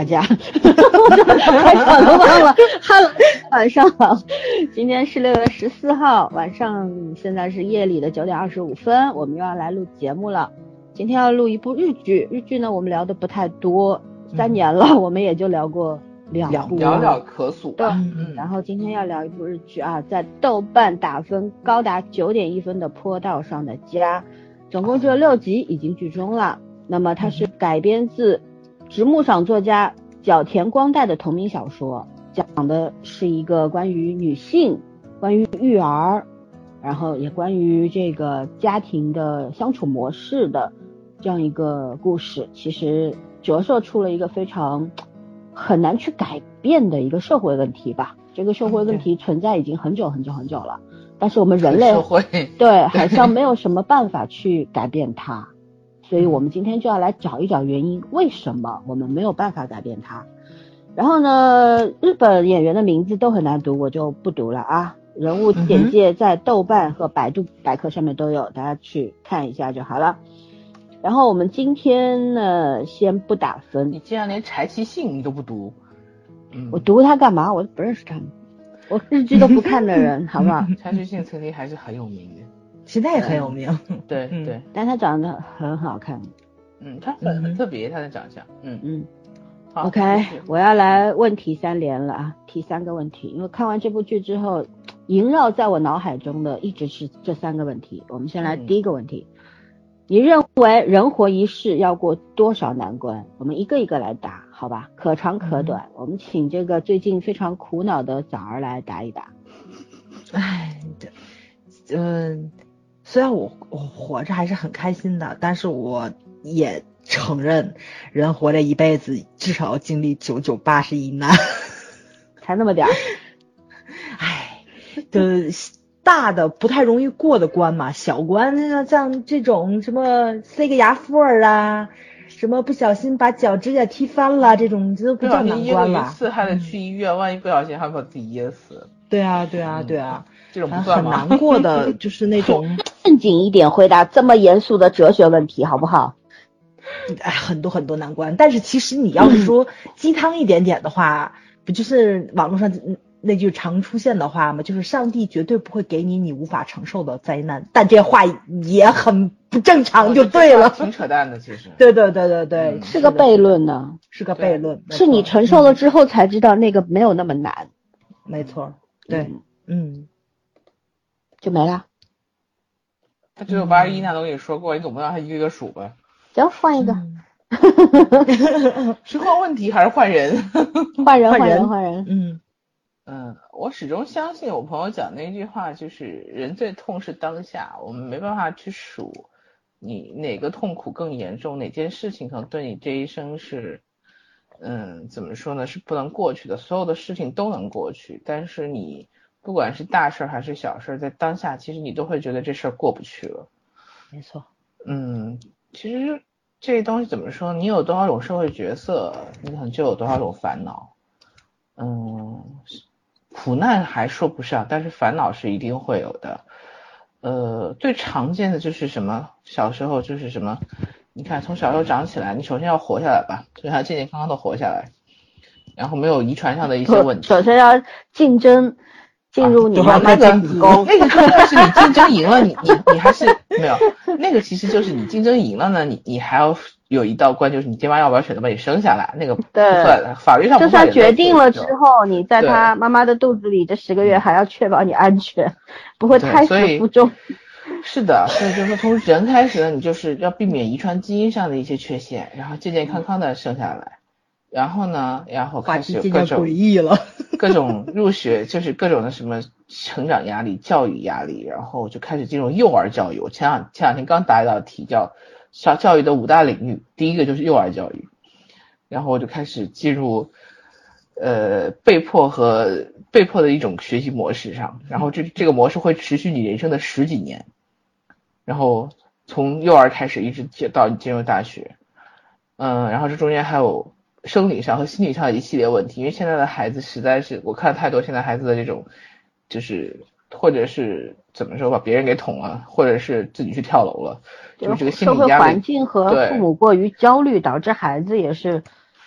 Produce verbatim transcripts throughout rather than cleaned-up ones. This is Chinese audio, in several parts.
大家，开场都忘了。Hello， 晚上好，今天是六月十四号晚上，现在是夜里的九点二十五分，我们又要来录节目了。今天要录一部日剧，日剧呢我们聊的不太多，三年了，嗯、我们也就聊过两部， 寥寥可数。 对，嗯、然后今天要聊一部日剧啊，在豆瓣打分高达九点一分的《坡道上的家》，总共只有六集，已经剧终了。那么它是改编自直木赏作家角田光代的同名小说，讲的是一个关于女性、关于育儿，然后也关于这个家庭的相处模式的这样一个故事。其实折射出了一个非常很难去改变的一个社会问题吧。这个社会问题存在已经很久很久很久了，但是我们人类对好像没有什么办法去改变它。所以我们今天就要来找一找原因，为什么我们没有办法改变它。然后呢，日本演员的名字都很难读，我就不读了啊。人物简介在豆瓣和百度百科上面都有，大家去看一下就好了。然后我们今天呢，先不打分。 你竟然连柴崎幸你都不读？ 嗯、我读他干嘛？我都不认识他，我日剧都不看的人，好不好？ 柴崎幸曾经还是很有名的。 现在也很有名， 对对、嗯， 但他长得很好看， 嗯，他很很特别，他的长相，嗯嗯。OK， 我要来问题三连了啊，提三个问题，因为看完这部剧之后，萦绕在我脑海中的一直是这三个问题。我们先来第一个问题，嗯、你认为人活一世要过多少难关？我们一个一个来答，好吧？可长可短。嗯、我们请这个最近非常苦恼的枣儿来答一答。 哎，嗯。虽然我我活着还是很开心的，但是我也承认人活着一辈子至少要经历九九八十一难， 才那么点儿。 唉，就大的不太容易过的关嘛，小关那像这种什么塞个牙缝儿啊，什么不小心把脚指甲踢翻了，这种这都不叫难关了。 一次还得去医院，嗯、万一不小心还把自己噎死。 对啊对啊对啊。 嗯这种不算很难过的就是那种正经一点回答这么严肃的哲学问题好不好？ 哎，很多很多难关，但是其实你要是说鸡汤一点点的话，嗯、不就是网络上那句常出现的话吗？就是上帝绝对不会给你你无法承受的灾难，但这话也很不正常，就对了， 挺扯淡的，其实。 对对对对对， 嗯、是个悖论呢， 是个悖论， 是你承受了之后才知道那个没有那么难。 没错，对，嗯。嗯就没了， 他只有八十一难都跟你说过，你总不让他一个一个数吧？ 行，换一个。 嗯、是换问题还是换人？ 换人，换人，换人。 嗯嗯，我始终相信我朋友讲那句话，就是人最痛是当下，我们没办法去数你哪个痛苦更严重，哪件事情可能对你这一生是，嗯，怎么说呢，是不能过去的。所有的事情都能过去，但是你。不管是大事还是小事，在当下其实你都会觉得这事儿过不去了。 没错。 嗯，其实这东西怎么说，你有多少种社会角色，你可能就有多少种烦恼。嗯，苦难还说不上，但是烦恼是一定会有的。呃，最常见的就是什么，小时候就是什么，你看从小时候长起来，你首先要活下来吧，所以要健健康康的活下来，然后没有遗传上的一些问题。 首先要竞争。进入你妈妈的子宫， 那个那是你竞争赢了，你你你还是没有，那个其实就是你竞争赢了呢，你你还要有一道关，就是你爹妈要不要选择把你生下来，那个不算，法律上不算。就算决定了之后，你在他妈妈的肚子里这十个月还要确保你安全，不会胎死腹中。 是的，所以就是从人开始呢，你就是要避免遗传基因上的一些缺陷，然后健健康康的生下来。然后呢，然后开始各种诡异了， 各种入学，就是各种的什么成长压力、教育压力，然后就开始进入幼儿教育。我前两前两天刚答一道题，叫小教育的五大领域，第一个就是幼儿教育，然后我就开始进入呃被迫和被迫的一种学习模式上，然后这这个模式会持续你人生的十几年，然后从幼儿开始一直到你进入大学，嗯，然后这中间还有生理上和心理上的一系列问题，因为现在的孩子实在是我看太多现在孩子的这种就是或者是怎么说把别人给捅了，或者是自己去跳楼了，就是这个心理压力， 社会环境和父母过于焦虑导致孩子也是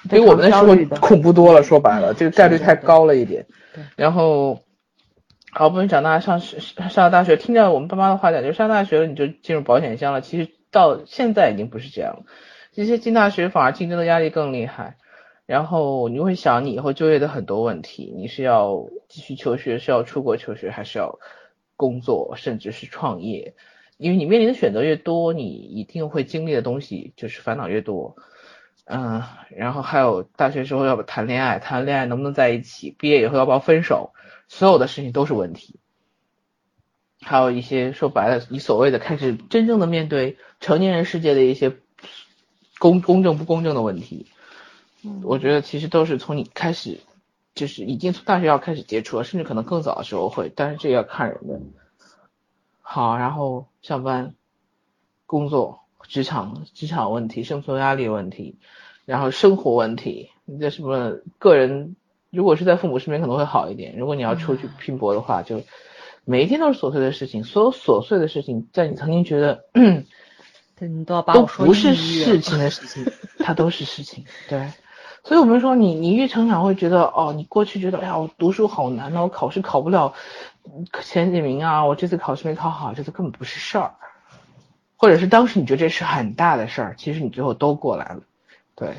比我们那时候恐怖多了，说白了这个概率太高了一点。然后好不容易长大上上了大学，听着我们爸妈的话讲，就上大学了你就进入保险箱了，其实到现在已经不是这样了，这些进大学反而竞争的压力更厉害，然后你会想你以后就业的很多问题，你是要继续求学，是要出国求学，还是要工作，甚至是创业，因为你面临的选择越多，你一定会经历的东西就是烦恼越多。嗯，然后还有大学时候要不谈恋爱，谈恋爱能不能在一起，毕业以后要不要分手，所有的事情都是问题。还有一些说白了，你所谓的开始真正的面对成年人世界的一些公公正不公正的问题，我觉得其实都是从你开始，就是已经从大学要开始接触了，甚至可能更早的时候会，但是这要看人的。好，然后上班、工作、职场、职场问题、生存压力问题，然后生活问题，你这什么个人，如果是在父母身边可能会好一点，如果你要出去拼搏的话，就每一天都是琐碎的事情，所有琐碎的事情，在你曾经觉得你都要把都我说不是事情的事情，它都是事情，对。所以我们说你你越成长会觉得哦，你过去觉得哎呀我读书好难啊，我考试考不了前几名啊，我这次考试没考好，这次根本不是事儿，或者是当时你觉得这是很大的事儿，其实你最后都过来了，对，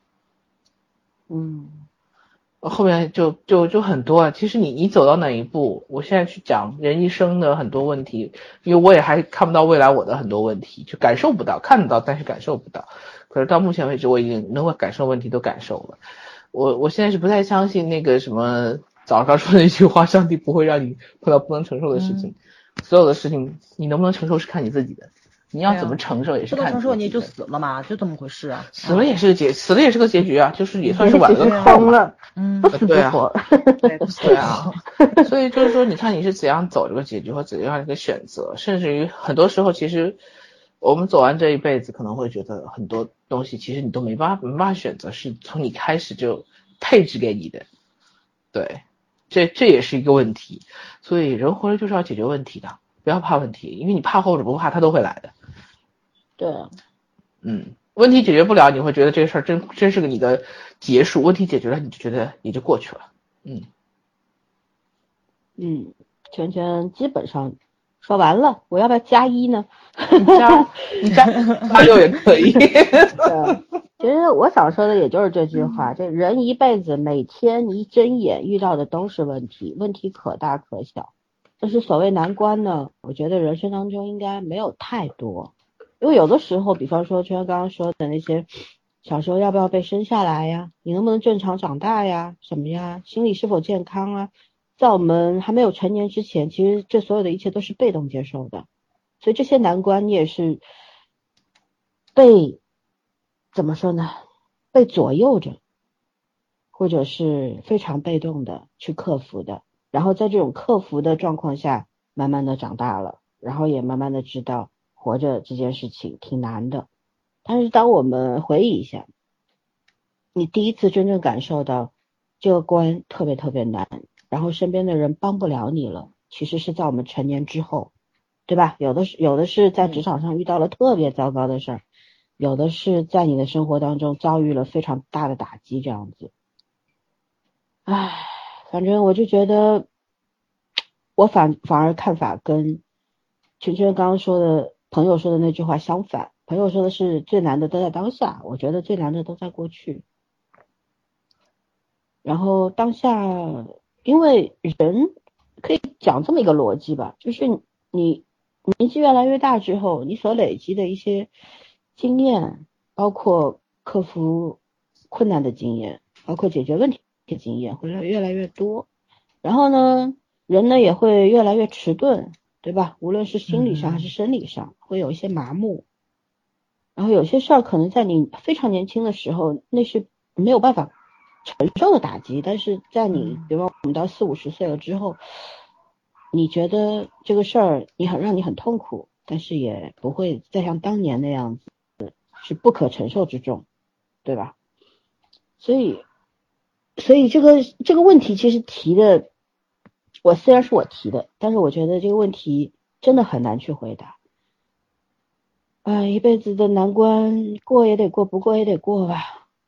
嗯， 后面就就就很多啊。其实你你走到哪一步，我现在去讲人一生的很多问题，因为我也还看不到未来我的很多问题，就感受不到，看得到但是感受不到。可是到目前为止，我已经能够感受问题都感受了。我我现在是不太相信那个什么早上说的一句话，上帝不会让你碰到不能承受的事情。嗯、所有的事情你能不能承受是看你自己的，你要怎么承受也是看你自己的。不能承受你就死了嘛，就这么回事啊。 死了也是个结，死了也是个结局啊，就是也算是挽了个扣了。嗯，不死不活。 对对啊，所以就是说，你看你是怎样走这个结局，或怎样一个选择，甚至于很多时候，其实我们走完这一辈子，可能会觉得很多东西其实你都没办法没办法选择，是从你开始就配置给你的。对，这这也是一个问题。所以人活着就是要解决问题的，不要怕问题，因为你怕或者不怕，它都会来的。 对， 嗯。问题解决不了，你会觉得这个事儿真真是个你的结束。问题解决了，你就觉得也就过去了。嗯嗯，圈圈基本上说完了，我要不要加一呢？ 你加你加加六也可以。 对，其实我想说的也就是这句话：这人一辈子每天一睁眼遇到的都是问题，问题可大可小。但是所谓难关呢，我觉得人生当中应该没有太多。因为有的时候，比方说就像刚刚说的那些，小时候要不要被生下来呀，你能不能正常长大呀，什么呀，心理是否健康啊，在我们还没有成年之前，其实这所有的一切都是被动接受的，所以这些难关你也是被怎么说呢，被左右着，或者是非常被动的去克服的，然后在这种克服的状况下，慢慢的长大了，然后也慢慢的知道活着这件事情挺难的。但是当我们回忆一下，你第一次真正感受到这个关特别特别难，然后身边的人帮不了你了，其实是在我们成年之后，对吧？有的是有的是在职场上遇到了特别糟糕的事儿，有的是在你的生活当中遭遇了非常大的打击，这样子。唉，反正我就觉得我反反而看法跟圈圈刚刚说的朋友说的那句话相反，朋友说的是最难的都在当下，我觉得最难的都在过去。然后当下，因为人可以讲这么一个逻辑吧，就是你年纪越来越大之后，你所累积的一些经验，包括克服困难的经验，包括解决问题的经验会越来越多，然后呢，人呢也会越来越迟钝，对吧？无论是心理上还是生理上，会有一些麻木。然后有些事儿可能在你非常年轻的时候，那是没有办法承受的打击，但是在你比如说我们到四五十岁了之后，你觉得这个事儿你很让你很痛苦，但是也不会再像当年那样子是不可承受之重，对吧？所以所以这个这个问题其实提的，我虽然是我提的，但是我觉得这个问题真的很难去回答。哎，一辈子的难关过也得过，不过也得过吧。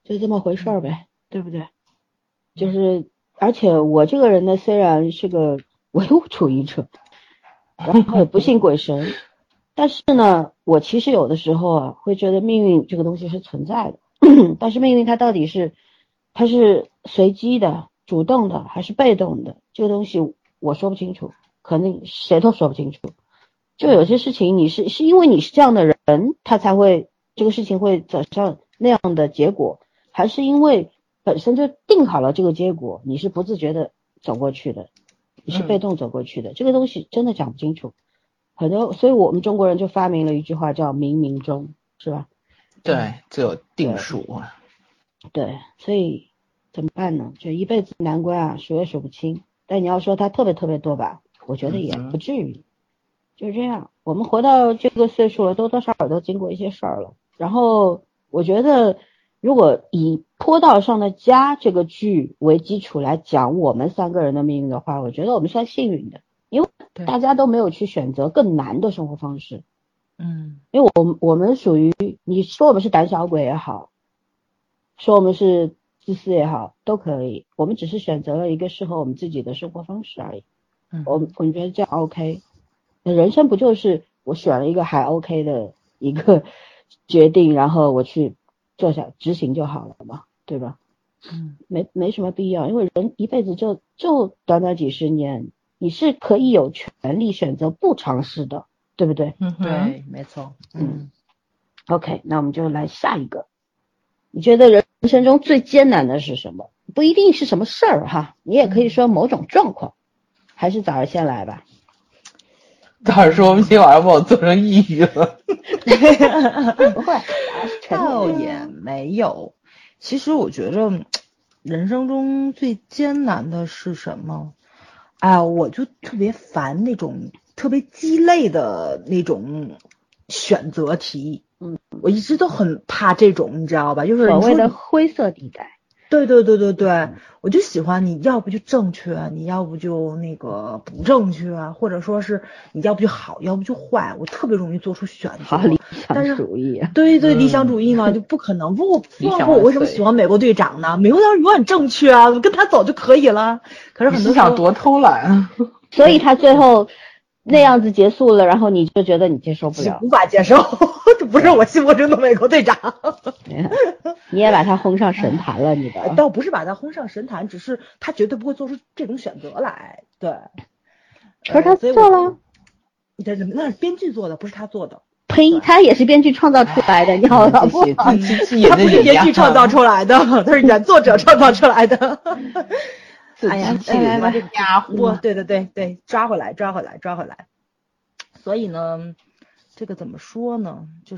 就这么回事儿呗，对不对？就是，而且我这个人呢，虽然是个唯物主义者，然后也不信鬼神，但是呢，我其实有的时候啊，会觉得命运这个东西是存在的，但是命运它到底是，它是随机的、主动的还是被动的，这个东西我说不清楚，可能谁都说不清楚。就有些事情你是是因为你是这样的人，他才会这个事情会走上那样的结果，还是因为本身就定好了这个结果，你是不自觉的走过去的，你是被动走过去的，这个东西真的讲不清楚。很多，所以我们中国人就发明了一句话叫冥冥中，是吧？ 对，这有定数。 对，所以怎么办呢？就一辈子难关啊，数也数不清。但你要说它特别特别多吧，我觉得也不至于。就这样，我们活到这个岁数了，多多少少都经过一些事儿了。然后我觉得，如果以坡道上的家这个剧为基础来讲我们三个人的命运的话，我觉得我们算幸运的，因为大家都没有去选择更难的生活方式。 嗯， 因为我我们属于，你说我们是胆小鬼也好，说我们是自私也好，都可以。我们只是选择了一个适合我们自己的生活方式而已。 嗯， 我我觉得这样 OK。人生不就是我选了一个还 OK 的一个决定，然后我去做下执行就好了嘛，对吧？ 嗯， 没没什么必要，因为人一辈子就就短短几十年，你是可以有权利选择不尝试的，对不对？ 嗯， 对，没错。 嗯 ，OK， 那我们就来下一个。你觉得人生中最艰难的是什么？不一定是什么事儿哈，你也可以说某种状况。还是早儿先来吧。 早儿说我们今天晚上把我做成抑郁了。 不会， 倒也没有。其实我觉着人生中最艰难的是什么？哎，我就特别烦那种特别鸡肋的那种选择题。 嗯， 我一直都很怕这种，你知道吧？就是所谓的灰色地带。 对对对对对，我就喜欢你要不就正确，你要不就那个不正确，或者说是你要不就好，要不就坏，我特别容易做出选择。 好理想主义、啊。 对对，理想主义嘛，嗯、就不可能。不不不，我为什么喜欢美国队长呢？美国队长永远正确啊，跟他走就可以了。可是很多时候想多偷懒， 所以他最后那样子结束了，然后你就觉得你接受不了， 无法接受，这不是我心目中的美国队长。 你也把他轰上神坛了，你的倒不是把他轰上神坛，只是他绝对不会做出这种选择来。对， 可是他做了， 那那是编剧做的，不是他做的。 呸，他也是编剧创造出来的，你好了不？ 他不是编剧创造出来的，他是原作者创造出来的。哎呀，来来这家伙，对对对对，抓回来，抓回来，抓回来。所以呢，这个怎么说呢？就是，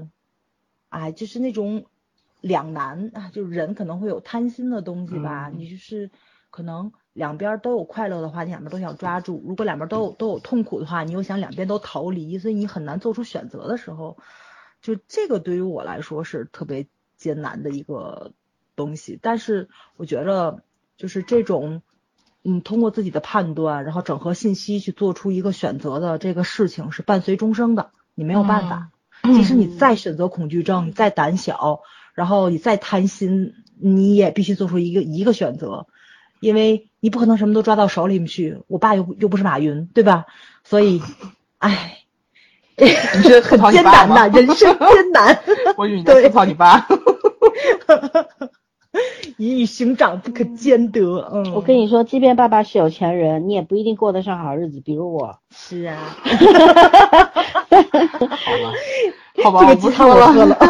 哎，就是那种两难啊，就人可能会有贪心的东西吧。嗯、你就是可能两边都有快乐的话，你两边都想抓住；如果两边都有都有痛苦的话，你又想两边都逃离，所以你很难做出选择的时候，就这个对于我来说是特别艰难的一个东西。但是我觉得。就是这种，嗯，通过自己的判断，然后整合信息去做出一个选择的这个事情是伴随终生的，你没有办法。嗯、即使你再选择恐惧症，你再胆小，然后你再贪心，你也必须做出一个一个选择，因为你不可能什么都抓到手里面去。我爸又又不是马云，对吧？所以，唉， 你是很艰难呐，人生艰难。 我以为你在吐槽你爸。 一语兄长不可兼得。嗯， 我跟你说，即便爸爸是有钱人，你也不一定过得上好日子。比如我。 是啊。 好吧，好吧， 这个鸡汤我喝了。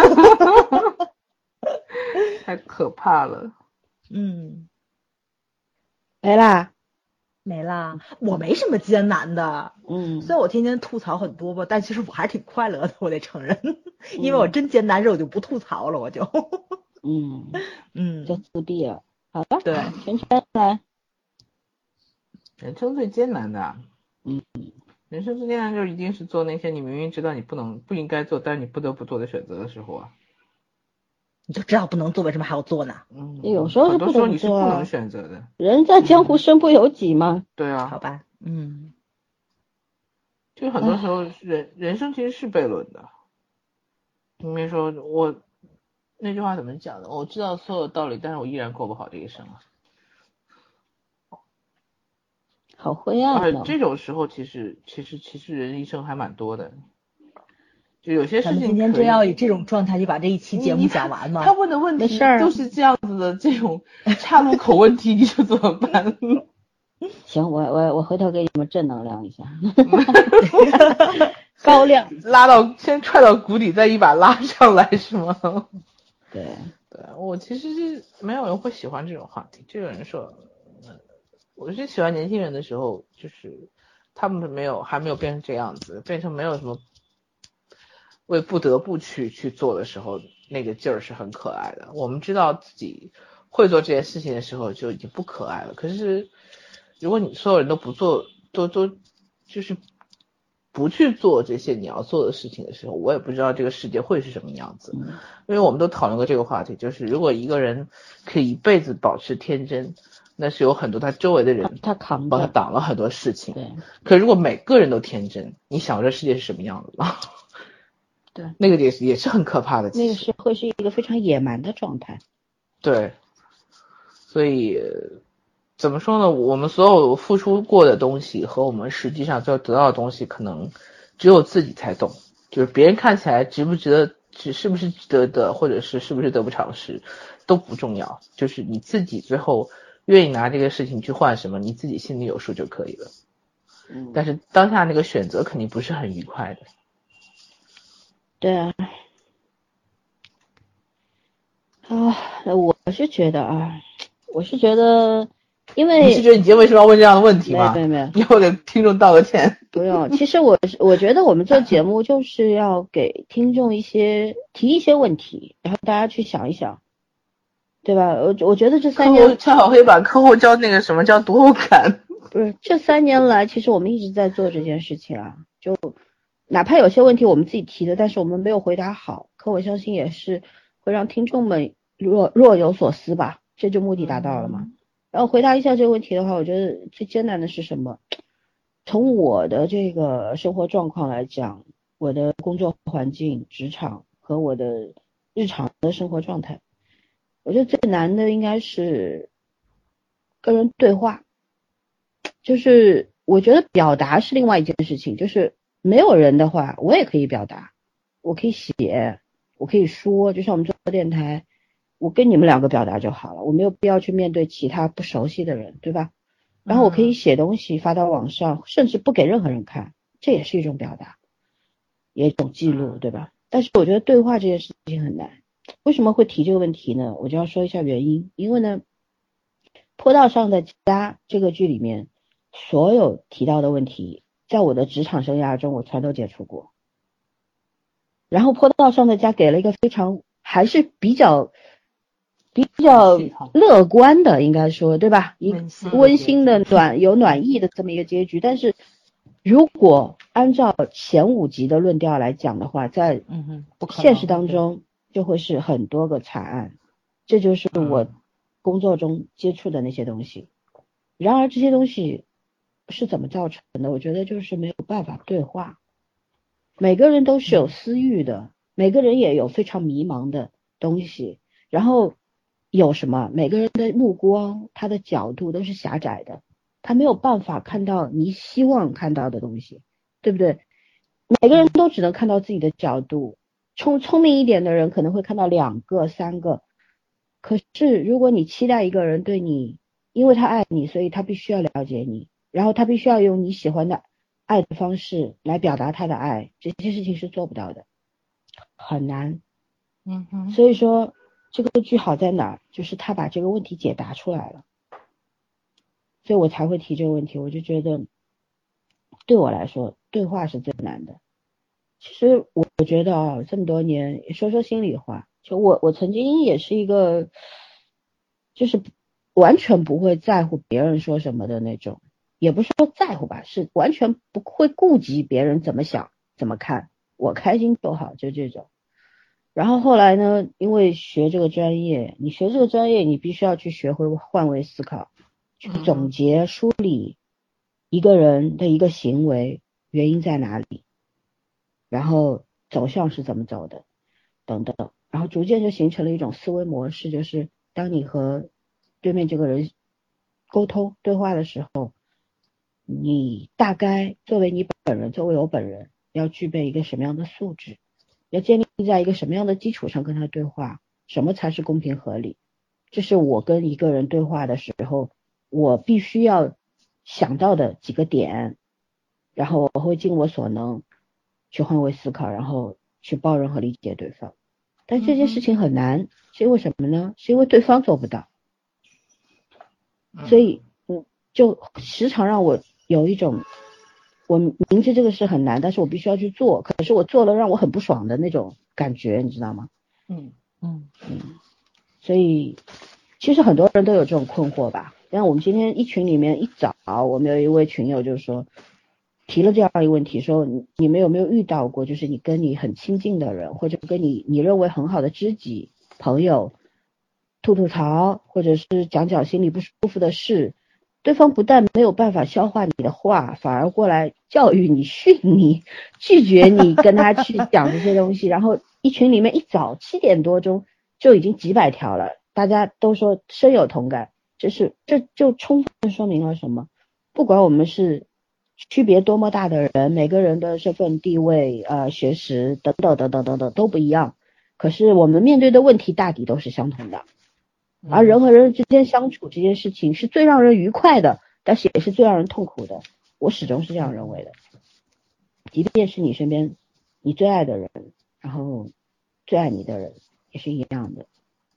太可怕了。 嗯， 没啦， 没啦。我没什么艰难的。 嗯， 虽然我天天吐槽很多吧，但其实我还是挺快乐的，我得承认。因为我真艰难时我就不吐槽了，我就。 嗯嗯， 就自闭了。好吧， 对， 圈圈来。 人生最艰难的， 嗯， 人生最艰难就一定是做那些你明明知道你不能不应该做，但是你不得不做的选择的时候啊。 你就知道不能做，为什么还要做呢？ 嗯，有时候是不得不做、啊、 很多时候你是不能选择的。 人在江湖身不由己嘛。 对啊。 好吧，嗯， 就很多时候人人生其实是悖论的。明明说我。 那句话怎么讲的？我知道所有道理，但是我依然过不好这一生啊。 好灰暗而哦。 这种时候，其实其实其实人一生还蛮多的。就有些事咱们今情可以， 天就要以这种状态就把这一期节目你讲完吗？ 他问的问题没事儿都是这样子的，这种岔路口问题，你说怎么办？ 行，我我我回头给你们正能量一下，高亮拉到先踹到谷底，再一把拉上来，是吗？ 对对，我其实是没有人会喜欢这种话题。这个人说，嗯，我是喜欢年轻人的时候，就是他们没有还没有变成这样子，变成没有什么为不得不去去做的时候，那个劲儿是很可爱的。我们知道自己会做这件事情的时候，就已经不可爱了。可是如果你所有人都不做，都都就是不去做这些你要做的事情的时候，我也不知道这个世界会是什么样子。因为我们都讨论过这个话题，就是如果一个人可以一辈子保持天真，那是有很多他周围的人他扛帮他着。 挡了很多事情。 对可如果每个人都天真，你想这世界是什么样子吗？ 对， 那个也是也是很可怕的。 那个是会是一个非常野蛮的状态。 对，所以怎么说呢？我们所有付出过的东西和我们实际上最后得到的东西，可能只有自己才懂。就是别人看起来值不值得，只是不是值得的，或者是是不是得不偿失，都不重要。就是你自己最后愿意拿这个事情去换什么，你自己心里有数就可以了。 嗯， 但是当下那个选择肯定不是很愉快的。 对啊。啊，我是觉得啊，我是觉得，因为你是觉得你今天为什么要问这样的问题吗？ 没有没有， 你要给听众道个歉。 不用。其实我我觉得我们做节目就是要给听众一些提一些问题，然后大家去想一想，对吧？我我觉得这三年敲好黑板，课后教那个什么叫读后感。 不是这三年来，其实我们一直在做这件事情啊。就哪怕有些问题我们自己提的，但是我们没有回答好，可我相信也是会让听众们若若有所思吧，这就目的达到了嘛。嗯、然后回答一下这个问题的话，我觉得最艰难的是什么？从我的这个生活状况来讲，我的工作环境、职场和我的日常的生活状态，我觉得最难的应该是跟人对话。就是我觉得表达是另外一件事情，就是没有人的话，我也可以表达，我可以写，我可以说，就像我们做电台，我跟你们两个表达就好了，我没有必要去面对其他不熟悉的人，对吧？然后我可以写东西发到网上，甚至不给任何人看，这也是一种表达，也一种记录，对吧？但是我觉得对话这件事情很难。为什么会提这个问题呢？我就要说一下原因。因为呢，坡道上的家这个剧里面所有提到的问题，在我的职场生涯中我全都接触过。然后坡道上的家给了一个非常还是比较比较乐观的，应该说对吧？一温馨的暖有暖意的这么一个结局。但是如果按照前五集的论调来讲的话，在现实当中就会是很多个惨案，这就是我工作中接触的那些东西。然而这些东西是怎么造成的？我觉得就是没有办法对话。每个人都是有私欲的，每个人也有非常迷茫的东西，然后有什么？每个人的目光，他的角度都是狭窄的，他没有办法看到你希望看到的东西，对不对？每个人都只能看到自己的角度，聪聪明一点的人可能会看到两个、三个。可是如果你期待一个人对你，因为他爱你，所以他必须要了解你，然后他必须要用你喜欢的爱的方式来表达他的爱，这些事情是做不到的，很难。 嗯哼。 所以说这个剧好在哪儿？就是他把这个问题解答出来了，所以我才会提这个问题。我就觉得对我来说对话是最难的。其实我觉得啊，这么多年说说心里话，就我我曾经也是一个就是完全不会在乎别人说什么的那种，也不是说在乎吧，是完全不会顾及别人怎么想怎么看，我开心就好，就这种。然后后来呢，因为学这个专业，你学这个专业你必须要去学会换位思考，去总结梳理一个人的一个行为原因在哪里，然后走向是怎么走的等等。 然后逐渐就形成了一种思维模式，就是当你和对面这个人沟通对话的时候，你大概作为你本人，作为我本人，要具备一个什么样的素质，要建立在一个什么样的基础上跟他对话，什么才是公平合理，这是我跟一个人对话的时候我必须要想到的几个点，然后我会尽我所能去换位思考，然后去包容和理解对方。但这件事情很难，是因为什么呢？是因为对方做不到，所以嗯，就时常让我有一种我明知这个事很难，但是我必须要去做，可是我做了让我很不爽的那种感觉，你知道吗？ 嗯嗯嗯，所以其实很多人都有这种困惑吧。像我们今天一群里面一早，我们有一位群友就是说提了这样一个问题，说你你们有没有遇到过，就是你跟你很亲近的人，或者跟你你认为很好的知己朋友吐吐槽，或者是讲讲心里不舒服的事，对方不但没有办法消化你的话，反而过来教育你、训你、拒绝你跟他去讲这些东西。然后一群里面一早七点多钟就已经几百条了，大家都说深有同感。这是这就充分说明了什么？不管我们是区别多么大的人，每个人的身份地位、呃学识等等等等等等都不一样，可是我们面对的问题大抵都是相同的。而人和人之间相处这件事情是最让人愉快的，但是也是最让人痛苦的。我始终是这样认为的。即便是你身边你最爱的人，然后最爱你的人也是一样的。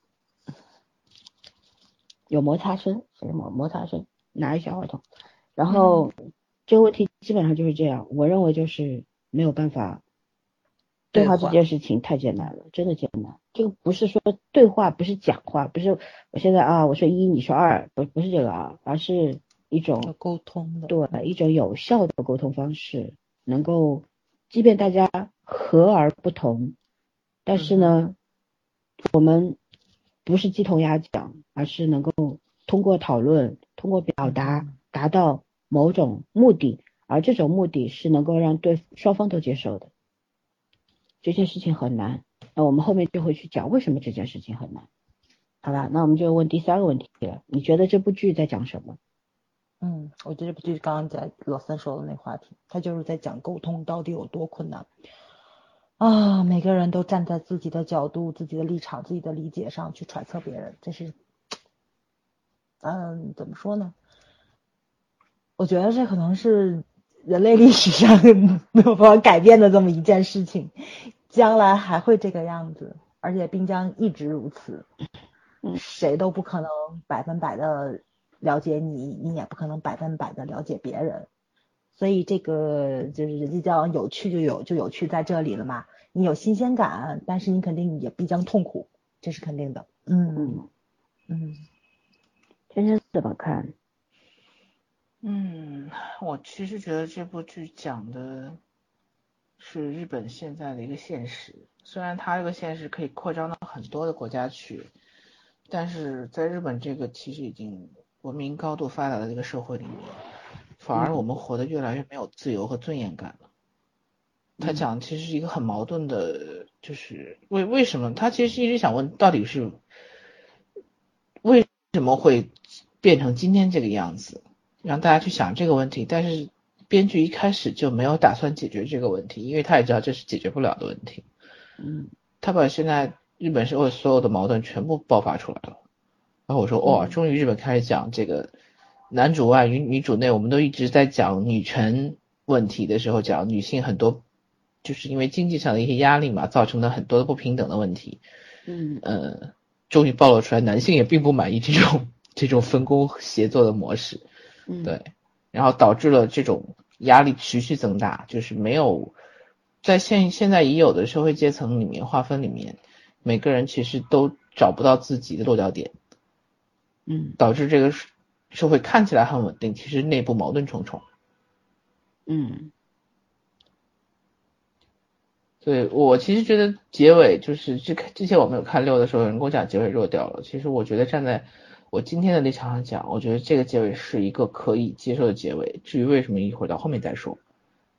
有摩擦声，什么摩擦声？拿一小话筒。然后、嗯、这个问题基本上就是这样，我认为就是没有办法。对话这件事情太艰难了，真的艰难。这个不是说对话，不是讲话，不是我现在啊，我说一，你说二，不不是这个啊，而是一种沟通的， 对，一种有效的沟通方式，能够即便大家和而不同，但是呢，嗯、我们不是鸡同鸭讲，而是能够通过讨论，通过表达，达到某种目的，而这种目的是能够让对双方都接受的。这件事情很难，那我们后面就会去讲为什么这件事情很难。好吧，那我们就问第三个问题了，你觉得这部剧在讲什么？ 嗯，我觉得这部剧刚刚在老三说的那话题，他就是在讲沟通到底有多困难啊！每个人都站在自己的角度、自己的立场、自己的理解上去揣测别人，这是，嗯，怎么说呢？我觉得这可能是人类历史上没有办法改变的这么一件事情，将来还会这个样子，而且并将一直如此。谁都不可能百分百的了解你，你也不可能百分百的了解别人。所以这个就是人际交往有趣就有就有趣在这里了嘛。你有新鲜感，但是你肯定也必将痛苦，这是肯定的。嗯嗯嗯， 芊芊怎么看？ 嗯，我其实觉得这部剧讲的是日本现在的一个现实，虽然它这个现实可以扩张到很多的国家去，但是在日本这个其实已经文明高度发达的这个社会里面，反而我们活得越来越没有自由和尊严感了。他讲其实是一个很矛盾的，就是为为什么他其实一直想问到底是为什么会变成今天这个样子，让大家去想这个问题，但是编剧一开始就没有打算解决这个问题，因为他也知道这是解决不了的问题。 嗯， 他把现在日本社会所有的矛盾全部爆发出来了。然后我说哇，终于日本开始讲这个男主外女女主内，我们都一直在讲女权问题的时候，讲女性很多就是因为经济上的一些压力嘛，造成的很多的不平等的问题。 嗯呃，终于暴露出来，男性也并不满意这种这种分工协作的模式。 嗯， 对，然后导致了这种压力持续增大，就是没有在现现在已有的社会阶层里面划分里面，每个人其实都找不到自己的落脚点。 嗯， 导致这个社会看起来很稳定，其实内部矛盾重重。 嗯， 所以我其实觉得结尾就是之之前我没有看六的时候，有人跟我讲结尾弱掉了。其实我觉得站在我今天的立场上讲，我觉得这个结尾是一个可以接受的结尾。至于为什么，一会儿到后面再说。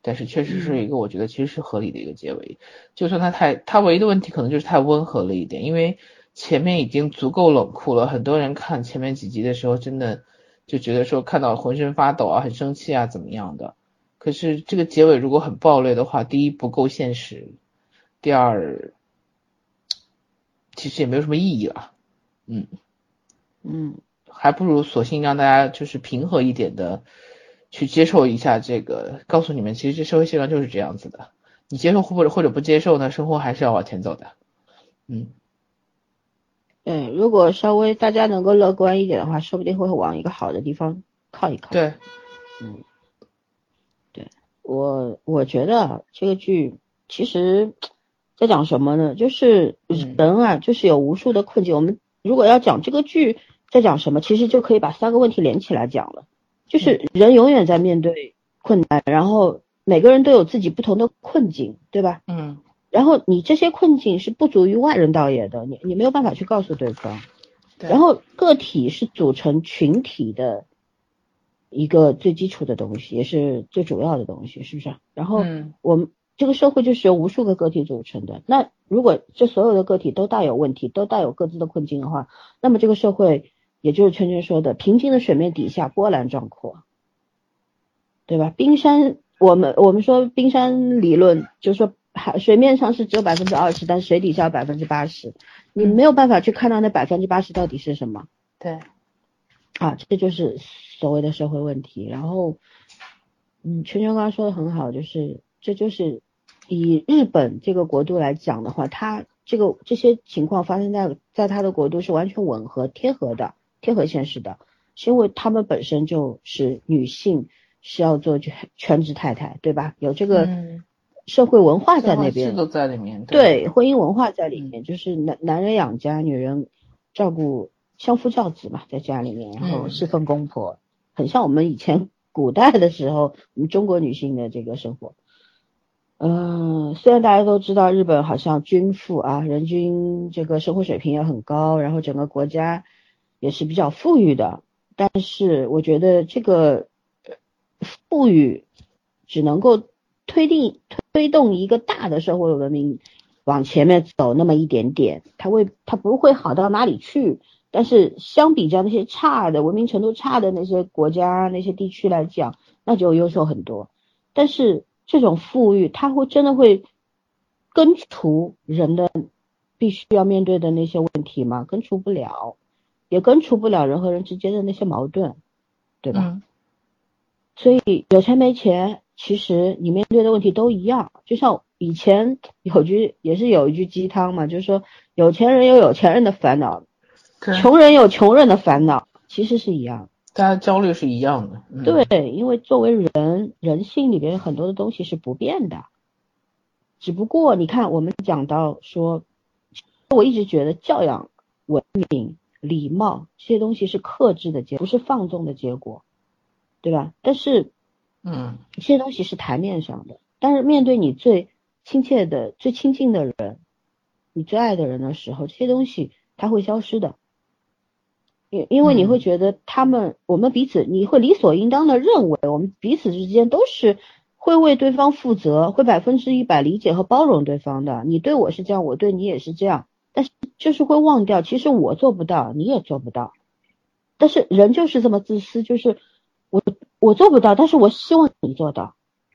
但是确实是一个我觉得其实是合理的一个结尾。就算它太，它唯一的问题可能就是太温和了一点，因为前面已经足够冷酷了，很多人看前面几集的时候真的就觉得说看到浑身发抖啊，很生气啊怎么样的。可是这个结尾如果很暴烈的话，第一不够现实，第二其实也没有什么意义了。嗯嗯， 还不如索性让大家就是平和一点的去接受一下这个，告诉你们其实这社会现状就是这样子的，你接受或者或者不接受呢，生活还是要往前走的。嗯， 对，如果稍微大家能够乐观一点的话，说不定会往一个好的地方靠一靠。 对， 嗯，对，我我觉得这个剧其实在讲什么呢？就是人啊，就是有无数的困境。我们如果要讲这个剧在讲什么，其实就可以把三个问题连起来讲了。就是人永远在面对困难，然后每个人都有自己不同的困境，对吧？ 嗯。 然后你这些困境是不足于外人道也的，你你没有办法去告诉对方。 对。 然后个体是组成群体的一个最基础的东西，也是最主要的东西，是不是？然后我们这个社会就是由无数个个体组成的。那如果这所有的个体都大有问题，都大有各自的困境的话，那么这个社会也就是圈圈说的平静的水面底下波澜壮阔，对吧？冰山，我们我们说冰山理论，就是说海水面上是只有百分之二十，但水底下有百分之八十，你没有办法去看到那百分之八十到底是什么。 对， 啊，这就是所谓的社会问题。然后，嗯，圈圈刚刚说的很好，就是这就是以日本这个国度来讲的话，它这个这些情况发生在在它的国度是完全吻合贴合的，贴合现实的，是因为他们本身就是女性。是要做全职太太，对吧？有这个社会文化在那边， 制度在里面， 对，对婚姻文化在里面，嗯、就是男男人养家，女人照顾，相夫教子嘛，在家里面，然后侍奉公婆，嗯、很像我们以前古代的时候，我们中国女性的这个生活。嗯、呃，虽然大家都知道日本好像均富啊，人均这个生活水平也很高，然后整个国家也是比较富裕的，但是我觉得这个。富裕只能够推定推动一个大的社会文明往前面走那么一点点，它会它不会好到哪里去，但是相比较那些差的文明程度差的那些国家那些地区来讲，那就优秀很多。但是这种富裕它会真的会根除人的必须要面对的那些问题吗？根除不了，也根除不了人和人之间的那些矛盾，对吧？嗯，所以有钱没钱，其实你面对的问题都一样。就像以前有句也是有一句鸡汤嘛，就是说有钱人有有钱人的烦恼，穷人有穷人的烦恼，其实是一样， 大家焦虑是一样的。 嗯、对，因为作为人，人性里边很多的东西是不变的。只不过你看，我们讲到说，我一直觉得教养、文明、礼貌这些东西是克制的结果，不是放纵的结果。对吧？但是， 嗯， 这些东西是台面上的，但是面对你最亲切的、最亲近的人，你最爱的人的时候，这些东西它会消失的。因因为你会觉得他们，嗯、我们彼此，你会理所应当的认为，我们彼此之间都是会为对方负责，会百分之一百理解和包容对方的。你对我是这样，我对你也是这样，但是就是会忘掉，其实我做不到，你也做不到。但是人就是这么自私，就是。我我做不到，但是我希望你做到，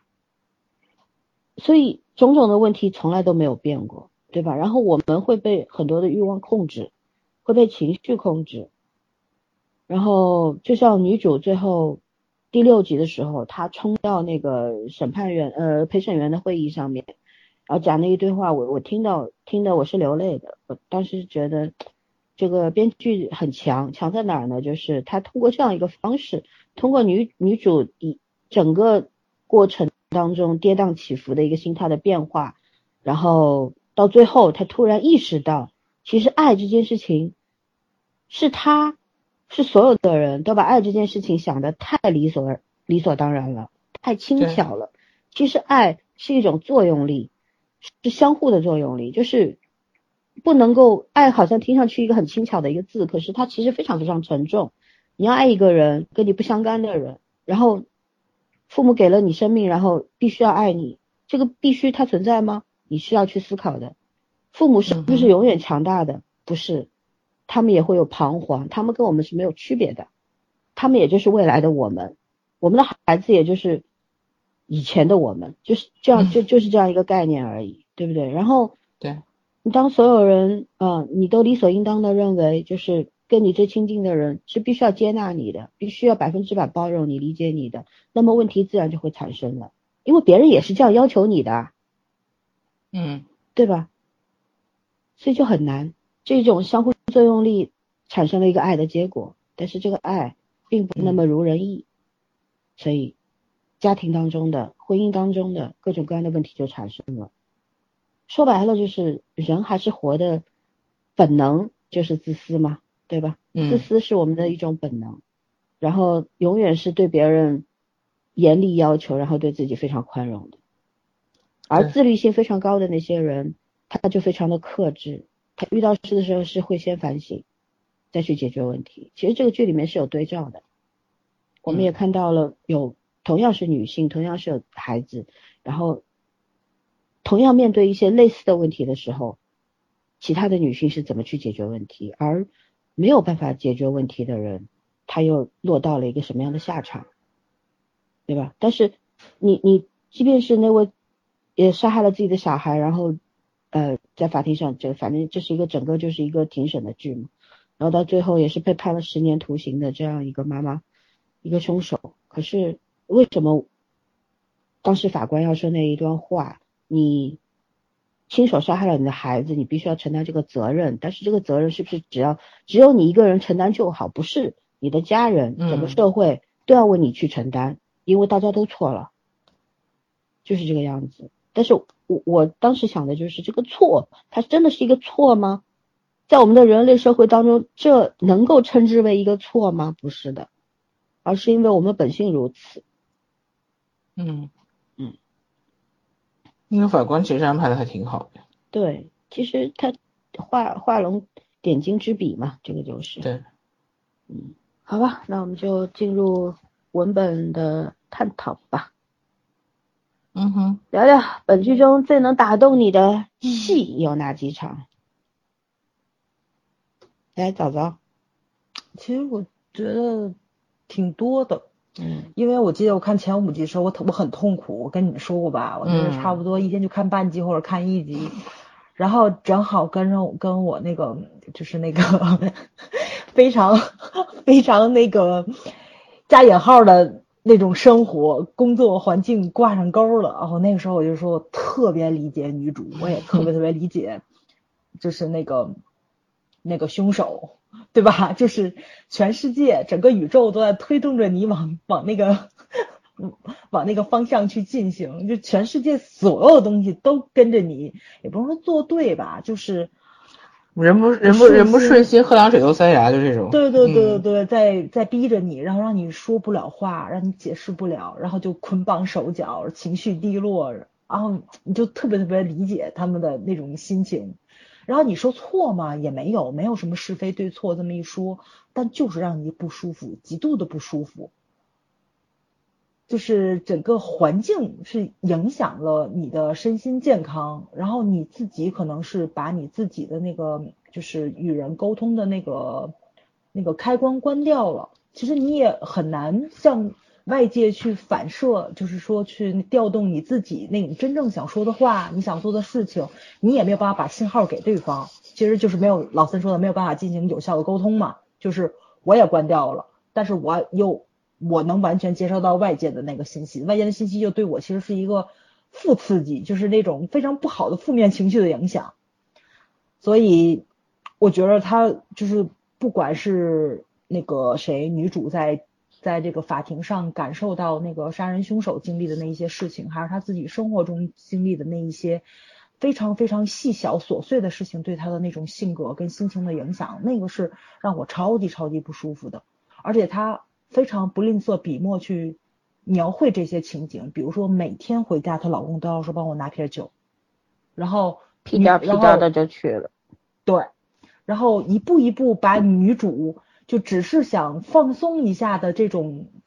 所以种种的问题从来都没有变过，对吧？然后我们会被很多的欲望控制，会被情绪控制，然后就像女主最后第六集的时候，她冲到那个审判员呃陪审员的会议上面，然后讲那一堆话，我我听到听的我是流泪的，我当时觉得。这个编剧很强，强在哪儿呢？就是他通过这样一个方式，通过女女主以整个过程当中跌宕起伏的一个心态的变化，然后到最后他突然意识到，其实爱这件事情是他是所有的人都把爱这件事情想得太理所理所当然了，太轻巧了。其实爱是一种作用力，是相互的作用力，就是不能够爱好像听上去一个很轻巧的一个字，可是它其实非常非常沉重。你要爱一个人，跟你不相干的人，然后父母给了你生命，然后必须要爱你，这个必须它存在吗？你是要去思考的。父母是不是永远强大的？不是，他们也会有彷徨，他们跟我们是没有区别的，他们也就是未来的我们，我们的孩子也就是以前的我们，就是这样，就就是这样一个概念而已，对不对？然后， 对， 你当所有人，嗯、呃，你都理所应当的认为，就是跟你最亲近的人是必须要接纳你的，必须要百分之百包容你、理解你的，那么问题自然就会产生了，因为别人也是这样要求你的， 嗯， 对吧？所以就很难，这种相互作用力产生了一个爱的结果，但是这个爱并不那么如人意，嗯、所以家庭当中的、婚姻当中的各种各样的问题就产生了。说白了就是人还是活的本能就是自私嘛，对吧？ 嗯、 自私是我们的一种本能，然后永远是对别人严厉要求，然后对自己非常宽容的。而自律性非常高的那些人，他就非常的克制，他遇到事的时候是会先反省，再去解决问题。其实这个剧里面是有对照的，我们也看到了有同样是女性，同样是有孩子，然后同样面对一些类似的问题的时候，其他的女性是怎么去解决问题，而没有办法解决问题的人，他又落到了一个什么样的下场，对吧？但是你你即便是那位也杀害了自己的小孩，然后呃在法庭上，这反正这是一个整个就是一个庭审的剧嘛，然后到最后也是被判了十年徒刑的这样一个妈妈，一个凶手。可是为什么当时法官要说那一段话，你亲手杀害了你的孩子，你必须要承担这个责任，但是这个责任是不是只要只有你一个人承担就好？不是，你的家人、整个社会都要为你去承担，因为大家都错了，就是这个样子。但是我我当时想的就是这个错，它真的是一个错吗？在我们的人类社会当中，这能够称之为一个错吗？不是的，而是因为我们本性如此。 嗯嗯， 那个法官其实安排的还挺好的。 对，其实他画画龙点睛之笔嘛，这个就是。 对。 嗯，好吧，那我们就进入文本的探讨吧。 嗯哼， 聊聊本剧中最能打动你的戏有哪几场？来，早早。 其实我觉得挺多的， 嗯， 因为我记得我看前五集的时候，我我很痛苦，我跟你们说过吧，我就是差不多一天就看半集或者看一集，嗯、然后正好跟上跟我那个就是那个非常非常那个加引号的那种生活工作环境挂上钩了。然后那个时候我就说我特别理解女主，我也特别特别理解就是那个那个凶手，对吧？就是全世界整个宇宙都在推动着你往往那个往那个方向去进行，就全世界所有东西都跟着你，也不是说作对吧，就是人不人不人不顺心，喝凉水都塞牙，就这种。 对对对对对，在在逼着你，然后让你说不了话，让你解释不了，然后就捆绑手脚，情绪低落，然后你就特别特别理解他们的那种心情。然后你说错吗？也没有，没有什么是非对错这么一说，但就是让你不舒服，极度的不舒服。就是整个环境是影响了你的身心健康，然后你自己可能是把你自己的那个就是与人沟通的那个那个开关关掉了，其实你也很难向外界去反射，就是说去调动你自己那种真正想说的话，你想做的事情，你也没有办法把信号给对方，其实就是没有老森说的没有办法进行有效的沟通嘛，就是我也关掉了，但是我又我能完全接收到外界的那个信息，外界的信息就对我其实是一个负刺激，就是那种非常不好的负面情绪的影响。所以我觉得他就是不管是那个谁女主在在这个法庭上感受到那个杀人凶手经历的那一些事情，还是他自己生活中经历的那一些非常非常细小琐碎的事情对他的那种性格跟心情的影响，那个是让我超级超级不舒服的。而且他非常不吝啬笔墨去描绘这些情景，比如说每天回家她老公都要说帮我拿瓶酒，然后屁颠屁颠的就去了， 对，然后一步一步把女主就只是想放松一下的这种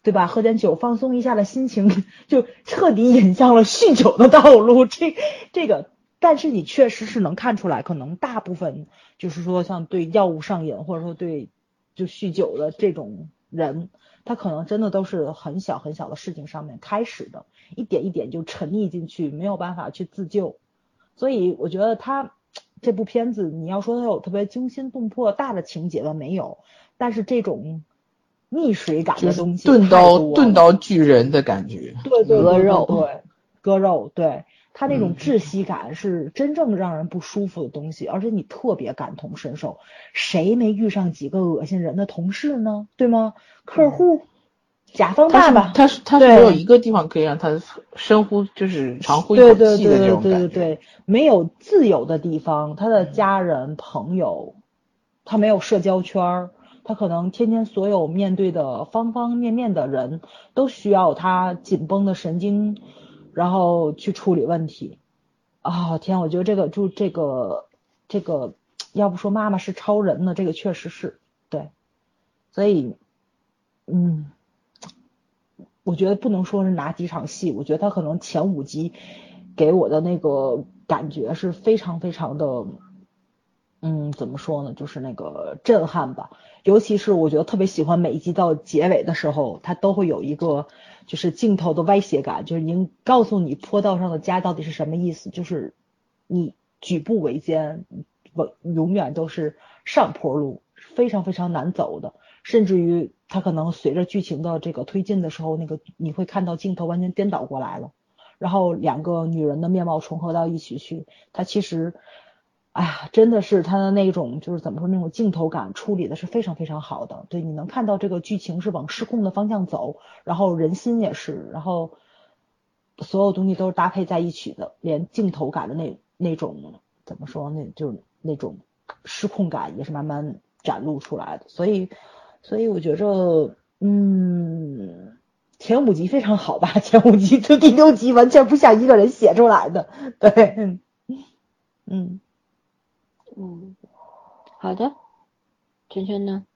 对吧？喝点酒放松一下的心情，就彻底引向了酗酒的道路。这这个，但是你确实是能看出来，可能大部分就是说像对药物上瘾或者说对就酗酒的这种人，他可能真的都是很小很小的事情上面开始的，一点一点就沉溺进去，没有办法去自救。所以我觉得他这部片子，你要说他有特别惊心动魄大的情节吧，没有，但是这种溺水感的东西， 钝刀钝刀巨人的感觉， 对对割肉， 对，割肉，对，他那种窒息感是真正让人不舒服的东西，而且你特别感同身受。谁没遇上几个恶心人的同事呢？对吗？客户。甲方爸爸， 他是他是没有一个地方可以让他深呼，就是长呼一口气的这种感觉。 对对对对对对，没有自由的地方，他的家人朋友，他没有社交圈，他可能天天所有面对的方方面面的人都需要他紧绷的神经，然后去处理问题。啊、哦、天，我觉得这个就这个这个，要不说妈妈是超人呢，这个确实是对，所以嗯。我觉得不能说是哪几场戏，我觉得他可能前五集给我的那个感觉是非常非常的，嗯，怎么说呢，就是那个震撼吧。尤其是我觉得特别喜欢每一集到结尾的时候，它都会有一个就是镜头的歪斜感，就是已经告诉你坡道上的家到底是什么意思，就是你举步维艰，永远都是上坡路，非常非常难走的。甚至于他可能随着剧情的这个推进的时候，那个你会看到镜头完全颠倒过来了，然后两个女人的面貌重合到一起去，他其实哎呀真的是他的那种就是怎么说那种镜头感处理的是非常非常好的。对，你能看到这个剧情是往失控的方向走，然后人心也是，然后所有东西都是搭配在一起的，连镜头感的那那种怎么说那就是那种失控感也是慢慢展露出来的。所以所以我觉着，嗯，前五集非常好吧，前五集就第六集完全不像一个人写出来的，对，嗯嗯，好的，圈圈呢？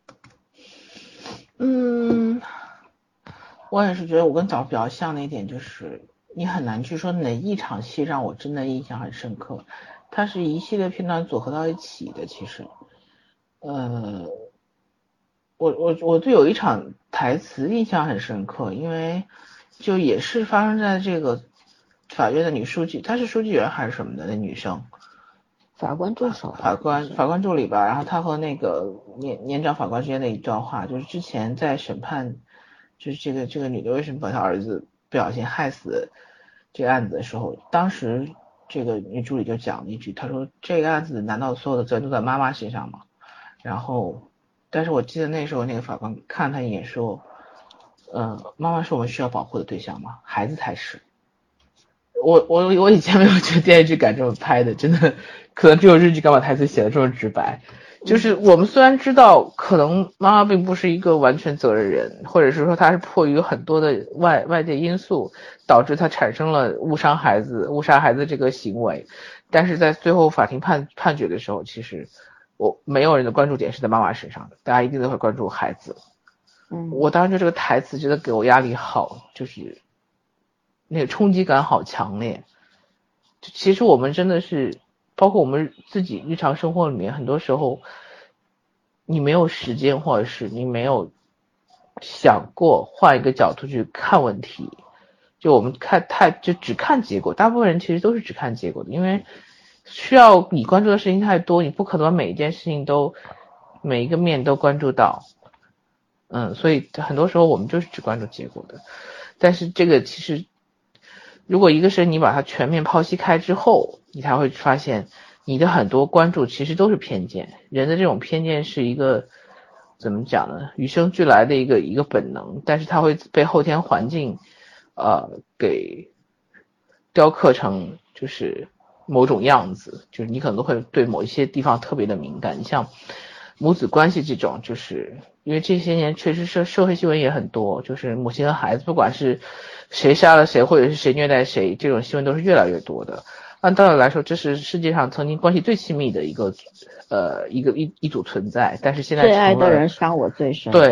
嗯，我也是觉得我跟枣比较像的一点就是，你很难去说哪一场戏让我真的印象很深刻，它是一系列片段组合到一起的，其实，呃。我我我对有一场台词印象很深刻，因为就也是发生在这个法院的女书记，她是书记员还是什么的那女生， 法官助手， 法官法官助理吧。然后她和那个年年长法官之间的一段话，就是之前在审判，就是这个这个女的为什么把她儿子不小心害死这个案子的时候，当时这个女助理就讲了一句，她说这个案子难道所有的责任都在妈妈身上吗？然后。但是我记得那时候那个法官看他一眼说，呃，妈妈是我们需要保护的对象吗？孩子才是。我我我以前没有觉得电视剧敢这么拍的，真的，可能只有日剧敢把台词写的这么直白。就是我们虽然知道可能妈妈并不是一个完全责任人，或者是说她是迫于很多的外外界因素导致她产生了误伤孩子、误杀孩子这个行为，但是在最后法庭判判决的时候，其实。我没有人的关注点是在妈妈身上的，大家一定都会关注孩子。 嗯， 我当时就这个台词觉得给我压力好，就是那个冲击感好强烈。其实我们真的是，包括我们自己日常生活里面，很多时候你没有时间，或者是你没有想过换一个角度去看问题，就我们看太就只看结果，大部分人其实都是只看结果的，因为。需要你关注的事情太多，你不可能把每一件事情都每一个面都关注到，嗯，所以很多时候我们就是只关注结果的。但是这个其实，如果一个事你把它全面剖析开之后，你才会发现你的很多关注其实都是偏见。人的这种偏见是一个怎么讲呢？与生俱来的一个一个本能，但是它会被后天环境呃给雕刻成就是。某种样子，就是你可能都会对某一些地方特别的敏感。你像母子关系这种，就是因为这些年确实社社会新闻也很多，就是母亲和孩子不管是谁杀了谁或者是谁虐待谁，这种新闻都是越来越多的。按道理来说，这是世界上曾经关系最亲密的一个呃一个一一组存在，但是现在最爱的人伤我最深。 对，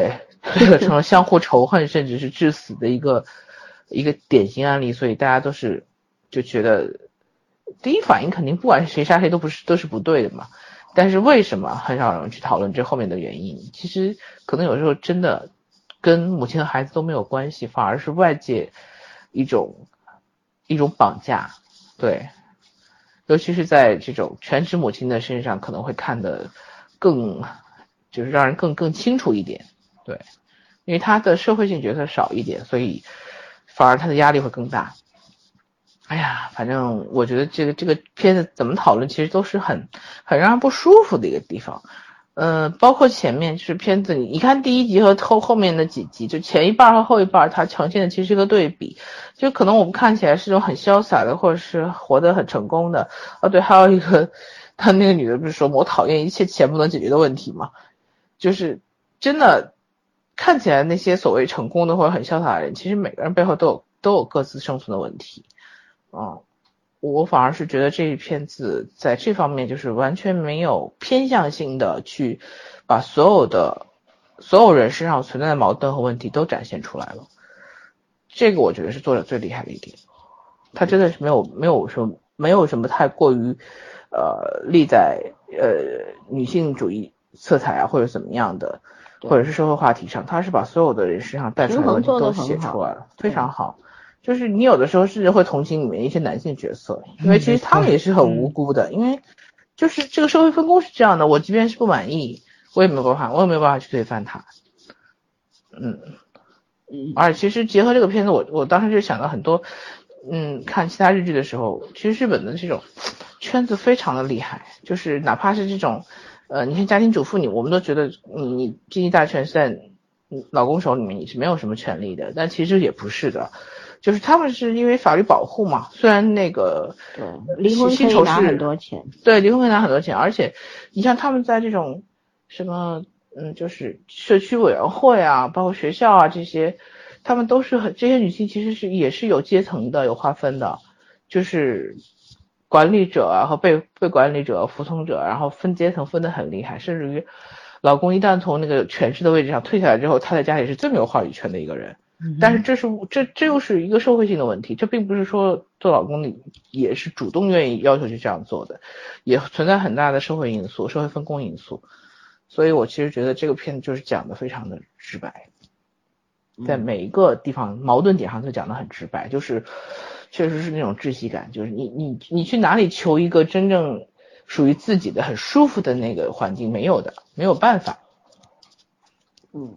这个成了相互仇恨甚至是致死的一个一个典型案例，所以大家都是就觉得第一反应肯定不管是谁杀谁都不是都是不对的嘛。但是为什么很少人去讨论这后面的原因？其实可能有时候真的跟母亲和孩子都没有关系，反而是外界一种一种绑架。对，尤其是在这种全职母亲的身上可能会看得更就是让人更更清楚一点。对，因为他的社会性角色少一点，所以反而他的压力会更大。哎呀，反正我觉得这个这个片子怎么讨论其实都是很很让人不舒服的一个地方。呃包括前面就是片子你看第一集和后后面的几集，就前一半和后一半它呈现的其实是一个对比，就可能我们看起来是种很潇洒的或者是活得很成功的。哦对，还有一个他那个女的不是说我讨厌一切钱不能解决的问题吗？就是真的看起来那些所谓成功的或者很潇洒的人，其实每个人背后都有都有各自生存的问题。嗯，我反而是觉得这一片子在这方面就是完全没有偏向性的去把所有的所有人身上存在的矛盾和问题都展现出来了。这个我觉得是作者最厉害的一点，他真的是没有没有什么没有什么太过于呃立在呃女性主义色彩啊或者怎么样的或者是社会话题上，他是把所有的人身上带出来的问题都写出来了，非常好。就是你有的时候甚至会同情里面一些男性角色，因为其实他们也是很无辜的，因为就是这个社会分工是这样的，我即便是不满意我也没有办法我也没有办法去推翻它。嗯嗯，而且其实结合这个片子我我当时就想到很多嗯看其他日剧的时候，其实日本的这种圈子非常的厉害，就是哪怕是这种呃你看家庭主妇，你我们都觉得你你经济大权是在老公手里面，你是没有什么权利的，但其实也不是的，就是他们是因为法律保护嘛，虽然那个对离婚可以拿很多钱， 对离婚可以拿很多钱，而且你像他们在这种什么嗯就是社区委员会啊包括学校啊这些，他们都是很这些女性其实是也是有阶层的有划分的，就是管理者啊和被被管理者服从者，然后分阶层分得很厉害，甚至于老公一旦从那个权势的位置上退下来之后，他在家里是最没有话语权的一个人。但是这是这这又是一个社会性的问题，这并不是说做老公的也是主动愿意要求去这样做的，也存在很大的社会因素社会分工因素。所以我其实觉得这个片子就是讲的非常的直白，在每一个地方矛盾点上都讲的很直白，就是确实是那种窒息感，就是你你你去哪里求一个真正属于自己的很舒服的那个环境，没有的，没有办法。 嗯，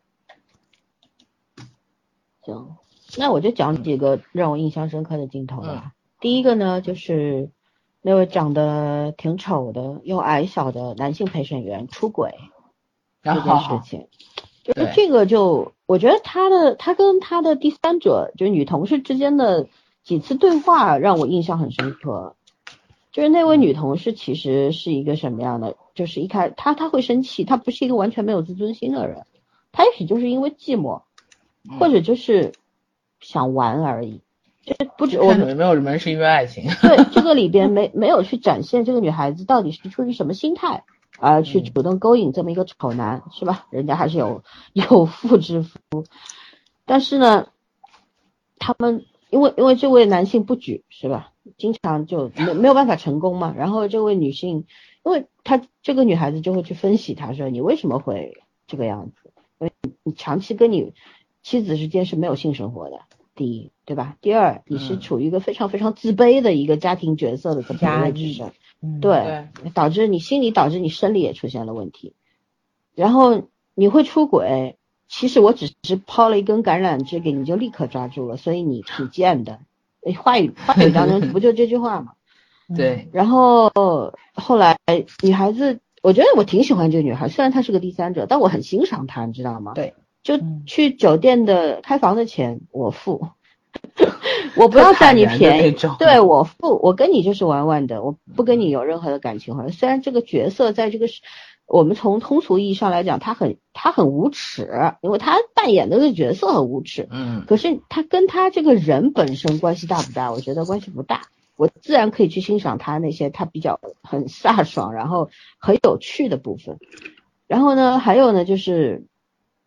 行，那我就讲几个让我印象深刻的镜头吧。嗯、第一个呢，就是那位长得挺丑的又矮小的男性陪审员出轨这件事情，就是这个就我觉得他的他跟他的第三者就是女同事之间的几次对话让我印象很深刻。就是那位女同事其实是一个什么样的，就是一开她她会生气，她不是一个完全没有自尊心的人，她也许就是因为寂寞，或者就是想玩而已。这不止我们没有什么人是因为爱情。 对，这个里边没没有去展现这个女孩子到底是出于什么心态而、呃、去主动勾引这么一个丑男，是吧？人家还是有有妇之夫，但是呢，他们因为因为这位男性不举，是吧？经常就没没有办法成功嘛。然后这位女性，因为她这个女孩子就会去分析，她说你为什么会这个样子？因为你长期跟你妻子之间是没有性生活的。第一，对吧？第二，你是处于一个非常非常自卑的一个家庭角色的这么一个位置上， 嗯、 对，导致你心理导致你生理也出现了问题。然后你会出轨，其实我只是抛了一根橄榄枝给你，就立刻抓住了，所以你挺贱的。话语话语当中不就这句话吗？ 对。 然后后来女孩子，我觉得我挺喜欢这个女孩，虽然她是个第三者，但我很欣赏她，你知道吗？ 对。 就去酒店的开房的钱我付，我不要占你便宜，对，我付，我跟你就是玩玩的，我不跟你有任何的感情好。虽然这个角色在这个我们从通俗意义上来讲，他很他很无耻，因为他扮演的这个角色很无耻， 嗯， 可是他跟他这个人本身关系大不大？我觉得关系不大，我自然可以去欣赏他那些他比较很飒爽，然后很有趣的部分。然后呢，还有呢就是。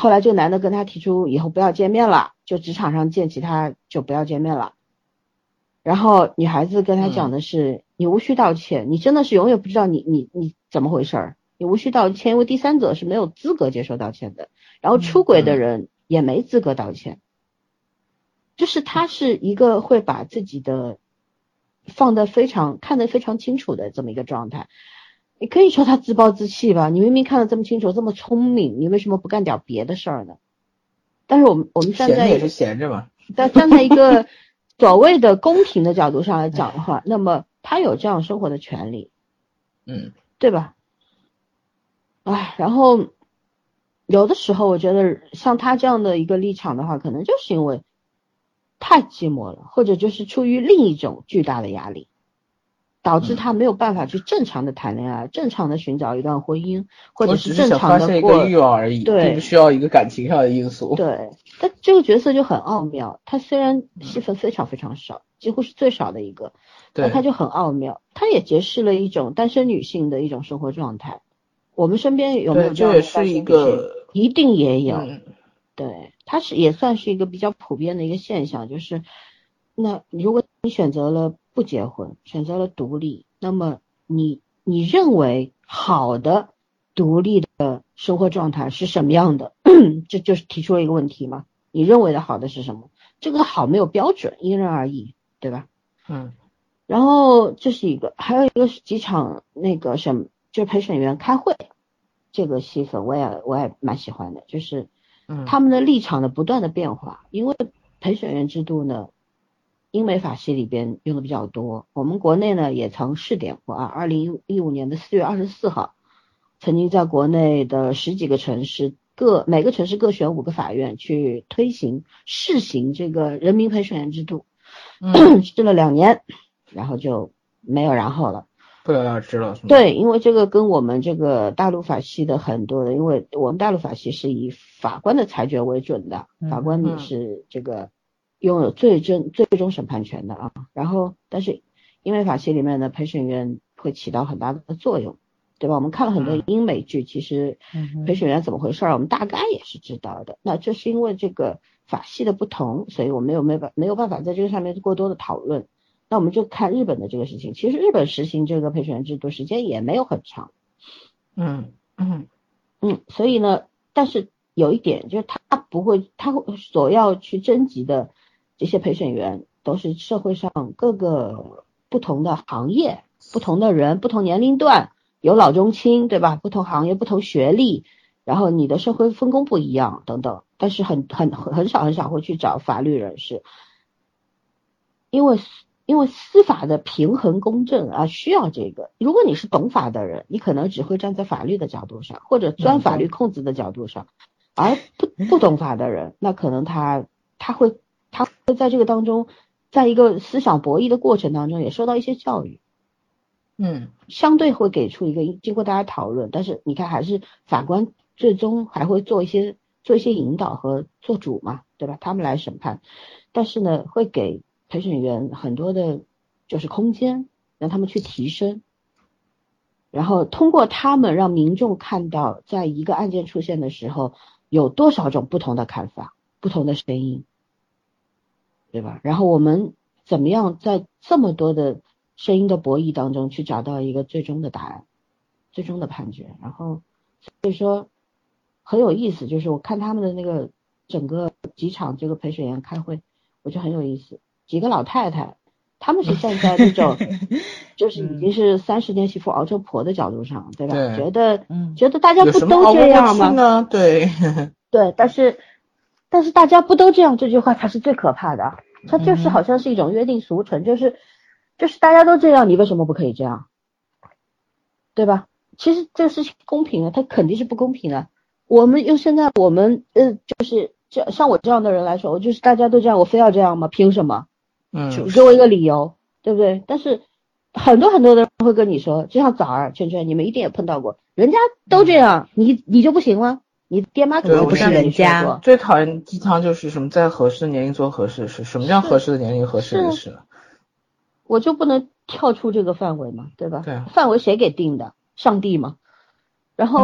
后来这个男的跟他提出以后不要见面了，就职场上见，其他就不要见面了。然后女孩子跟他讲的是、嗯、你无需道歉，你真的是永远不知道你你你怎么回事儿，你无需道歉，因为第三者是没有资格接受道歉的，然后出轨的人也没资格道歉。嗯、就是他是一个会把自己的放得非常看得非常清楚的这么一个状态。你可以说他自暴自弃吧，你明明看得这么清楚，这么聪明，你为什么不干点别的事儿呢？但是我们我们站在闲着也是闲着嘛， 但站在一个所谓的公平的角度上来讲的话，那么他有这样生活的权利， 嗯， 对吧？哎，然后有的时候我觉得像他这样的一个立场的话，可能就是因为太寂寞了，或者就是出于另一种巨大的压力，导致他没有办法去正常的谈恋爱、嗯、正常的寻找一段婚姻，或者是正常的过， 我只是想发泄一个欲望而已， 对， 并不需要一个感情上的因素。 对，但这个角色就很奥妙，他虽然戏份非常非常少，几乎是最少的一个，但他就很奥妙，他也揭示了一种单身女性的一种生活状态。我们身边有没有这样的单身女性？ 这也是一个， 一定也有。 嗯、 对，它是也算是一个比较普遍的一个现象，就是那如果你选择了不结婚，选择了独立，那么你你认为好的独立的生活状态是什么样的？这就是提出了一个问题嘛，你认为的好的是什么？这个好没有标准，因人而异，对吧？ 嗯。 然后这是一个，还有一个是几场那个什么，就是陪审员开会，这个戏份我也我也蛮喜欢的，就是他们的立场的不断的变化，因为陪审员制度呢，英美法系里边用的比较多，我们国内呢也曾试点过啊，二零一五年的四月二十四号，曾经在国内的十几个城市各每个城市各选五个法院去推行试行这个人民陪审员制度，嗯，试了两年，然后就没有然后了， 不了了之了。 对，因为这个跟我们这个大陆法系的很多的，因为我们大陆法系是以法官的裁决为准的，法官你是这个拥有最终最终审判权的啊。然后，但是英美法系里面的陪审员会起到很大的作用，对吧？我们看了很多英美剧，其实陪审员怎么回事，我们大概也是知道的。那这是因为这个法系的不同，所以我们有没有没有办法在这个上面过多的讨论。那我们就看日本的这个事情，其实日本实行这个陪审员制度时间也没有很长， 嗯嗯嗯，所以呢，但是有一点就是他不会，他所要去征集的这些陪审员都是社会上各个不同的行业、不同的人、不同年龄段，有老中青，对吧？不同行业、不同学历，然后你的社会分工不一样等等，但是很很很少很少会去找法律人士，因为。因为司法的平衡公正啊，需要这个。如果你是懂法的人，你可能只会站在法律的角度上，或者钻法律空子的角度上，而不不懂法的人，那可能他他会他会在这个当中，在一个思想博弈的过程当中，也受到一些教育， 嗯， 相对会给出一个经过大家讨论，但是你看还是法官最终还会做一些做一些引导和做主嘛，对吧？他们来审判，但是呢，会给陪审员很多的就是空间让他们去提升，然后通过他们让民众看到在一个案件出现的时候有多少种不同的看法、不同的声音，对吧？然后我们怎么样在这么多的声音的博弈当中去找到一个最终的答案、最终的判决。然后所以说很有意思，就是我看他们的那个整个几场这个陪审员开会，我觉得很有意思。几个老太太，他们是站在那种就是已经是三十年媳妇熬成婆的角度上，对吧？ 对， 觉得嗯，觉得大家不都这样吗？ 呢？对对，但是但是大家不都这样，这句话才是最可怕的。它就是好像是一种约定俗成，就是就是大家都这样，你为什么不可以这样？对吧？其实这个事情公平的，它肯定是不公平的。我们用现在我们呃就是这像我这样的人来说，我就是大家都这样，我非要这样吗？凭什么？ 嗯， 给我一个理由，对不对？但是很多很多的人会跟你说，就像枣儿、圈圈，你们一定也碰到过，人家都这样，嗯、你你就不行吗？你爹妈怎么不是人家？ 最讨厌鸡汤就是什么在合适的年龄做合适的事，什么叫合适的年龄合适的事？ 我就不能跳出这个范围嘛，对吧？ 对， 范围谁给定的？上帝嘛。然后。嗯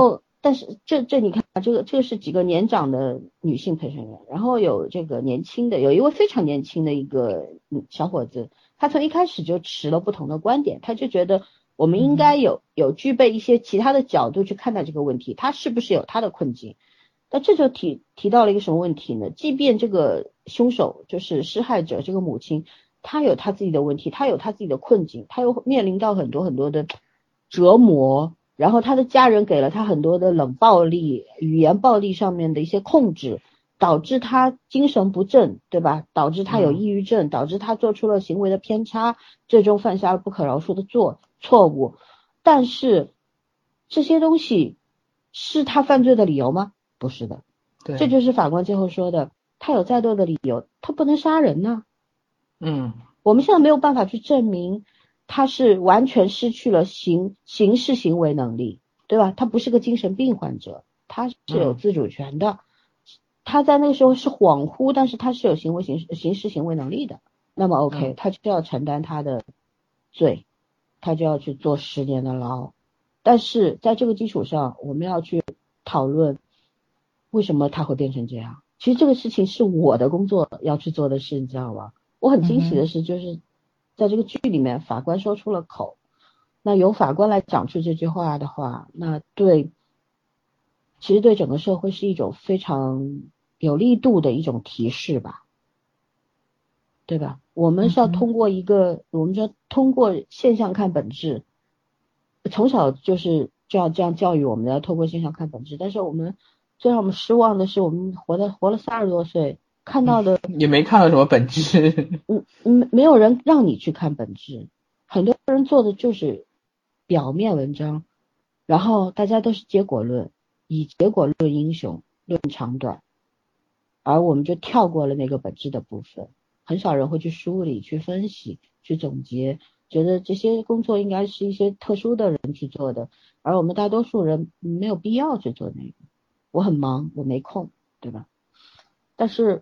但是这这你看这个这个是几个年长的女性陪审员，然后有这个年轻的，有一位非常年轻的一个小伙子，他从一开始就持了不同的观点，他就觉得我们应该有有具备一些其他的角度去看待这个问题，他是不是有他的困境？那这就提提到了一个什么问题呢？即便这个凶手就是施害者这个母亲，他有他自己的问题，他有他自己的困境，他又面临到很多很多的折磨，然后他的家人给了他很多的冷暴力、语言暴力上面的一些控制，导致他精神不振，对吧？导致他有抑郁症，导致他做出了行为的偏差，最终犯下了不可饶恕的错错误。但是这些东西是他犯罪的理由吗？不是的。 对， 这就是法官最后说的，他有再多的理由，他不能杀人呢。 嗯， 我们现在没有办法去证明他是完全失去了行刑事行为能力，对吧？他不是个精神病患者，他是有自主权的，嗯、他在那个时候是恍惚，但是他是有行为刑刑事行为能力的。那么 OK，、嗯、他就要承担他的罪，他就要去坐十年的牢。但是在这个基础上，我们要去讨论为什么他会变成这样。其实这个事情是我的工作要去做的事，你知道吗？我很惊喜的是，就是在这个剧里面，法官说出了口。那由法官来讲出这句话的话，那对，其实对整个社会是一种非常有力度的一种提示吧，对吧？我们是要通过一个，我们说通过现象看本质，从小就是这样这样教育我们的，要通过现象看本质。但是我们最让我们失望的是，我们活的活了三十多岁。看到的、 嗯、也没看到什么本质， 嗯嗯，没有人让你去看本质，很多人做的就是表面文章，然后大家都是结果论，以结果论英雄，论长短，而我们就跳过了那个本质的部分，很少人会去梳理、去分析、去总结，觉得这些工作应该是一些特殊的人去做的，而我们大多数人没有必要去做那个。我很忙，我没空，对吧？但是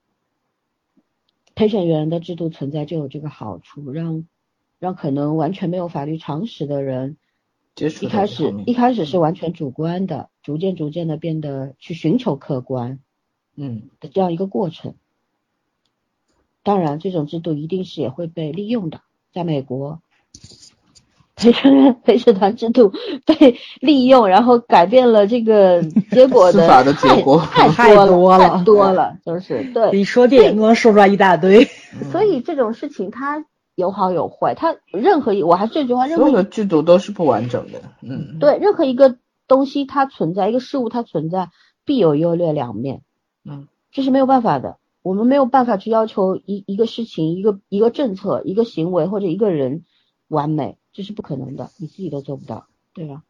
陪审员的制度存在就有这个好处，让让可能完全没有法律常识的人接触一开始一开始是完全主观的，逐渐逐渐的变得去寻求客观， 嗯的这样一个过程。当然，这种制度一定是也会被利用的，在美国，陪审员陪审团制度被利用，然后改变了这个结果的司法的结果太太多了， 太多了，就是对。 你说电影都能说出来一大堆。 所以这种事情它有好有坏，它任何一我还是这句话，任何所有的制度都是不完整的。嗯， 对，任何一个东西它存在，一个事物它存在，必有优劣两面。 嗯， 这是没有办法的。我们没有办法去要求一一个事情、一个一个政策、一个行为或者一个人完美，这是不可能的，你自己都做不到，对吧？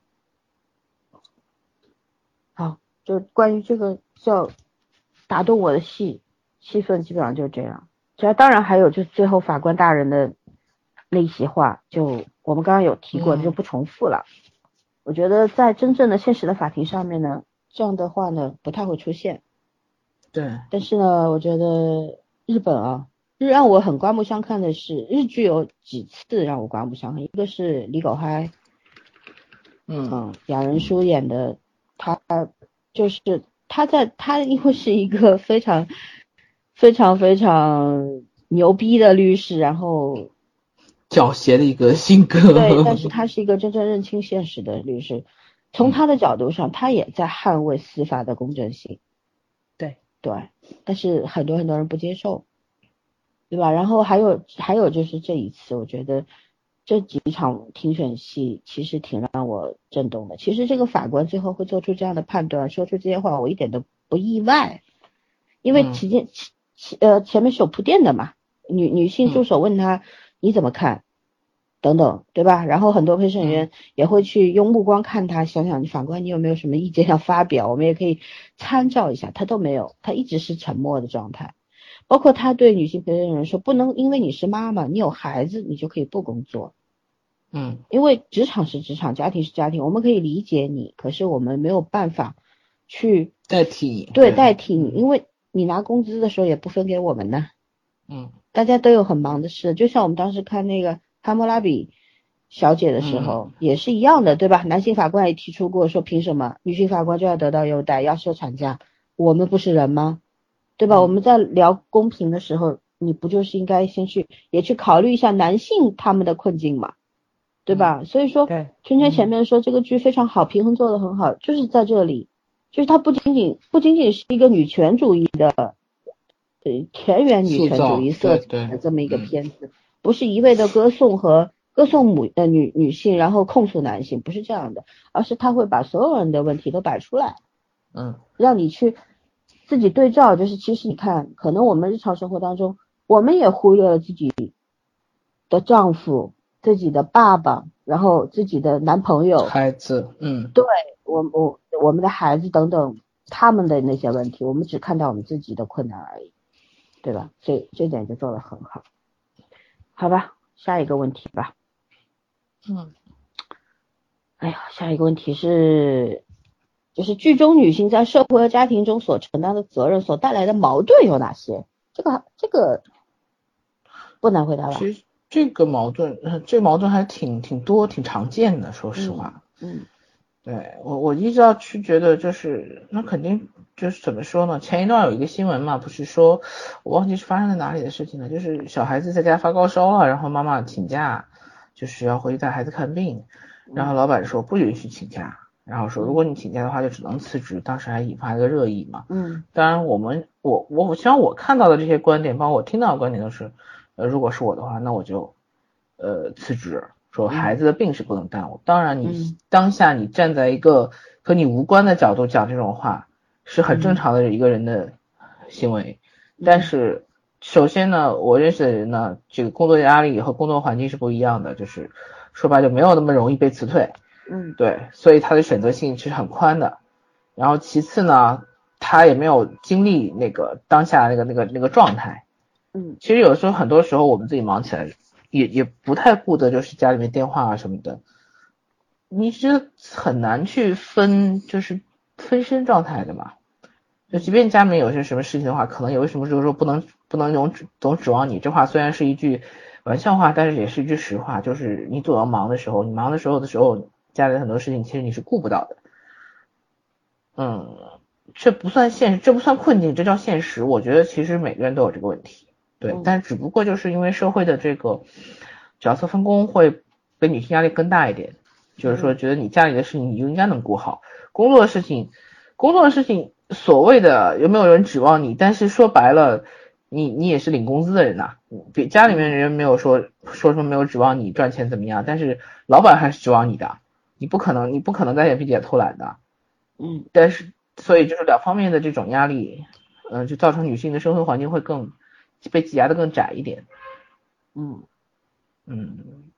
好，就关于这个叫打动我的戏气氛，基本上就这样。其实当然还有就是最后法官大人的那席话，就我们刚刚有提过的，就不重复了。嗯、我觉得在真正的现实的法庭上面呢，这样的话呢不太会出现。 对， 但是呢，我觉得日本啊，日让我很刮目相看的是，日剧有几次让我刮目相看，一个是李狗嗨， 嗯嗯，雅人书演的，他就是他在他因为是一个非常非常非常牛逼的律师，然后狡黠的一个性格， 对，但是他是一个真正认清现实的律师，从他的角度上，他也在捍卫司法的公正性。对，但是很多很多人不接受，对吧？然后还有还有就是这一次，我觉得这几场庭选戏其实挺让我震动的。其实这个法官最后会做出这样的判断，说出这些话，我一点都不意外，因为期间、嗯、呃前面是有铺垫的嘛，女女性助手问他、嗯、你怎么看？等等，对吧？然后很多陪审员也会去用目光看他，想想法官你有没有什么意见要发表，我们也可以参照一下。他都没有，他一直是沉默的状态。包括他对女性陪审员说，不能因为你是妈妈，你有孩子，你就可以不工作。 嗯， 因为职场是职场，家庭是家庭，我们可以理解你，可是我们没有办法去代替你， 对，代替你，因为你拿工资的时候也不分给我们呢。 嗯， 大家都有很忙的事，就像我们当时看那个哈谟拉比， 小姐的时候、嗯、也是一样的，对吧？男性法官也提出过说，凭什么女性法官就要得到优待，要休产假？我们不是人吗？对吧？嗯、我们在聊公平的时候，你不就是应该先去也去考虑一下男性他们的困境嘛？对吧？嗯、所以说， 对， 圈圈前面说这个剧非常好，平衡做得很好，就是在这里，就是它不仅仅不仅仅是一个女权主义的，呃，田园女权主义色彩的这么一个片子，不是一味的歌颂和歌颂母的女女性，然后控诉男性，不是这样的，而是他会把所有人的问题都摆出来， 嗯， 让你去自己对照，就是其实你看，可能我们日常生活当中，我们也忽略了自己的丈夫。自己的爸爸，然后自己的男朋友、 孩子，嗯， 对我我我们的孩子等等，他们的那些问题，我们只看到我们自己的困难而已，对吧？所以这点就做得很好。好吧，下一个问题吧。 嗯， 哎呀，下一个问题是，就是剧中女性在社会和家庭中所承担的责任所带来的矛盾有哪些？这个这个不难回答吧？ 其实这个矛盾，呃，这个矛盾还挺挺多，挺常见的。说实话， 嗯，嗯对我我一直要去觉得，就是那肯定就是怎么说呢？前一段有一个新闻嘛，不是说我忘记是发生在哪里的事情了，就是小孩子在家发高烧了，然后妈妈请假，就是要回去带孩子看病，然后老板说不允许请假，然后说如果你请假的话就只能辞职，当时还引发一个热议嘛。 嗯， 当然我们我我希望我看到的这些观点，包括我听到的观点都是。呃，如果是我的话，那我就呃辞职，说孩子的病是不能耽误。当然，你当下你站在一个和你无关的角度讲这种话，是很正常的一个人的行为。但是，首先呢，我认识的人呢，这个工作压力和工作环境是不一样的，就是说白了就没有那么容易被辞退。 嗯， 对，所以他的选择性是很宽的。然后其次呢，他也没有经历那个当下那个那个那个状态。 嗯， 其实有的时候很多时候我们自己忙起来也也不太顾得就是家里面电话啊什么的，你是很难去分就是分身状态的嘛。就即便家里面有些什么事情的话，可能有什么时候说不能不能总总指望你，这话虽然是一句玩笑话，但是也是一句实话，就是你总要忙的时候，你忙的时候的时候，家里很多事情其实你是顾不到的。嗯，这不算现实，这不算困境，这叫现实。我觉得其实每个人都有这个问题。对，但只不过就是因为社会的这个角色分工会给女性压力更大一点，就是说觉得你家里的事情你就应该能顾好，工作的事情，工作的事情所谓的有没有人指望你，但是说白了，你你也是领工资的人呐，别家里面人没有说说什么没有指望你赚钱怎么样，但是老板还是指望你的，你不可能你不可能在眼皮底下偷懒的， 嗯， 但是所以就是两方面的这种压力，嗯、呃，就造成女性的生活环境会更。被挤压的更窄一点。 嗯嗯，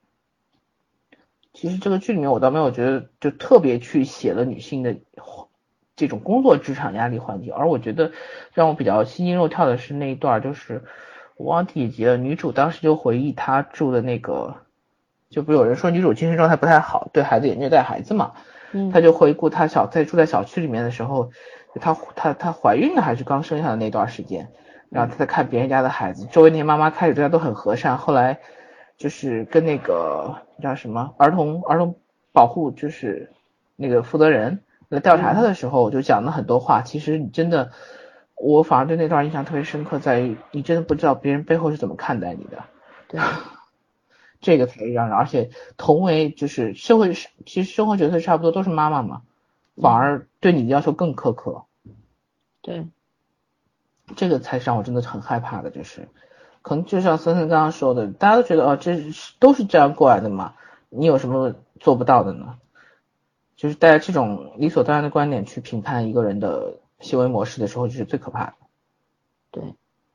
其实这个剧里面我倒没有觉得就特别去写了女性的这种工作职场压力环境，而我觉得让我比较心惊肉跳的是那一段，就是我忘记几集了，女主当时就回忆她住的那个，就不是有人说女主精神状态不太好，对孩子也虐待孩子嘛， 嗯， 她就回顾她小在住在小区里面的时候，她她她怀孕了还是刚生下的那段时间。然后他在看别人家的孩子，周围那些妈妈开始对他都很和善，后来就是跟那个叫什么儿童儿童保护就是那个负责人来调查他的时候，就讲了很多话。其实你真的，我反而对那段印象特别深刻，在于你真的不知道别人背后是怎么看待你的。 对， 这个才是让人，而且同为就是社会，其实生活角色差不多都是妈妈嘛，反而对你的要求更苛刻。 对。 这个才是让我真的很害怕的，就是可能就像森森刚刚说的，大家都觉得哦，这都是这样过来的嘛，你有什么做不到的呢？就是带着这种理所当然的观点去评判一个人的行为模式的时候，就是最可怕的。 对，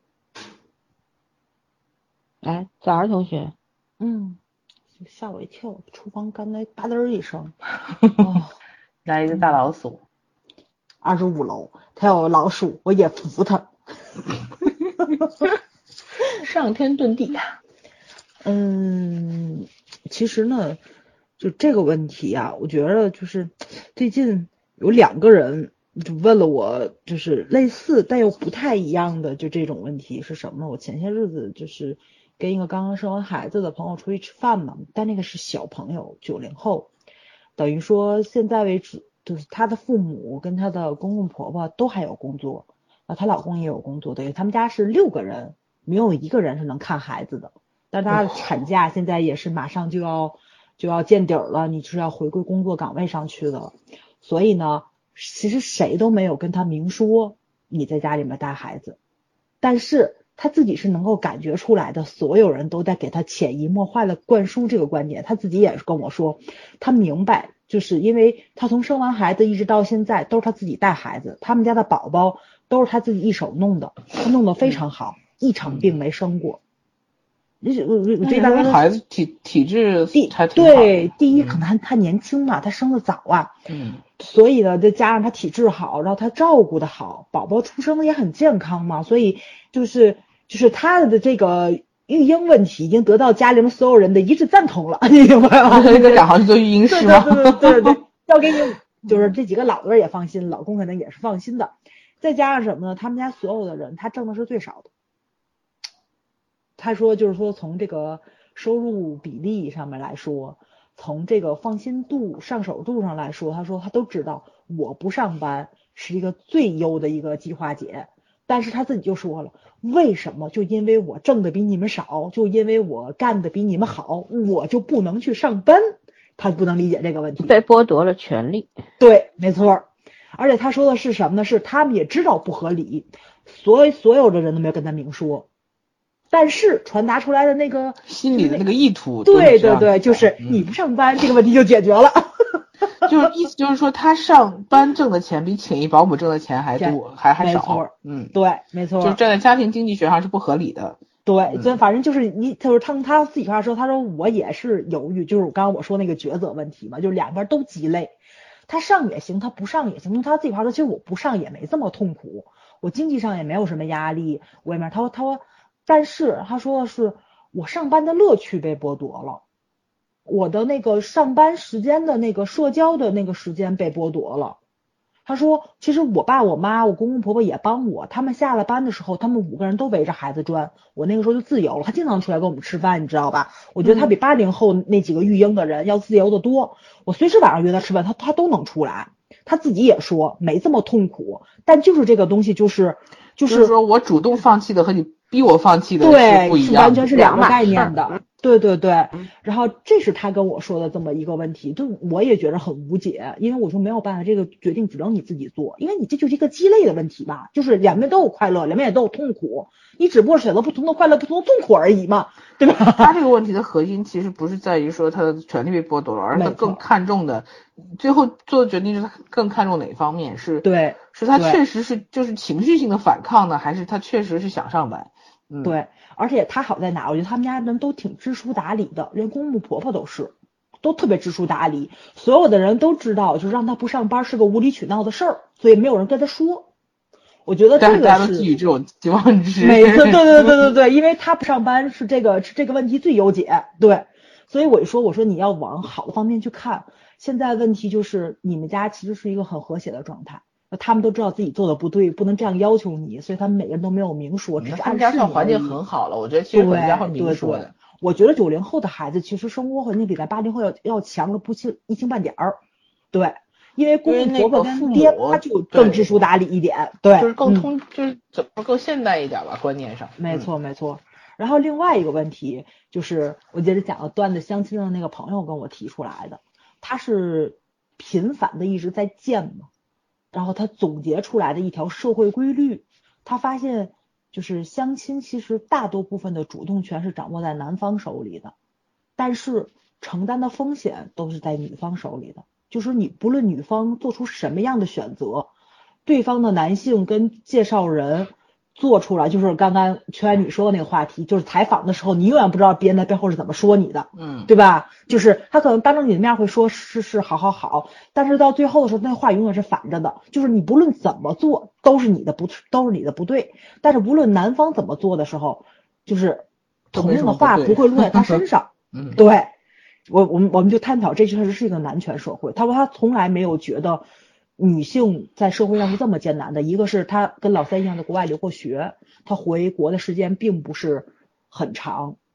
来，早儿同学， 嗯，吓我一跳，厨房刚才吧嗒一声，哦， 来一只大老鼠， 二十五楼，它有老鼠，我也服它。 上天遁地。 嗯，其实呢，就这个问题啊，我觉得就是最近有两个人就问了我，就是类似但又不太一样的就这种问题是什么？我前些日子就是跟一个刚刚生完孩子的朋友出去吃饭嘛，但那个是小朋友，九零后，等于说现在为止，就是她的父母跟她的公公婆婆都还有工作，啊，她老公也有工作，等于他们家是六个人，没有一个人是能看孩子的。但是她的产假现在也是马上就要就要见底了，你是要回归工作岗位上去的，所以呢，其实谁都没有跟她明说你在家里面带孩子，但是他自己是能够感觉出来的，所有人都在给他潜移默化的灌输这个观点。他自己也是跟我说，他明白，就是因为他从生完孩子一直到现在都是他自己带孩子，他们家的宝宝都是他自己一手弄的，他弄得非常好，一场病没生过。我我这边孩子体体质还挺好。对，第一可能他年轻嘛，他生的早啊， 嗯， 所以呢，再加上他体质好，然后他照顾的好，宝宝出生的也很健康嘛，所以就是就是他的这个育婴问题已经得到家里面所有人的一致赞同了，你明白吗？ 那个两行去做育婴师吗？ 对对对对对，交给你，就是这几个老的人也放心，老公可能也是放心的。再加上什么呢？他们家所有的人，他挣的是最少的。他说，就是说从这个收入比例上面来说，从这个放心度、上手度上来说，他说他都知道我不上班是一个最优的一个计划姐，但是他自己就说了，为什么就因为我挣的比你们少，就因为我干的比你们好，我就不能去上班？他不能理解这个问题， 被剥夺了权利。 对，没错。而且他说的是什么呢？是他们也知道不合理，所以所有的人都没有跟他明说。但是传达出来的那个心里的那个意图， 对对对，就是你不上班，嗯、这个问题就解决了。 就是意思就是说，他上班挣的钱比请一保姆挣的钱还多，还还少。嗯， 对，没错， 就是站在家庭经济学上是不合理的。 对，所以反正就是你，就是他他自己话说，他说我也是犹豫，就是刚刚我说那个抉择问题嘛，就是两边都鸡肋，他上也行，他不上也行。用他自己话说，其实我不上也没这么痛苦，我经济上也没有什么压力。我也没，他说他说。但是他说的是我上班的乐趣被剥夺了，我的那个上班时间的那个社交的那个时间被剥夺了。他说其实我爸我妈我公公婆婆也帮我，他们下了班的时候他们五个人都围着孩子转，我那个时候就自由了，他经常出来跟我们吃饭，你知道吧？我觉得他比八零后那几个育婴的人要自由的多，我随时晚上约他吃饭他他都能出来，他自己也说没这么痛苦，但就是这个东西就是就是、就是、说我主动放弃的和你逼我放弃的是不一样的， 对，完全是两个概念的。对对对，然后这是他跟我说的这么一个问题，就我也觉得很无解，因为我说没有办法，这个决定只能你自己做，因为你这就是一个鸡肋的问题吧，就是两边都有快乐，两边也都有痛苦，你只不过选择不同的快乐、不同的痛苦而已嘛，对吧？ 他这个问题的核心其实不是在于说他的权利被剥夺了，而是他更看重的，最后做的决定是他更看重哪一方面，是对， 是他确实是就是情绪性的反抗呢，还是他确实是想上班？嗯， 对，而且他好在哪？我觉得他们家人都挺知书达理的，连公公婆婆都是，都特别知书达理，所有的人都知道，就是让他不上班是个无理取闹的事儿，所以没有人跟他说。我觉得这个是大家都寄予这种期望值， 没错，对对对对对，因为他不上班是这个是这个问题最优解，对，所以我说我说你要往好的方面去看，现在问题就是你们家其实是一个很和谐的状态。他们都知道自己做的不对，不能这样要求你，所以他们每个人都没有明说，只是暗示你。 他们家环境很好了，我觉得其实我们家会明说的。 我觉得九零后的孩子其实生活环境比咱八零后要要强了不清一星半点儿。对，因为公公婆婆跟爹他就更知书达理一点，对， 就是更通，嗯、就是怎么更现代一点吧，观念上。 没错没错。然后另外一个问题就是我接着讲了段子相亲的那个朋友跟我提出来的，他是频繁的一直在见嘛。然后他总结出来的一条社会规律，他发现就是相亲其实大多部分的主动权是掌握在男方手里的，但是承担的风险都是在女方手里的，就是你不论女方做出什么样的选择，对方的男性跟介绍人做出来，就是刚刚圈你说的那个话题，就是采访的时候你永远不知道别人在背后是怎么说你的， 嗯， 对吧？就是他可能当着你的面会说是是好好好，但是到最后的时候那话永远是反着的，就是你不论怎么做都是你的不都是你的不对，但是无论男方怎么做的时候，就是同样的话不会落在他身上。 嗯， 对，我我们我们就探讨这确实是一个男权社会，他说他从来没有觉得女性在社会上是这么艰难的，一个是他跟老三一样在国外留过学，他回国的时间并不是很长，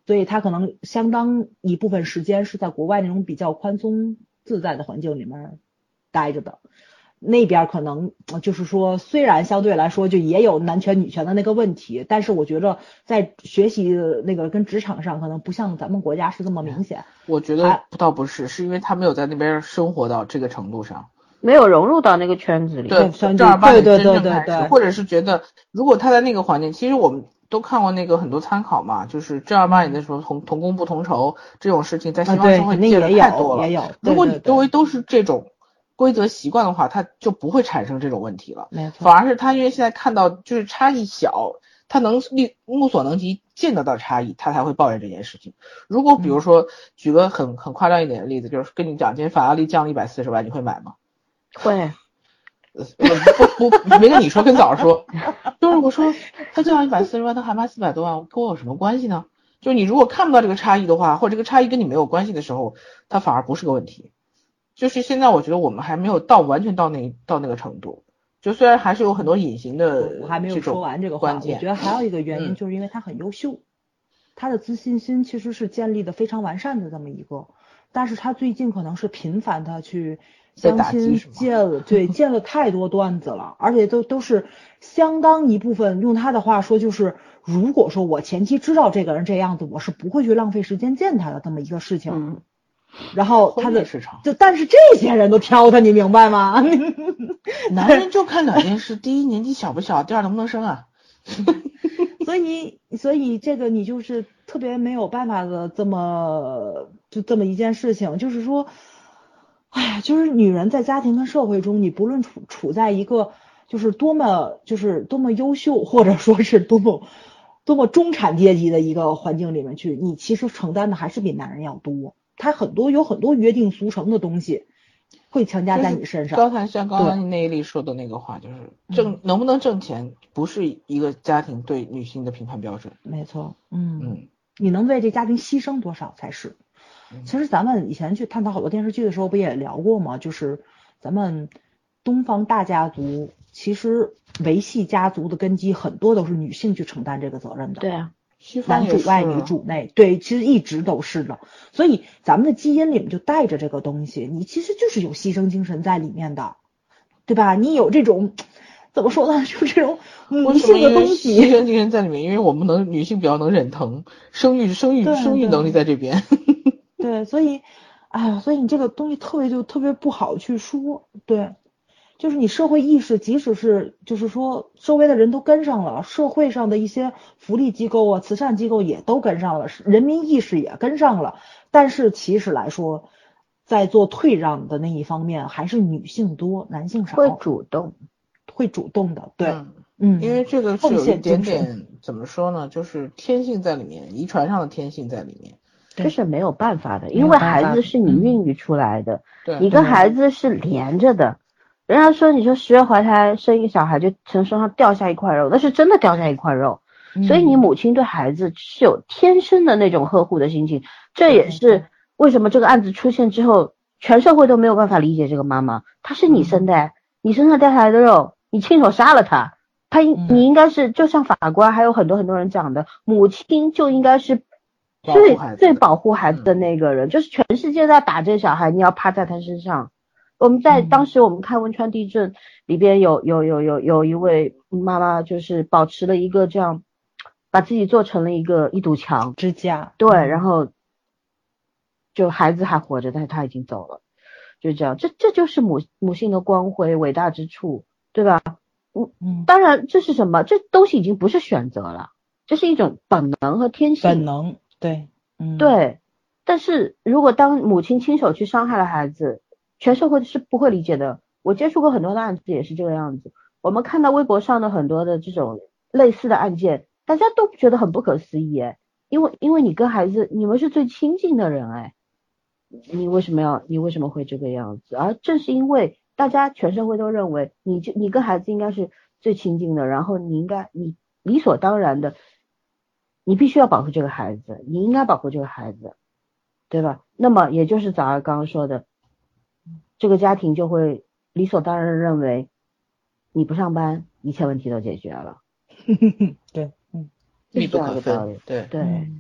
所以他可能相当一部分时间是在国外那种比较宽松自在的环境里面待着的。那边可能就是说，虽然相对来说就也有男权女权的那个问题，但是我觉得在学习那个跟职场上可能不像咱们国家是这么明显。 我觉得倒不是，是因为他没有在那边生活到这个程度上， 没有融入到那个圈子里。 对，正儿八经真正开始，或者是觉得如果他在那个环境，其实我们都看过那个很多参考嘛，就是正儿八经的说同同工不同酬这种事情，在西方社会见的太多了。 也有，也有。 如果你周围都是这种规则习惯的话，他就不会产生这种问题了。 没错。 反而是他因为现在看到就是差异小，他能力目所能及见得到差异，他才会抱怨这件事情。如果比如说、嗯、举个很很夸张一点的例子，就是跟你讲今天法拉利降了一百四十万，你会买吗？ 会。 不不不，没跟你说，跟早上说，就是我说他降一百四十万，他还卖四百多万，跟我有什么关系呢？就是你如果看不到这个差异的话，或者这个差异跟你没有关系的时候，它反而不是个问题。就是现在我觉得我们还没有到完全到那到那个程度，就虽然还是有很多隐形的， 我还没有说完这个话。我觉得还有一个原因就是因为他很优秀，嗯、他的自信心其实是建立的非常完善的这么一个，但是他最近可能是频繁的去相亲见了，对，见了太多段子了，而且都都是相当一部分，用他的话说就是，如果说我前期知道这个人这样子，我是不会去浪费时间见他的这么一个事情。 嗯。 然后他的市场， 就但是这些人都挑他，你明白吗？ 男人就看两件事，第一年纪小不小，第二能不能生啊。 所以所以这个你就是特别没有办法的这么就这么一件事情，就是说，哎呀，就是女人在家庭跟社会中，你不论处处在一个就是多么就是多么优秀，或者说是多么多么中产阶级的一个环境里面去，你其实承担的还是比男人要多。他很多有很多约定俗成的东西会强加在你身上。 刚才像刚才那一例说的那个话，就是挣、嗯、能不能挣钱不是一个家庭对女性的评判标准。 没错，嗯嗯，你能为这家庭牺牲多少才是。其实咱们以前去探讨好多电视剧的时候不也聊过吗？就是咱们东方大家族其实维系家族的根基很多都是女性去承担这个责任的。 对啊。 男主外女主内，对，其实一直都是的，所以咱们的基因里面就带着这个东西，你其实就是有牺牲精神在里面的，对吧？你有这种怎么说呢，就这种母性的东西， 牺牲精神在里面，因为我们能女性比较能忍疼，生育生育生育能力在这边， 对，所以，哎呀，所以你这个东西特别就特别不好去说，对。就是你社会意识，即使是就是说周围的人都跟上了，社会上的一些福利机构啊、慈善机构也都跟上了，人民意识也跟上了，但是其实来说，在做退让的那一方面，还是女性多，男性少。 会主动， 会主动的，对， 嗯， 嗯因为这个是有一点点怎么说呢，就是天性在里面，遗传上的天性在里面。 这是没有办法的，因为孩子是你孕育出来的， 嗯、 你跟孩子是连着的。人家说，你说十月怀胎生一个小孩就从身上掉下一块肉，那是真的掉下一块肉。 嗯、 所以你母亲对孩子是有天生的那种呵护的心情，这也是为什么这个案子出现之后，全社会都没有办法理解这个妈妈，她是你生的，嗯、你身上掉下来的肉，你亲手杀了她，她你应该是就像法官还有很多很多人讲的，母亲就应该是最最保护孩子的那个人，嗯、就是全世界在打这小孩，你要趴在他身上。我们在当时我们看汶川地震里边有有有有有一位妈妈就是保持了一个这样把自己做成了一个一堵墙支架， 对，然后就孩子还活着，但是他已经走了，就这样，这这就是母母性的光辉伟大之处，对吧？嗯，当然这是什么？这东西已经不是选择了，这是一种本能和天性。 本能，对， 嗯，对。但是如果当母亲亲手去伤害了孩子，全社会是不会理解的。我接触过很多的案子也是这个样子，我们看到微博上的很多的这种类似的案件，大家都觉得很不可思议哎，因为因为你跟孩子你们是最亲近的人哎，你为什么要你为什么会这个样子？而正是因为大家全社会都认为你就你跟孩子应该是最亲近的，然后你应该你理所当然的你必须要保护这个孩子，你应该保护这个孩子，对吧？那么也就是早儿刚刚说的，这个家庭就会理所当然认为你不上班一切问题都解决了。 对，嗯， 密不可分，对对、嗯、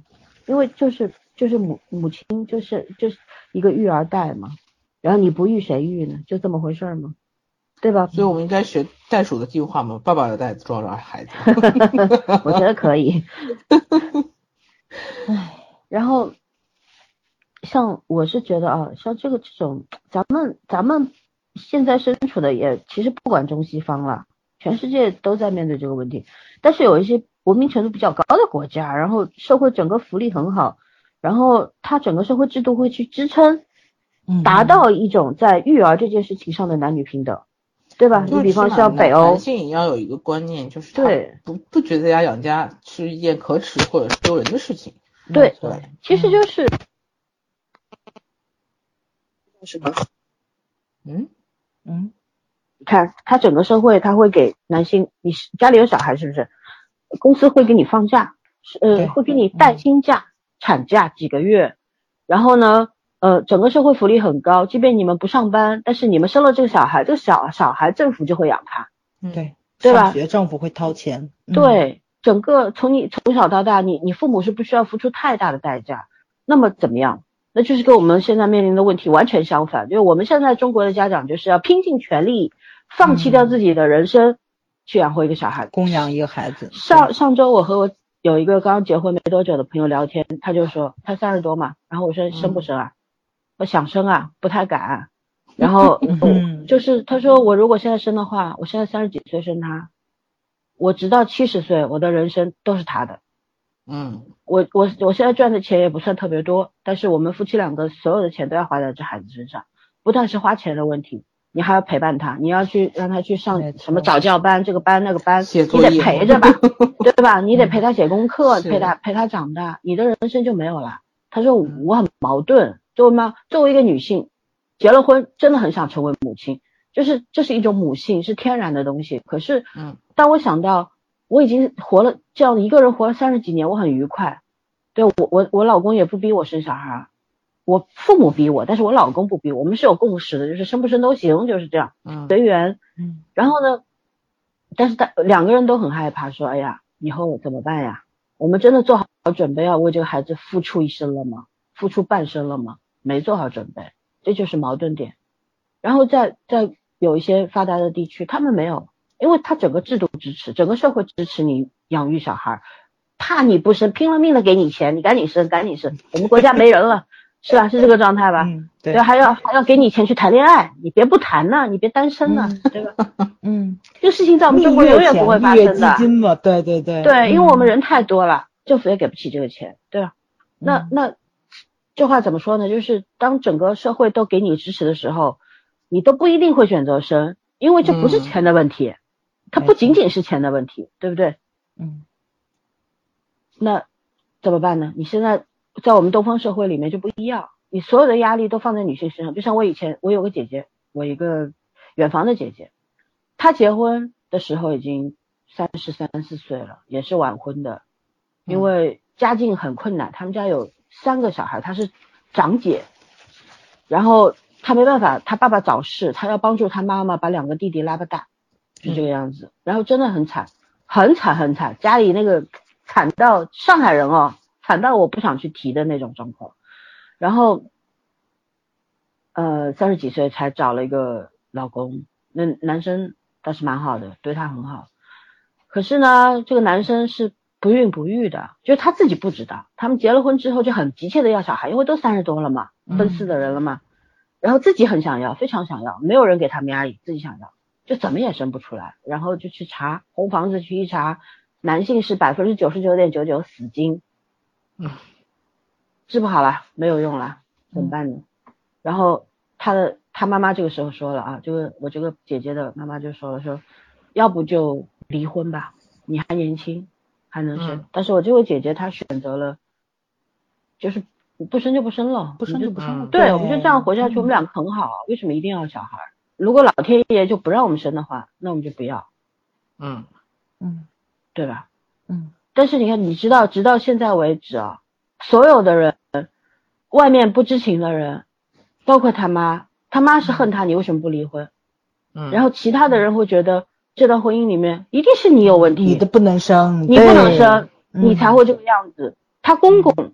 因为就是就是母母亲就是就是一个育儿袋嘛，然后你不育谁育呢？就这么回事儿吗？对吧？ 所以我们应该学袋鼠的计划吗？爸爸的袋子装着孩子。 我觉得可以。唉，然后像我是觉得啊，像这个这种咱们咱们现在身处的也其实不管中西方了，全世界都在面对这个问题。但是有一些文明程度比较高的国家，然后社会整个福利很好，然后它整个社会制度会去支撑，达到一种在育儿这件事情上的男女平等。对吧？你比方像北欧， 男性也要有一个观念，就是对， 不不觉得在家养家是一件可耻或者是丢人的事情。 对对，其实就是什么？ 嗯嗯， 你看，他整个社会他会给男性，你家里有小孩是不是？公司会给你放假，呃，会给你带薪假、产假几个月，然后呢？呃，整个社会福利很高，即便你们不上班，但是你们生了这个小孩，这个小小孩政府就会养他， 对， 对吧？ 上学政府会掏钱， 对，整个从你从小到大，你你父母是不需要付出太大的代价，那么怎么样？那就是跟我们现在面临的问题完全相反，就是我们现在中国的家长就是要拼尽全力，放弃掉自己的人生，嗯、去养活一个小孩， 供养一个孩子。 上上周我和我有一个刚结婚没多久的朋友聊天，他就说他三十多嘛，然后我说生不生啊？嗯我想生啊，不太敢。然后，嗯，就是他说我如果现在生的话，我现在三十几岁生他，我直到七十岁，我的人生都是他的。 嗯， 我我我现在赚的钱也不算特别多，但是我们夫妻两个所有的钱都要花在这孩子身上，不但是花钱的问题，你还要陪伴他，你要去让他去上什么早教班，这个班那个班，你得陪着吧，对吧？你得陪他写功课，陪他陪他长大，你的人生就没有了。他说我很矛盾。作为妈，作为一个女性，结了婚真的很想成为母亲，就是这是一种母性，是天然的东西。可是， 嗯， 当我想到我已经活了这样一个人活了三十几年，我很愉快。对我，我我老公也不逼我生小孩，我父母逼我，但是我老公不逼我，我们是有共识的，就是生不生都行，就是这样， 嗯， 随缘。 嗯， 然后呢，但是他两个人都很害怕，说，哎呀，以后怎么办呀？我们真的做好准备要为这个孩子付出一生了吗？付出半生了吗？没做好准备，这就是矛盾点。然后在在有一些发达的地区，他们没有，因为他整个制度支持，整个社会支持你养育小孩，怕你不生，拼了命的给你钱，你赶紧生，赶紧生。我们国家没人了，是吧？是这个状态吧？ 嗯，对。 对，还要还要给你钱去谈恋爱，你别不谈呢，你别单身呢，嗯、对吧？ 嗯， 这个事情在我们中国永远不会发生的。 蜜月基金嘛，对对对。 对，因为我们人太多了，政府也给不起这个钱，对吧？那、嗯、那。这话怎么说呢？就是当整个社会都给你支持的时候，你都不一定会选择生，因为这不是钱的问题，嗯、它不仅仅是钱的问题，对不对？ 嗯。 那怎么办呢？你现在在我们东方社会里面就不一样，你所有的压力都放在女性身上。就像我以前，我有个姐姐，我一个远房的姐姐，她结婚的时候已经三十三四岁了，也是晚婚的，因为家境很困难，他们家有三个小孩，她是长姐，然后她没办法，她爸爸早逝，她要帮助她妈妈把两个弟弟拉个大，就这个样子，然后真的很惨，很惨很惨，家里那个惨到上海人哦，惨到我不想去提的那种状况，然后呃三十几岁才找了一个老公，那男生倒是蛮好的，对她很好，可是呢这个男生是不孕不育的，就是他自己不知道，他们结了婚之后就很急切的要小孩，因为都三十多了嘛，奔四的人了嘛，然后自己很想要，非常想要，没有人给他们压力，自己想要，就怎么也生不出来，然后就去查红房子去一查，男性是百分之九十九点九九死精， 嗯， 治不好了，没有用了，怎么办呢？嗯、然后他的他妈妈这个时候说了啊，这个我这个姐姐的妈妈就说了，说要不就离婚吧，你还年轻。还能生、嗯，但是我这位姐姐她选择了，就是不生就不生了， 不生就不生了。 对，对我们就这样活下去，嗯、我们两个很好，为什么一定要小孩？如果老天爷就不让我们生的话，那我们就不要。 嗯嗯， 对吧？ 嗯。 但是你看，你知道，直到现在为止啊，所有的人，外面不知情的人，包括他妈，他妈是恨他，你为什么不离婚？ 嗯。 然后其他的人会觉得。这段婚姻里面一定是你有问题， 你的不能生， 你不能生，你才会这个样子。他公公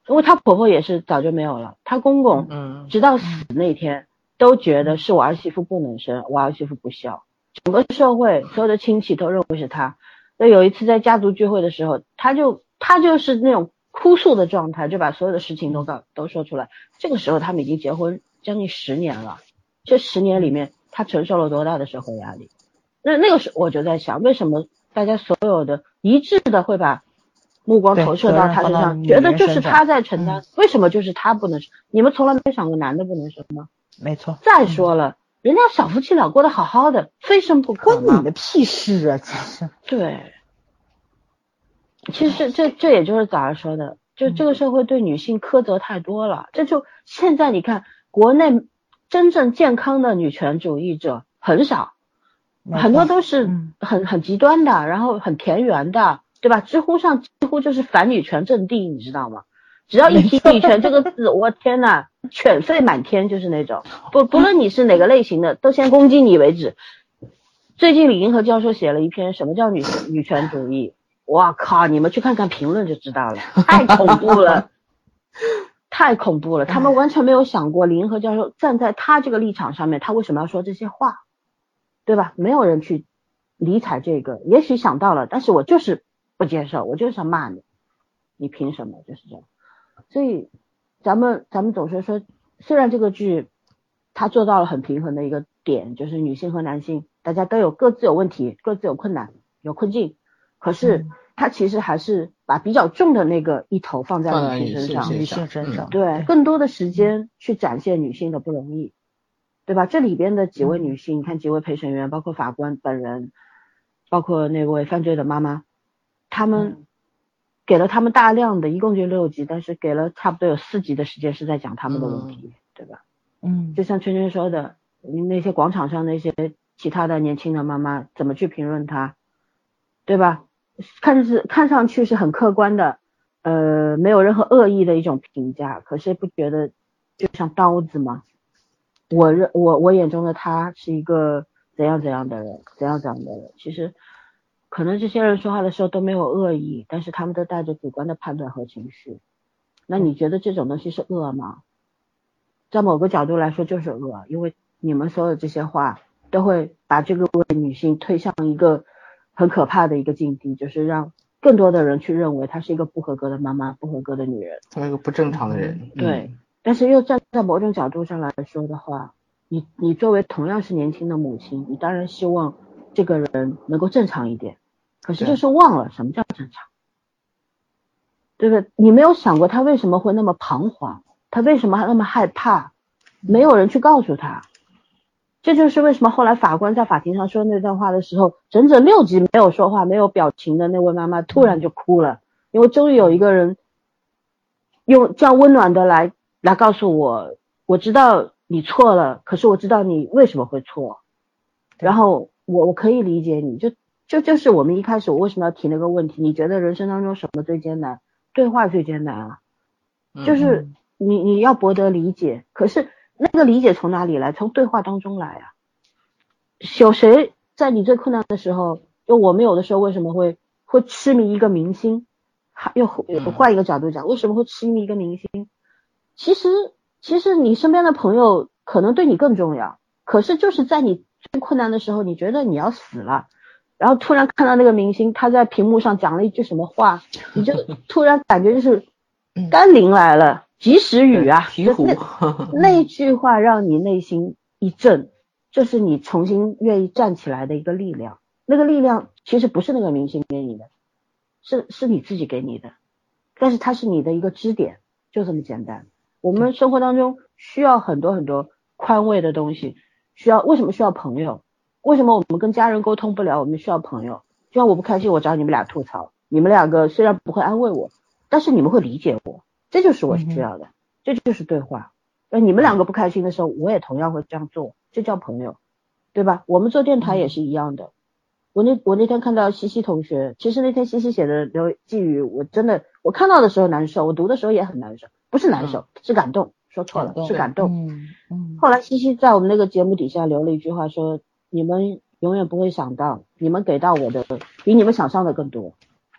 因为她婆婆也是早就没有了，她公公嗯直到死那天都觉得是我儿媳妇不能生，我儿媳妇不孝，整个社会所有的亲戚都认为是她。那有一次在家族聚会的时候，她就她就是那种哭诉的状态，就把所有的事情都告都说出来。这个时候他们已经结婚将近十年了，这十年里面她承受了多大的社会压力？那那个时候我就在想，为什么大家所有的一致的会把目光投射到她身上，觉得就是她在承担，嗯、为什么就是她不能生？你们从来没想过男的不能生吗？ 没错。 再说了，嗯、人家小夫妻俩过得好好的，非生不可吗？ 关你的屁事啊！其实对，其实这这这也就是早上说的，就这个社会对女性苛责太多了。这就现在你看，国内真正健康的女权主义者很少，很多都是很很极端的，然后很田园的，对吧？知乎上几乎就是反女权阵地，你知道吗？只要一提女权这个字，我天呐，犬吠满天，就是那种不不论你是哪个类型的，都先攻击你为止。最近李银河教授写了一篇什么叫女女权主义，哇靠，你们去看看评论就知道了，太恐怖了，太恐怖了。他们完全没有想过李银河教授站在他这个立场上面，他为什么要说这些话，对吧？没有人去理睬这个，也许想到了，但是我就是不接受，我就是要骂你，你凭什么？就是这样。所以咱们咱们总是说，虽然这个剧它做到了很平衡的一个点，就是女性和男性大家都有各自有问题，各自有困难有困境，可是它其实还是把比较重的那个一头放在女性身上， 女性身上， 对，更多的时间去展现女性的不容易，对吧？这里边的几位女性，你看几位陪审员，包括法官本人，包括那位犯罪的妈妈，他们给了他们大量的，一共就六集，但是给了差不多有四集的时间是在讲他们的问题，嗯、对吧？ 嗯， 就像圈圈说的，那些广场上那些其他的年轻的妈妈怎么去评论他，对吧？看是看上去是很客观的，呃，没有任何恶意的一种评价，可是不觉得就像刀子吗？我认我我眼中的他是一个怎样怎样的人，怎样怎样的人，其实。可能这些人说话的时候都没有恶意，但是他们都带着主观的判断和情绪。那你觉得这种东西是恶吗？在某个角度来说就是恶，因为你们所有这些话都会把这个位女性推向一个很可怕的一个境地，就是让更多的人去认为她是一个不合格的妈妈，不合格的女人， 她是一个不正常的人。 嗯、对，但是又站在某种角度上来说的话，你你作为同样是年轻的母亲，你当然希望这个人能够正常一点，可是就是忘了什么叫正常，对不对？你没有想过他为什么会那么彷徨，他为什么那么害怕，没有人去告诉他。这就是为什么后来法官在法庭上说那段话的时候，整整六集没有说话没有表情的那位妈妈突然就哭了，因为终于有一个人用这样温暖的来来告诉我，我知道你错了，可是我知道你为什么会错，然后我我可以理解你。就就就是我们一开始我为什么要提那个问题，你觉得人生当中什么最艰难？对话最艰难啊，就是你你要博得理解，可是那个理解从哪里来？从对话当中来啊。有谁在你最困难的时候，就我们有的时候为什么会会痴迷一个明星，又换一个角度讲，为什么会痴迷一个明星？其实其实你身边的朋友可能对你更重要，可是就是在你最困难的时候，你觉得你要死了，然后突然看到那个明星他在屏幕上讲了一句什么话，你就突然感觉就是甘霖来了，及时雨啊，那, 那句话让你内心一震，这是你重新愿意站起来的一个力量。那个力量其实不是那个明星给你的，是是你自己给你的，但是它是你的一个支点，就这么简单。我们生活当中需要很多很多宽慰的东西，需要为什么需要朋友？为什么我们跟家人沟通不了？我们需要朋友。就像我不开心，我找你们俩吐槽，你们两个虽然不会安慰我，但是你们会理解我，这就是我需要的，嗯、这就是对话。那你们两个不开心的时候，我也同样会这样做，这叫朋友，对吧？我们做电台也是一样的。嗯、我那我那天看到西西同学，其实那天西西写的留寄语，我真的我看到的时候难受，我读的时候也很难受，不是难受，嗯、是感动，说错了，是感动。 嗯嗯。 后来西西在我们那个节目底下留了一句话说，你们永远不会想到，你们给到我的比你们想象的更多。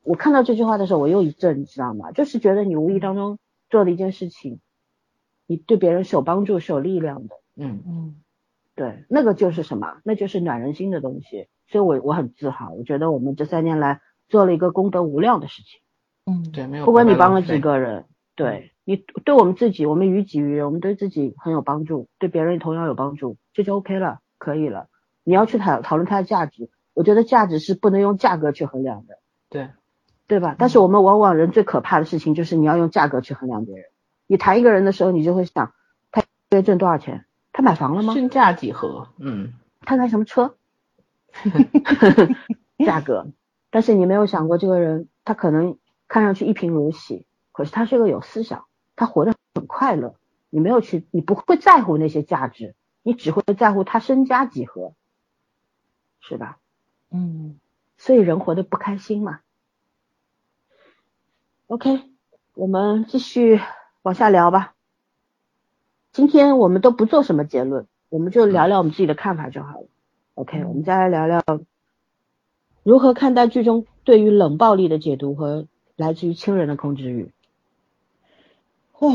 我看到这句话的时候，我又一震，你知道吗？就是觉得你无意当中做的一件事情，你对别人是有帮助、是有力量的。 嗯嗯， 对，那个就是什么？那就是暖人心的东西。所以我我很自豪，我觉得我们这三年来做了一个功德无量的事情。 嗯， 对，没有。 不管你帮了几个人，对你对我们自己，我们于己于人，我们对自己很有帮助，对别人同样有帮助，这就 OK 了，可以了。你要去讨讨论它的价值，我觉得价值是不能用价格去衡量的。 对。 对吧？但是我们往往人最可怕的事情就是你要用价格去衡量别人。你谈一个人的时候，你就会想，他月挣多少钱？他买房了吗？ 身价几何？嗯。 他开什么车？价格。但是你没有想过这个人，他可能看上去一贫如洗，可是他是个有思想，他活得很快乐。你没有去，你不会在乎那些价值，你只会在乎他身家几何，是吧？ 嗯。 所以人活得不开心嘛。OK， 我们继续往下聊吧。今天我们都不做什么结论，我们就聊聊我们自己的看法就好了。OK，、嗯、我们再来聊聊如何看待剧中对于冷暴力的解读和来自于亲人的控制欲。 哇、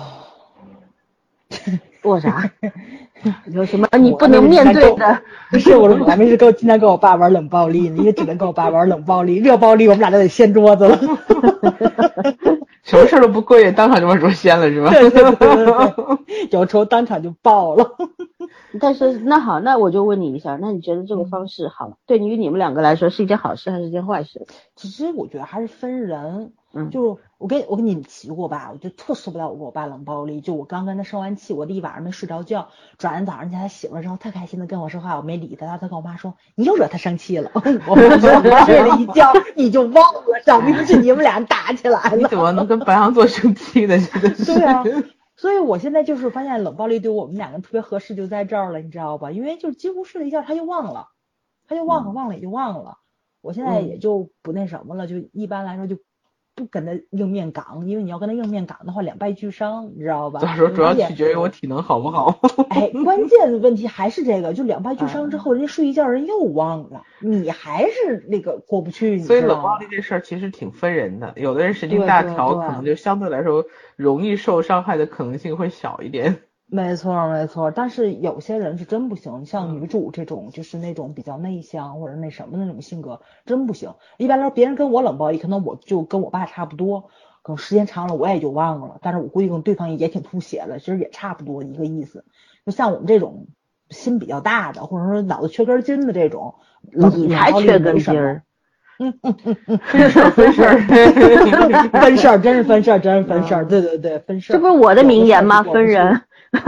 哦，我啥？有什么你不能面对的？ 不是，我我还没事跟我经常跟我爸玩冷暴力呢，因为只能跟我爸玩冷暴力，热暴力我们俩都得掀桌子了。 什么事都不跪，当场就把桌掀了是吧？ 对对对对，有时候当场就爆了。 但是那好，那我就问你一下，那你觉得这个方式好，嗯、对于你们两个来说是一件好事还是一件坏事？ 其实我觉得还是分人。 嗯， 就是我跟我跟你们提过吧，我就特受不了我跟我爸冷暴力。就我刚跟他生完气，我的一晚上没睡着觉，转天早上起来他醒了之后，特开心的跟我说话，我没理他，他跟我妈说你又惹他生气了。我妈说你睡了一觉你就忘了，小明是你们俩打起来了。 你怎么能跟白羊座生气呢？真的是。 对啊。所以我现在就是发现冷暴力对我们两个特别合适就在这儿了，你知道吧？因为就是几乎睡了一觉他就忘了，他就忘了，忘了也就忘了。我现在也就不那什么了，就一般来说就不跟他硬面刚，因为你要跟他硬面刚的话两败俱伤，你知道吧？ 到时候主要取决于我体能好不好。 哎，关键的问题还是这个，就两败俱伤之后，人家睡一觉人又忘了，你还是那个过不去。 所以冷暴力这事儿其实挺分人的，有的人神经大条，可能就相对来说容易受伤害的可能性会小一点。 没错没错，但是有些人是真不行，像女主这种就是那种比较内向或者那什么的那种性格真不行。一般来说别人跟我冷暴力，可能我就跟我爸差不多，可能时间长了我也就忘了，但是我估计跟对方也挺吐血的，其实也差不多一个意思。就像我们这种心比较大的，或者说脑子缺根筋的这种， 你还缺根筋儿。 嗯嗯嗯嗯，分事儿分事儿，分事儿真是分事儿，真是分事儿，对对对，分事儿。 这不是我的名言吗？分人。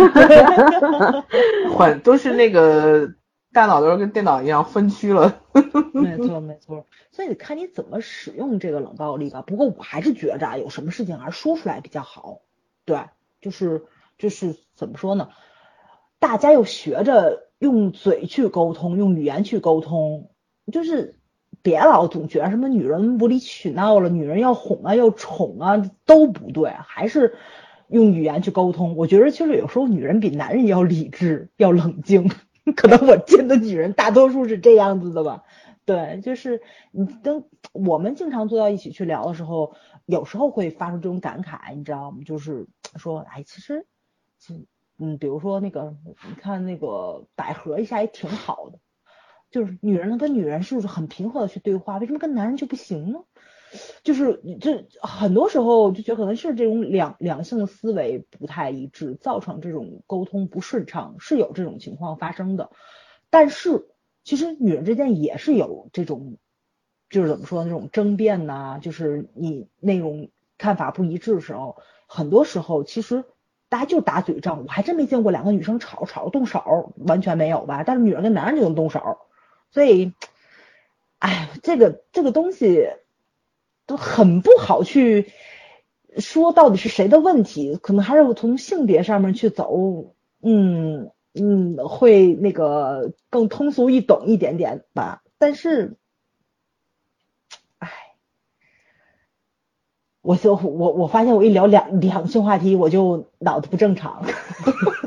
混都是那个大脑都是跟电脑一样分区了。 没错没错，所以你看你怎么使用这个冷暴力吧。不过我还是觉着啊，有什么事情还是说出来比较好。对，就是就是怎么说呢？大家又学着用嘴去沟通，用语言去沟通，就是别老总觉得什么女人无理取闹了，女人要哄啊要宠啊都不对，还是用语言去沟通。我觉得就是有时候女人比男人要理智要冷静，可能我见的女人大多数是这样子的吧。对，就是你跟我们经常坐到一起去聊的时候，有时候会发出这种感慨，你知道吗？就是说哎其实嗯比如说那个你看那个百合一下也挺好的，就是女人跟女人是不是很平和的去对话，为什么跟男人就不行呢？就是这很多时候就觉得可能是这种两两性思维不太一致，造成这种沟通不顺畅，是有这种情况发生的。但是其实女人之间也是有这种就是怎么说那种争辩呐、啊，就是你那种看法不一致的时候，很多时候其实大家就打嘴仗。我还真没见过两个女生吵吵动手，完全没有吧，但是女人跟男人就能动手。所以哎，这个这个东西都很不好去说到底是谁的问题，可能还是从性别上面去走，嗯嗯，会那个更通俗易懂一点点吧。但是哎，我就我我发现我一聊两两性话题我就脑子不正常。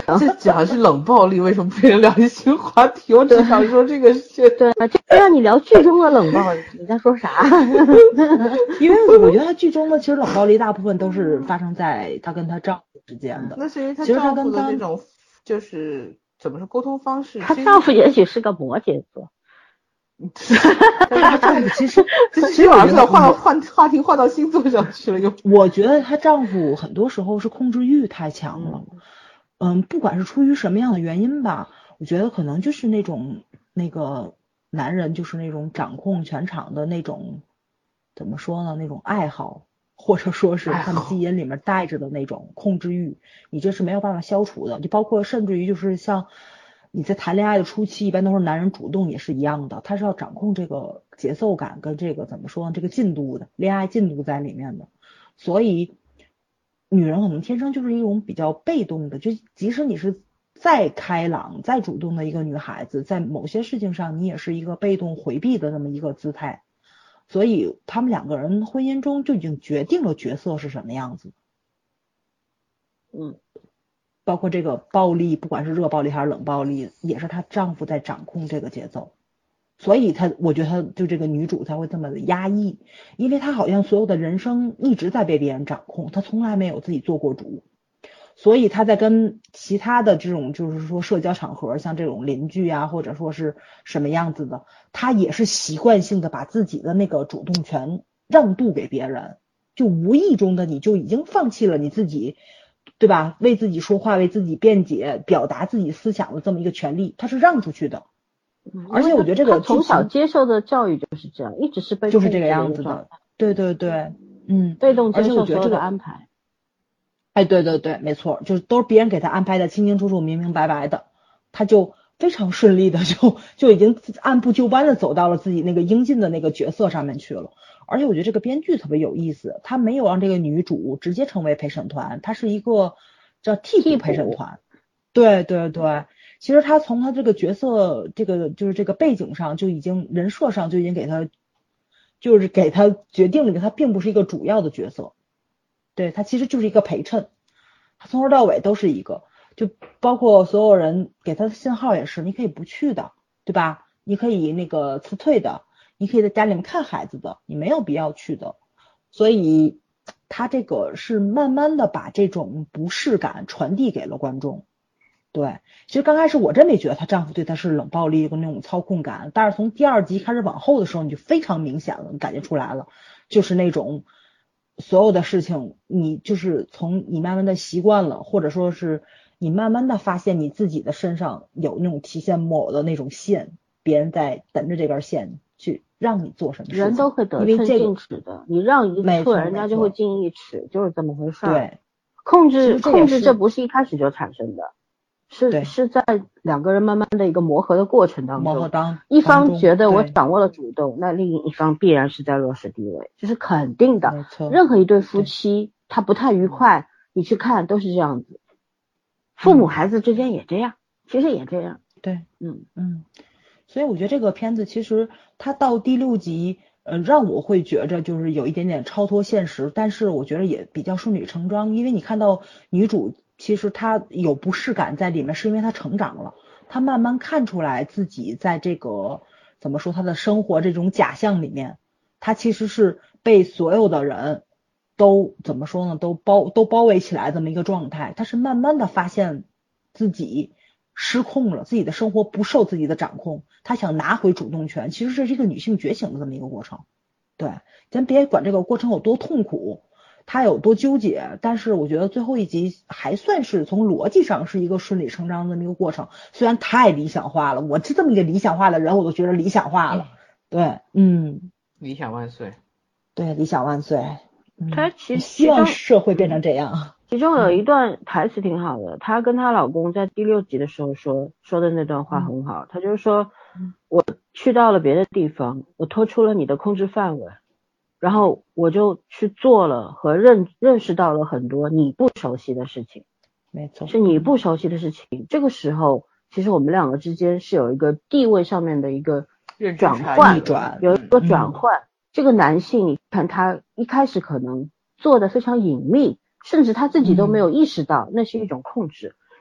这讲的是冷暴力，为什么不能聊新话题？我只想说这个是对，这让你聊剧中的冷暴力，你在说啥？ 因为我觉得他剧中的其实冷暴力大部分都是发生在她跟她丈夫之间的。 那是因为她其实她丈夫跟她的这种就是怎么说沟通方式， 她丈夫也许是个摩羯座。 但是她丈夫其实其实马上换到换话题换到星座上去了又。 我觉得她丈夫很多时候是控制欲太强了。嗯，不管是出于什么样的原因吧，我觉得可能就是那种那个男人就是那种掌控全场的那种，怎么说呢？那种爱好，或者说是他们基因里面带着的那种控制欲，你这是没有办法消除的。就包括甚至于就是像你在谈恋爱的初期，一般都是男人主动也是一样的，他是要掌控这个节奏感跟这个怎么说呢？这个进度的恋爱进度在里面的，所以。女人可能天生就是一种比较被动的，就即使你是再开朗、再主动的一个女孩子，在某些事情上你也是一个被动回避的那么一个姿态，所以他们两个人婚姻中就已经决定了角色是什么样子。 嗯， 包括这个暴力，不管是热暴力还是冷暴力，也是她丈夫在掌控这个节奏。所以她，我觉得她就这个女主才会这么的压抑，因为她好像所有的人生一直在被别人掌控，她从来没有自己做过主。所以她在跟其他的这种就是说社交场合，像这种邻居啊，或者说是什么样子的，她也是习惯性的把自己的那个主动权让渡给别人，就无意中的你就已经放弃了你自己，对吧？为自己说话、为自己辩解、表达自己思想的这么一个权利，她是让出去的。而且我觉得这个他从小接受的教育就是这样，一直是被就是这个样子的。对对对，嗯， 被动接受所有的安排。 哎，对对对，没错，就是都是别人给他安排的清清楚楚、明明白白的，他就非常顺利的就就已经按部就班的走到了自己那个应尽的那个角色上面去了。而且我觉得这个编剧特别有意思，他没有让这个女主直接成为陪审团，他是一个叫替补陪审团。对对对。其实他从他这个角色这个就是这个背景上就已经人设上就已经给他就是给他决定了他并不是一个主要的角色，对，他其实就是一个陪衬，他从头到尾都是一个，就包括所有人给他的信号也是你可以不去的，对吧？你可以那个辞退的，你可以在家里面看孩子的，你没有必要去的。所以他这个是慢慢的把这种不适感传递给了观众。对，其实刚开始我真没觉得她丈夫对她是冷暴力跟那种操控感，但是从第二集开始往后的时候，你就非常明显了，你感觉出来了，就是那种所有的事情，你就是从你慢慢的习惯了，或者说是你慢慢的发现你自己的身上有那种提线木偶的那种线，别人在等着这根线去让你做什么事情。 人都会得寸进尺的，你让一寸，人家就会进一尺，就是这么回事。 对， 控制控制这不是一开始就产生的。是是在两个人慢慢的一个磨合的过程当中， 磨合当一方觉得我掌握了主动，那另一方必然是在弱势地位，这是肯定的。 没错， 任何一对夫妻他不太愉快，你去看都是这样子。父母孩子之间也这样，其实也这样。 对， 嗯嗯，所以我觉得这个片子其实它到第六集，呃，让我会觉着就是有一点点超脱现实，但是我觉得也比较顺理成章，因为你看到女主。其实她有不适感在里面，是因为她成长了，她慢慢看出来自己在这个怎么说她的生活这种假象里面，她其实是被所有的人都怎么说呢，都包都包围起来这么一个状态。她是慢慢的发现自己失控了，自己的生活不受自己的掌控，她想拿回主动权，其实这是一个女性觉醒的这么一个过程。对，咱别管这个过程有多痛苦。他有多纠结，但是我觉得最后一集还算是从逻辑上是一个顺理成章的那么一个过程，虽然太理想化了，我是这么一个理想化的人，我都觉得理想化了。对，嗯， 理想万岁。 对，理想万岁。嗯、 他其实希望社会变成这样。 其中有一段台词挺好的，她跟她老公在第六集的时候说说的那段话很好，她、嗯、就是说，我去到了别的地方，我脱出了你的控制范围。然后我就去做了和认认识到了很多你不熟悉的事情， 没错， 是你不熟悉的事情。这个时候，其实我们两个之间是有一个地位上面的一个转换， 转有一个转换。嗯、这个男性，你看他一开始可能做的非常隐秘，甚至他自己都没有意识到那是一种控制。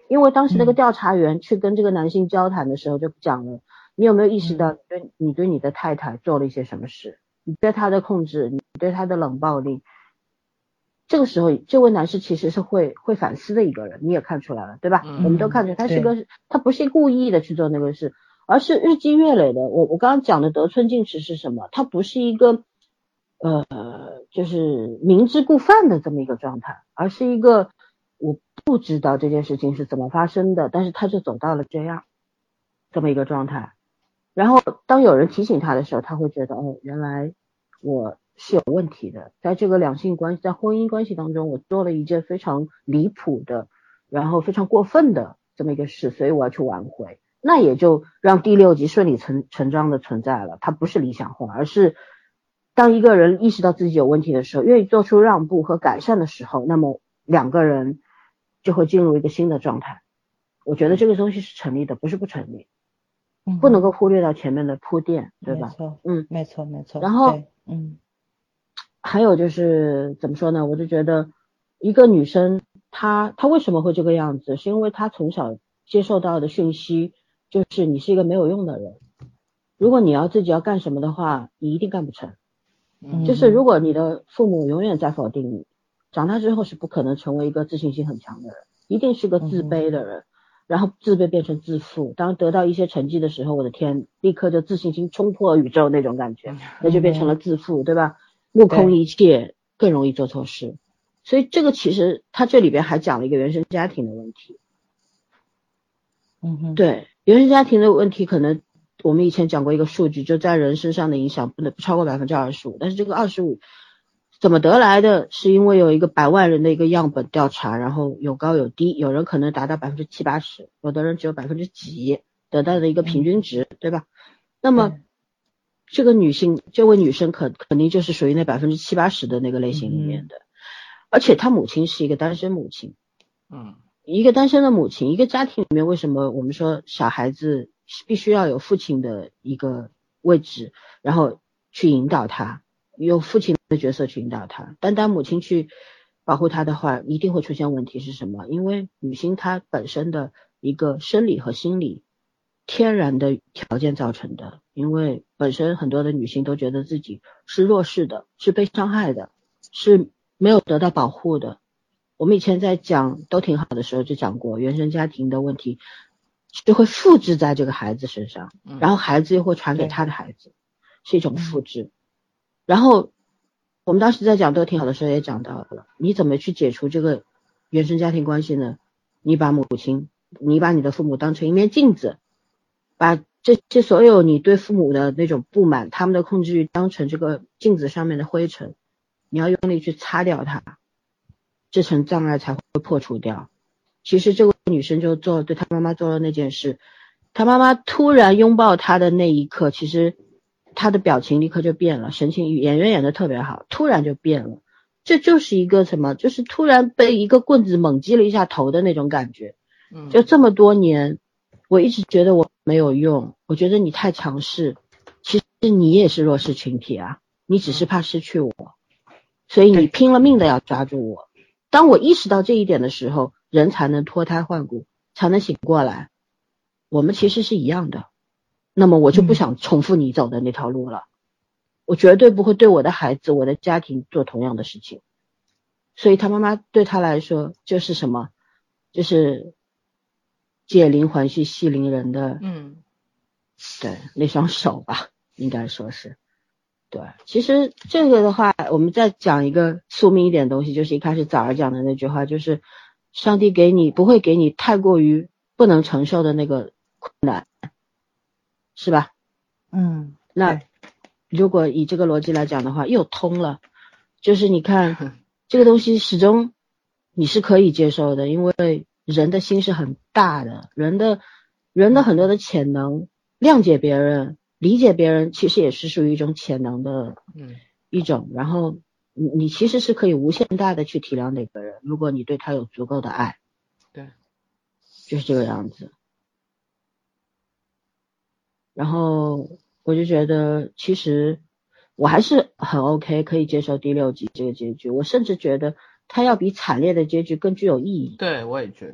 因为当时那个调查员去跟这个男性交谈的时候就讲了，你有没有意识到你对你对你的太太做了一些什么事？你对她的控制，你对她的冷暴力。这个时候，这位男士其实是会会反思的一个人，你也看出来了，对吧？ 嗯、 我们都看出来，他是个，他不是故意的去做那个事，而是日积月累的。我我刚刚讲的得寸进尺是什么？他不是一个，呃，就是明知故犯的这么一个状态，而是一个我不知道这件事情是怎么发生的，但是他就走到了这样这么一个状态。然后当有人提醒他的时候，他会觉得，哦，原来我是有问题的，在这个两性关系，在婚姻关系当中，我做了一件非常离谱的，然后非常过分的这么一个事，所以我要去挽回。那也就让第六集顺理成成章的存在了。它不是理想化，而是当一个人意识到自己有问题的时候，愿意做出让步和改善的时候，那么两个人就会进入一个新的状态。我觉得这个东西是成立的，不是不成立，嗯、不能够忽略到前面的铺垫，对吧？ 没错， 嗯， 没错，没错。 然后， 嗯。 还有就是怎么说呢？我就觉得一个女生她她为什么会这个样子，是因为她从小接受到的讯息就是你是一个没有用的人，如果你要自己要干什么的话，你一定干不成。 嗯， 就是如果你的父母永远在否定你，长大之后是不可能成为一个自信心很强的人，一定是个自卑的人，然后自卑变成自负，当得到一些成绩的时候，我的天，立刻就自信心冲破宇宙那种感觉，那就变成了自负，对吧？目空一切，更容易做错事。所以这个其实他这里边还讲了一个原生家庭的问题。 嗯哼， 对，原生家庭的问题，可能我们以前讲过一个数据，就在人身上的影响不能不超过百分之二十五，但是这个二十五怎么得来的？是因为有一个百万人的一个样本调查，然后有高有低，有人可能达到百分之七八十，有的人只有百分之几，得到的一个平均值，嗯、对吧？那么。这个女性，这位女生可肯定就是属于那百分之七八十的那个类型里面的，嗯、而且她母亲是一个单身母亲， 嗯， 一个单身的母亲，一个家庭里面为什么我们说小孩子必须要有父亲的一个位置，然后去引导他，用父亲的角色去引导他，单单母亲去保护他的话，一定会出现问题是什么？因为女性她本身的一个生理和心理天然的条件造成的，因为本身很多的女性都觉得自己是弱势的，是被伤害的，是没有得到保护的。我们以前在讲都挺好的时候就讲过，原生家庭的问题就会复制在这个孩子身上，然后孩子又会传给他的孩子，是一种复制。然后我们当时在讲都挺好的时候也讲到了，你怎么去解除这个原生家庭关系呢？你把母亲，你把你的父母当成一面镜子，把这些所有你对父母的那种不满，他们的控制欲当成这个镜子上面的灰尘，你要用力去擦掉它，这层障碍才会破除掉。其实这个女生就做对她妈妈做了那件事，她妈妈突然拥抱她的那一刻，其实她的表情立刻就变了，神情演员演得特别好，突然就变了。这就是一个什么，就是突然被一个棍子猛击了一下头的那种感觉。就这么多年我一直觉得我没有用，我觉得你太强势，其实你也是弱势群体啊，你只是怕失去我，所以你拼了命的要抓住我。当我意识到这一点的时候，人才能脱胎换骨，才能醒过来。我们其实是一样的，那么我就不想重复你走的那条路了，嗯、我绝对不会对我的孩子、我的家庭做同样的事情。所以他妈妈对他来说就是什么，就是借灵还须系铃人的， 嗯， 对，那双手吧，应该说是。对，其实这个的话，我们再讲一个宿命一点的东西，就是一开始早儿讲的那句话，就是上帝给你不会给你太过于不能承受的那个困难，是吧？ 嗯， 那如果以这个逻辑来讲的话，又通了，就是你看这个东西始终你是可以接受的，因为人的心是很大的，人的人的很多的潜能，谅解别人，理解别人，其实也是属于一种潜能的一种。然后你你其实是可以无限大的去体谅哪个人，如果你对他有足够的爱。 对， 就是这个样子。然后我就觉得其实我还是很 OK 可以接受第六集这个结局，我甚至觉得它要比惨烈的结局更具有意义。 对，我也觉得。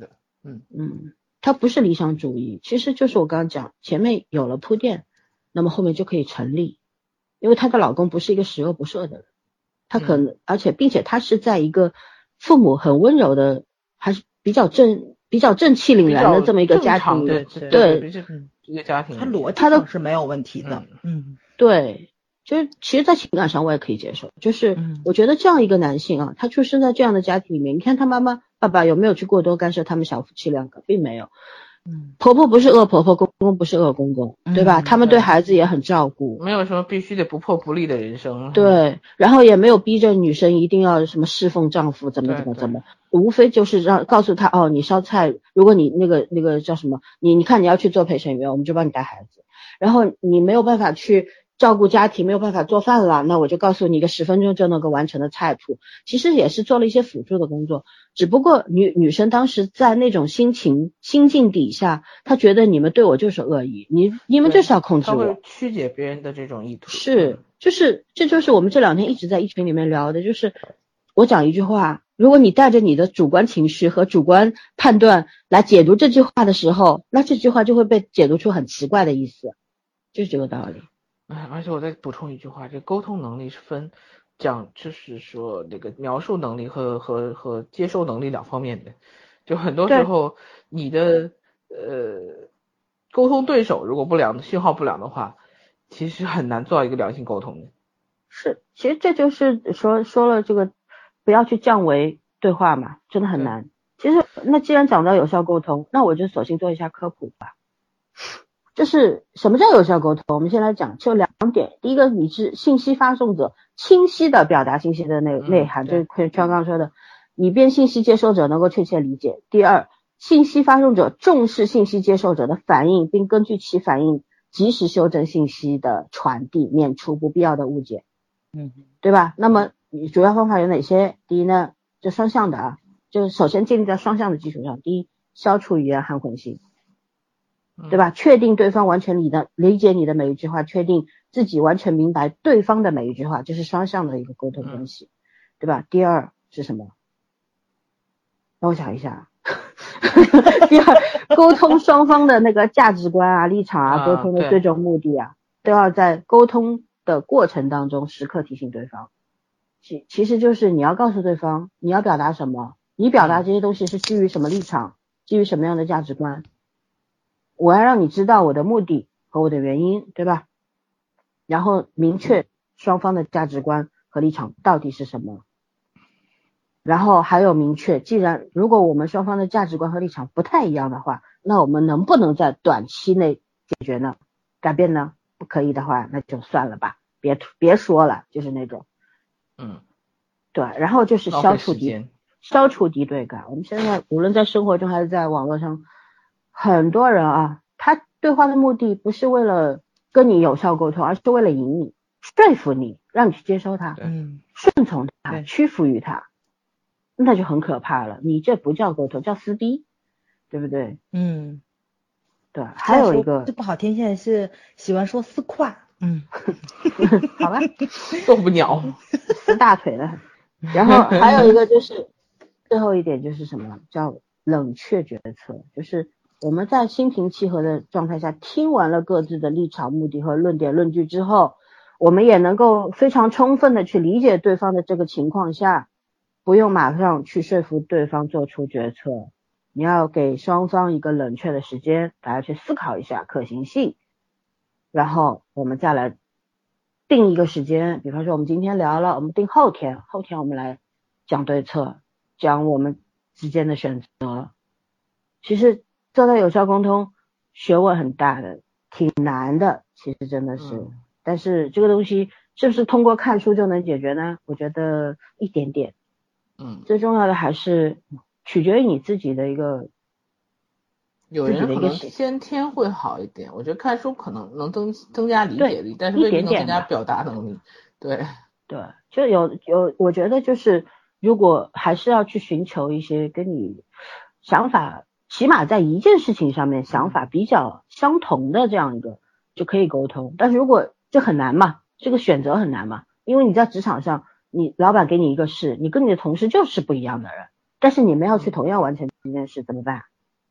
嗯嗯，他不是理想主义，其实就是我刚刚讲，前面有了铺垫，那么后面就可以成立，因为她的老公不是一个十恶不赦的人，他可能、嗯、而且并且他是在一个父母很温柔的，还是比较正比较正气凛然的这么一个家庭， 对对对对，一个家庭， 他逻辑上是没有问题的， 嗯，对。就是其实在情感上我也可以接受，就是我觉得这样一个男性啊，他出生在这样的家庭里面，你看他妈妈爸爸有没有去过多干涉他们小夫妻两个，并没有。嗯，婆婆不是恶婆婆，公公不是恶公公，对吧？他们对孩子也很照顾， 没有什么必须得不破不立的人生。 对，然后也没有逼着女生一定要什么侍奉丈夫，怎么怎么怎么，无非就是让告诉他哦，你烧菜，如果你那个那个叫什么，你你看你要去做陪审员，我们就帮你带孩子，然后你没有办法去照顾家庭，没有办法做饭了，那我就告诉你一个十分钟就能够完成的菜谱，其实也是做了一些辅助的工作，只不过女女生当时在那种心情心境底下，她觉得你们对我就是恶意，你你们就是要控制我， 她会曲解别人的这种意图。 是，就是这就是我们这两天一直在一群里面聊的，就是我讲一句话，如果你带着你的主观情绪和主观判断来解读这句话的时候，那这句话就会被解读出很奇怪的意思，就是这个道理。 哎，而且我再补充一句话，这沟通能力是分讲，就是说那个描述能力和和和接收能力两方面的。就很多时候你的呃沟通对手如果不良的信号不良的话，其实很难做到一个良性沟通的。 是，其实这就是说说了这个不要去降维对话嘛，真的很难。其实那既然讲到有效沟通，那我就索性做一下科普吧。就是什么叫有效沟通？我们先来讲，就两点。第一个，你是信息发送者清晰的表达信息的内内涵，就是像刚刚说的，以便信息接收者能够确切理解。第二，信息发送者重视信息接受者的反应，并根据其反应及时修正信息的传递，免除不必要的误解。嗯，对吧？那么你主要方法有哪些？第一呢，就双向的啊，就是首先建立在双向的基础上。第一，消除语言含混性。对吧？确定对方完全理的理解你的每一句话，确定自己完全明白对方的每一句话，这是双向的一个沟通关系，对吧？第二是什么？让我想一下。第二，沟通双方的那个价值观啊、立场啊，沟通的最终目的啊，都要在沟通的过程当中时刻提醒对方。其其实就是你要告诉对方你要表达什么，你表达这些东西是基于什么立场，基于什么样的价值观。我要让你知道我的目的和我的原因，对吧？然后明确双方的价值观和立场到底是什么，然后还有明确，既然如果我们双方的价值观和立场不太一样的话，那我们能不能在短期内解决呢？改变呢？不可以的话，那就算了吧，别别说了，就是那种， 嗯， 对，然后就是消除敌消除敌对感。我们现在无论在生活中还是在网络上，很多人啊，他对话的目的不是为了跟你有效沟通，而是为了引你、说服你，让你去接收他，嗯，顺从他，屈服于他，那就很可怕了。你这不叫沟通，叫撕逼，对不对？ 嗯， 对。还有一个， 这不好听，现在是喜欢说撕胯，嗯， 好吧， 受不了， 撕大腿了。然后还有一个就是最后一点就是什么叫冷却决策，就是我们在心平气和的状态下听完了各自的立场、目的和论点论据之后，我们也能够非常充分的去理解对方的这个情况下，不用马上去说服对方做出决策，你要给双方一个冷却的时间，大家去思考一下可行性，然后我们再来定一个时间，比方说我们今天聊了，我们定后天，后天我们来讲对策，讲我们之间的选择。其实做到有效沟通学问很大的，挺难的，其实真的是、嗯、但是这个东西是不是通过看书就能解决呢？我觉得一点点， 嗯， 最重要的还是取决于你自己的一个， 有人可能先天会好一点，我觉得看书可能能增增加理解力，但是未必能增加表达能力。对对，就有有，我觉得就是如果还是要去寻求一些跟你想法起码在一件事情上面想法比较相同的这样一个就可以沟通，但是如果这很难嘛，这个选择很难嘛，因为你在职场上，你老板给你一个事，你跟你的同事就是不一样的人，但是你们要去同样完成这件事怎么办？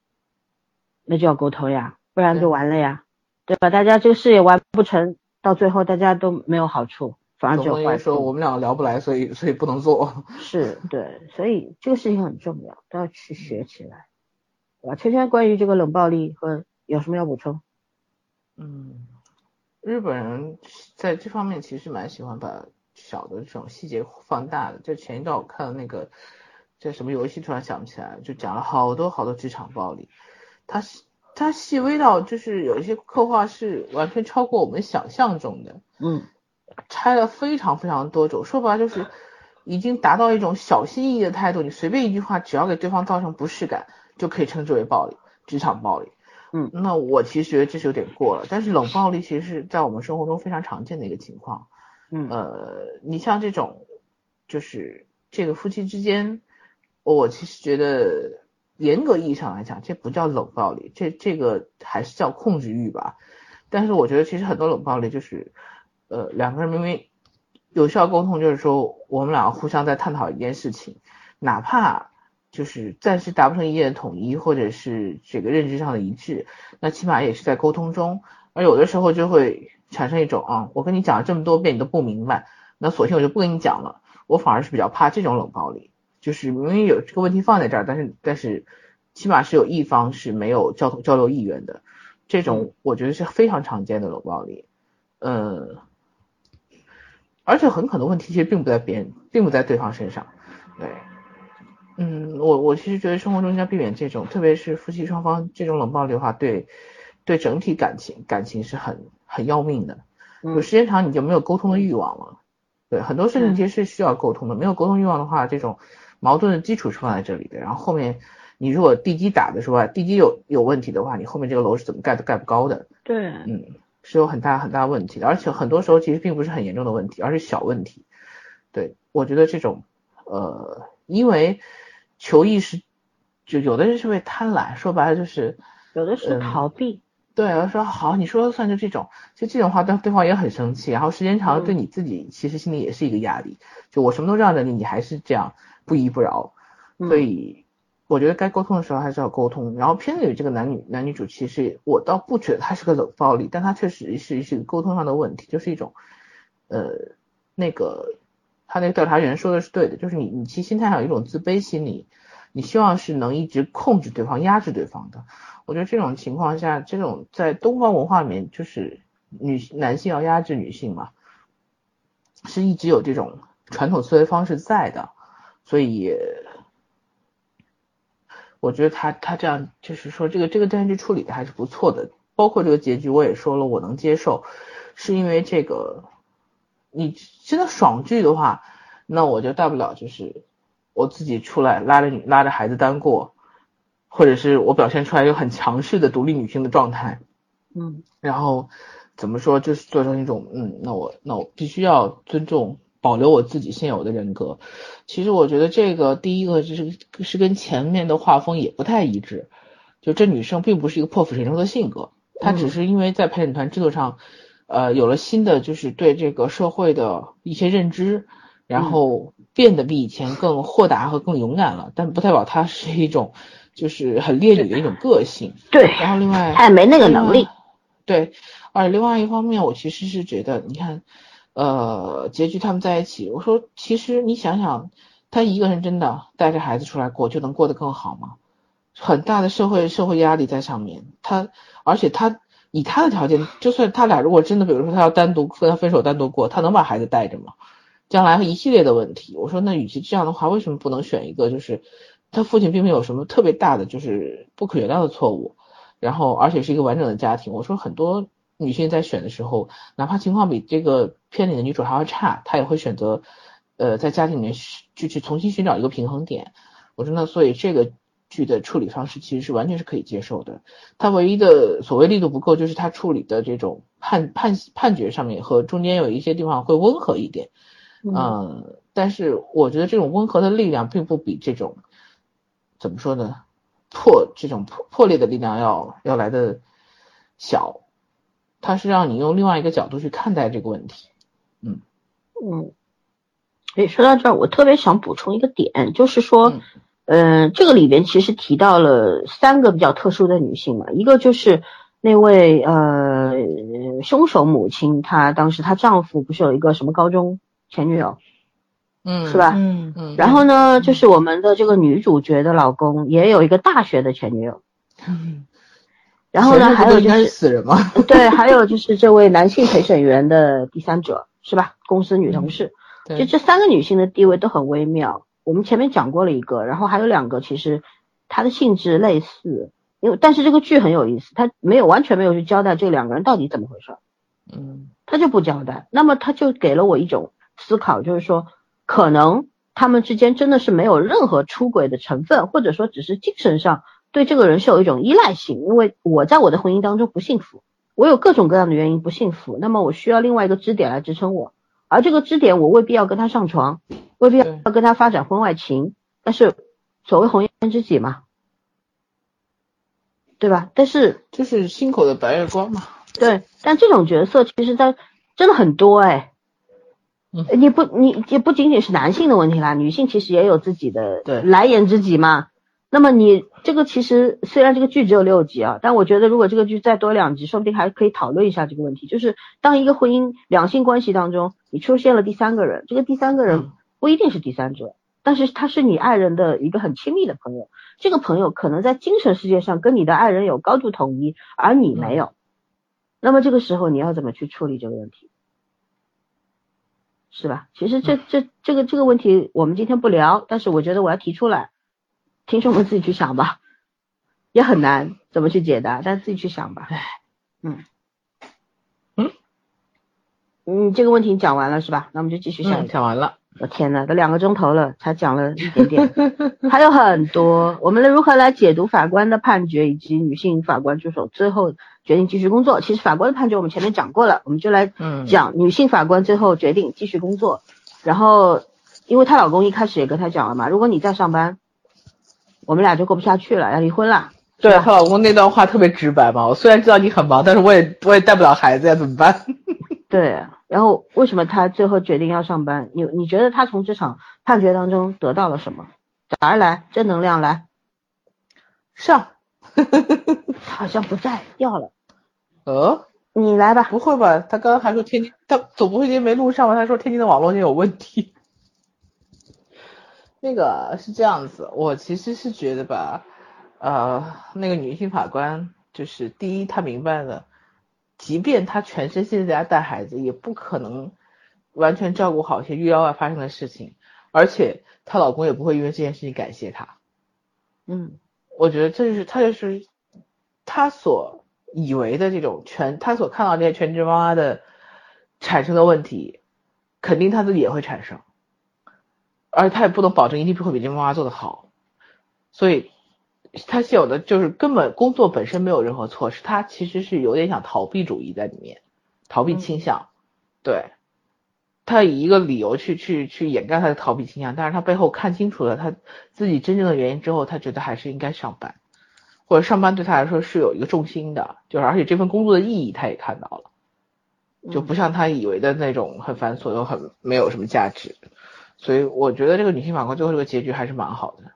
那就要沟通呀，不然就完了呀，对吧？大家这个事也完不成，到最后大家都没有好处，反而只有坏处。 说我们俩聊不来，所以所以不能做。 是，对，所以这个事情很重要，都要去学起来，对吧？圈圈关于这个冷暴力和有什么要补充？ 嗯，日本人在这方面其实蛮喜欢把小的这种细节放大的。就前一段我看的那个这什么游戏，突然想不起来，就讲了好多好多职场暴力，它它细微到就是有一些刻画是完全超过我们想象中的。 嗯， 拆了非常非常多种，说白了就是已经达到一种小心翼翼的态度，你随便一句话，只要给对方造成不适感，就可以称之为暴力，职场暴力。 嗯， 那我其实觉得这是有点过了，但是冷暴力其实是在我们生活中非常常见的一个情况。 嗯， 呃，你像这种，就是这个夫妻之间，我其实觉得严格意义上来讲，这不叫冷暴力，这这个还是叫控制欲吧。但是我觉得其实很多冷暴力就是，呃，两个人明明有效沟通，就是说我们两个互相在探讨一件事情，哪怕就是暂时达不成意见统一，或者是这个认知上的一致，那起码也是在沟通中。而有的时候就会产生一种啊，我跟你讲了这么多遍你都不明白，那索性我就不跟你讲了。我反而是比较怕这种冷暴力，就是明明有这个问题放在这儿，但是但是起码是有一方是没有交交流意愿的，这种我觉得是非常常见的冷暴力。呃，而且很可能问题其实并不在别人，并不在对方身上。对，嗯，我我其实觉得生活中应该避免这种，特别是夫妻双方这种冷暴力的话，对对整体感情感情是很很要命的。有时间长你就没有沟通的欲望了。对，很多事情其实是需要沟通的，没有沟通欲望的话，这种矛盾的基础是放在这里的。然后后面你如果地基打的时候，地基有有问题的话，你后面这个楼是怎么盖都盖不高的。 对， 嗯，是有很大很大问题的，而且很多时候其实并不是很严重的问题，而是小问题。对，我觉得这种呃，因为求意识，就有的人是会贪婪，说白了就是有的是逃避。 嗯对，我说好，你说了算，就这种，就这种话，对对方也很生气，然后时间长了，对你自己其实心里也是一个压力。就我什么都让着你，你还是这样不依不饶，所以我觉得该沟通的时候还是要沟通。然后片子里这个男女男女主，其实我倒不觉得他是个冷暴力，但他确实是是一个沟通上的问题，就是一种呃那个他那个调查员说的是对的，就是你你其实心态上有一种自卑心理，你希望是能一直控制对方、压制对方的。我觉得这种情况下，这种在东方文化里面，就是女男性要压制女性嘛，是一直有这种传统思维方式在的，所以我觉得他他这样就是说这个这个电视剧处理的还是不错的，包括这个结局我也说了我能接受，是因为这个你真的爽剧的话，那我就大不了就是我自己出来拉着你拉着孩子单过。或者是我表现出来有很强势的独立女性的状态， 嗯， 然后怎么说，就是做成一种，嗯，那我那我必须要尊重保留我自己现有的人格。其实我觉得这个第一个就是是跟前面的画风也不太一致，就这女生并不是一个破釜沉舟的性格，她只是因为在陪审团制度上，呃，有了新的就是对这个社会的一些认知，然后变得比以前更豁达和更勇敢了，但不代表她是一种。就是很烈女的一种个性， 对， 然后另外他也没那个能力， 对，而另外一方面，我其实是觉得，你看，呃，结局他们在一起，我说，其实你想想，他一个人真的带着孩子出来过，就能过得更好吗？很大的社会社会压力在上面，他，而且他以他的条件，就算他俩如果真的，比如说他要单独分分手单独过，他能把孩子带着吗？将来一系列的问题，我说，那与其这样的话，为什么不能选一个就是？他父亲并没有什么特别大的就是不可原谅的错误，然后而且是一个完整的家庭。我说很多女性在选的时候，哪怕情况比这个片里的女主还要差，她也会选择呃在家庭里面去去重新寻找一个平衡点。我说那所以这个剧的处理方式其实是完全是可以接受的。它唯一的所谓力度不够，就是它处理的这种判判判决上面和中间有一些地方会温和一点，嗯、呃，但是我觉得这种温和的力量并不比这种。怎么说呢？破这种破破裂的力量要要来的小，它是让你用另外一个角度去看待这个问题。嗯嗯，诶，说到这儿，我特别想补充一个点，就是说， 嗯，这个里边其实提到了三个比较特殊的女性嘛，一个就是那位呃凶手母亲，她当时她丈夫不是有一个什么高中前女友， 嗯， 是吧？ 嗯嗯， 然后呢，就是我们的这个女主角的老公也有一个大学的前女友。 嗯， 然后呢，还有应该就是死人吗？ 对，还有就是这位男性陪审员的第三者，是吧？公司女同事， 嗯、 就这三个女性的地位都很微妙。我们前面讲过了一个，然后还有两个，其实它的性质类似，因为但是这个剧很有意思，它没有完全没有去交代这两个人到底怎么回事， 嗯， 他就不交代，那么他就给了我一种思考，就是说可能他们之间真的是没有任何出轨的成分，或者说只是精神上对这个人是有一种依赖性，因为我在我的婚姻当中不幸福，我有各种各样的原因不幸福，那么我需要另外一个支点来支撑我，而这个支点我未必要跟他上床，未必要跟他发展婚外情，但是所谓红颜知己嘛，对吧？但是就是心口的白月光嘛。 对，但这种角色其实在真的很多哎。 嗯， 你不你也不仅仅是男性的问题啦，女性其实也有自己的对来言知己嘛。那么你这个其实虽然这个剧只有六集啊，但我觉得如果这个剧再多两集，说不定还可以讨论一下这个问题。就是当一个婚姻两性关系当中，你出现了第三个人，这个第三个人不一定是第三者，嗯、但是他是你爱人的一个很亲密的朋友，这个朋友可能在精神世界上跟你的爱人有高度统一，而你没有。嗯、那么这个时候你要怎么去处理这个问题？是吧？其实这这这个这个问题我们今天不聊，但是我觉得我要提出来，听众们自己去想吧，也很难怎么去解答，但自己去想吧。嗯嗯嗯，这个问题讲完了是吧？那我们就继续下一个。 嗯、讲完了。 我天哪，都两个钟头了，才讲了一点点，还有很多。我们如何来解读法官的判决，以及女性法官助手最后决定继续工作？其实法官的判决我们前面讲过了，我们就来讲女性法官最后决定继续工作。嗯、然后，因为她老公一开始也跟她讲了嘛，如果你再上班，我们俩就过不下去了，要离婚了。 对，她老公那段话特别直白嘛，我虽然知道你很忙，但是我也我也带不了孩子呀，怎么办？ 对，然后为什么他最后决定要上班？你你觉得他从这场判决当中得到了什么？早儿来，正能量来， 上。 好像不在，掉了。 呃， 你来吧。 不会吧？他刚刚还说天津，他总不会今天没录上吧？他说天津的网络线有问题。那个是这样子，我其实是觉得吧，呃，那个女性法官就是第一，她明白了。即便她全身心在家带孩子，也不可能完全照顾好一些预料外发生的事情，而且她老公也不会因为这件事情感谢她。 嗯， 我觉得这就是她就是她所以为的这种全，她所看到这些全职妈妈的产生的问题，肯定她自己也会产生，而且她也不能保证一定会比这妈妈做得好，所以。他是有的，就是根本工作本身没有任何错失，他其实是有点想逃避主义在里面，逃避倾向，嗯、对，他以一个理由去去去掩盖他的逃避倾向，但是他背后看清楚了他自己真正的原因之后，他觉得还是应该上班，或者上班对他来说是有一个重心的，就是而且这份工作的意义他也看到了，就不像他以为的那种很繁琐又很没有什么价值，所以我觉得这个女性法官最后这个结局还是蛮好的。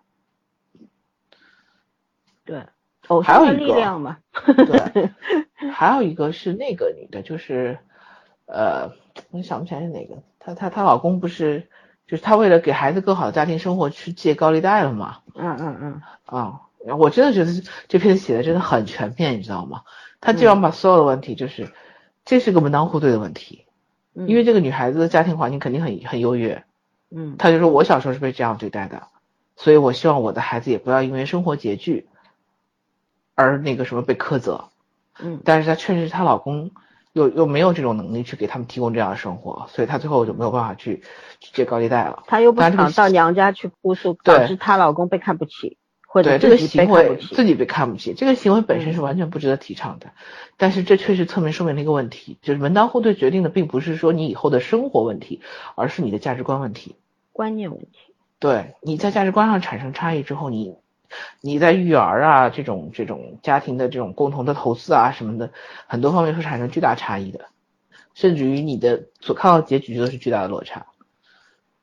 对，偶像的力量嘛。 对，还有一个是那个女的，就是呃，我想不起来是哪个。她她她老公不是，就是她为了给孩子更好的家庭生活去借高利贷了嘛？ 嗯嗯嗯。 啊、嗯，我真的觉得这篇写的真的很全面，你知道吗？他基本上把所有的问题，就是、嗯、这是个门当户对的问题， 嗯、 因为这个女孩子的家庭环境肯定很很优越。 嗯， 她就说我小时候是被这样对待的，所以我希望我的孩子也不要因为生活拮据。而那个什么被苛责， 嗯， 但是她确实她老公又又没有这种能力去给他们提供这样的生活，所以她最后就没有办法去去借高利贷了。 她又不想到娘家去哭诉，导致她老公被看不起，或者这个行为自己被看不起， 自己被看不起，这个行为本身是完全不值得提倡的。嗯、但是这确实侧面说明了一个问题，就是门当户对决定的并不是说你以后的生活问题，而是你的价值观问题、 观念问题。 对，你在价值观上产生差异之后，你。你在育儿啊这种这种家庭的这种共同的投资啊什么的，很多方面会产生巨大差异的，甚至于你的所看到的结局都是巨大的落差。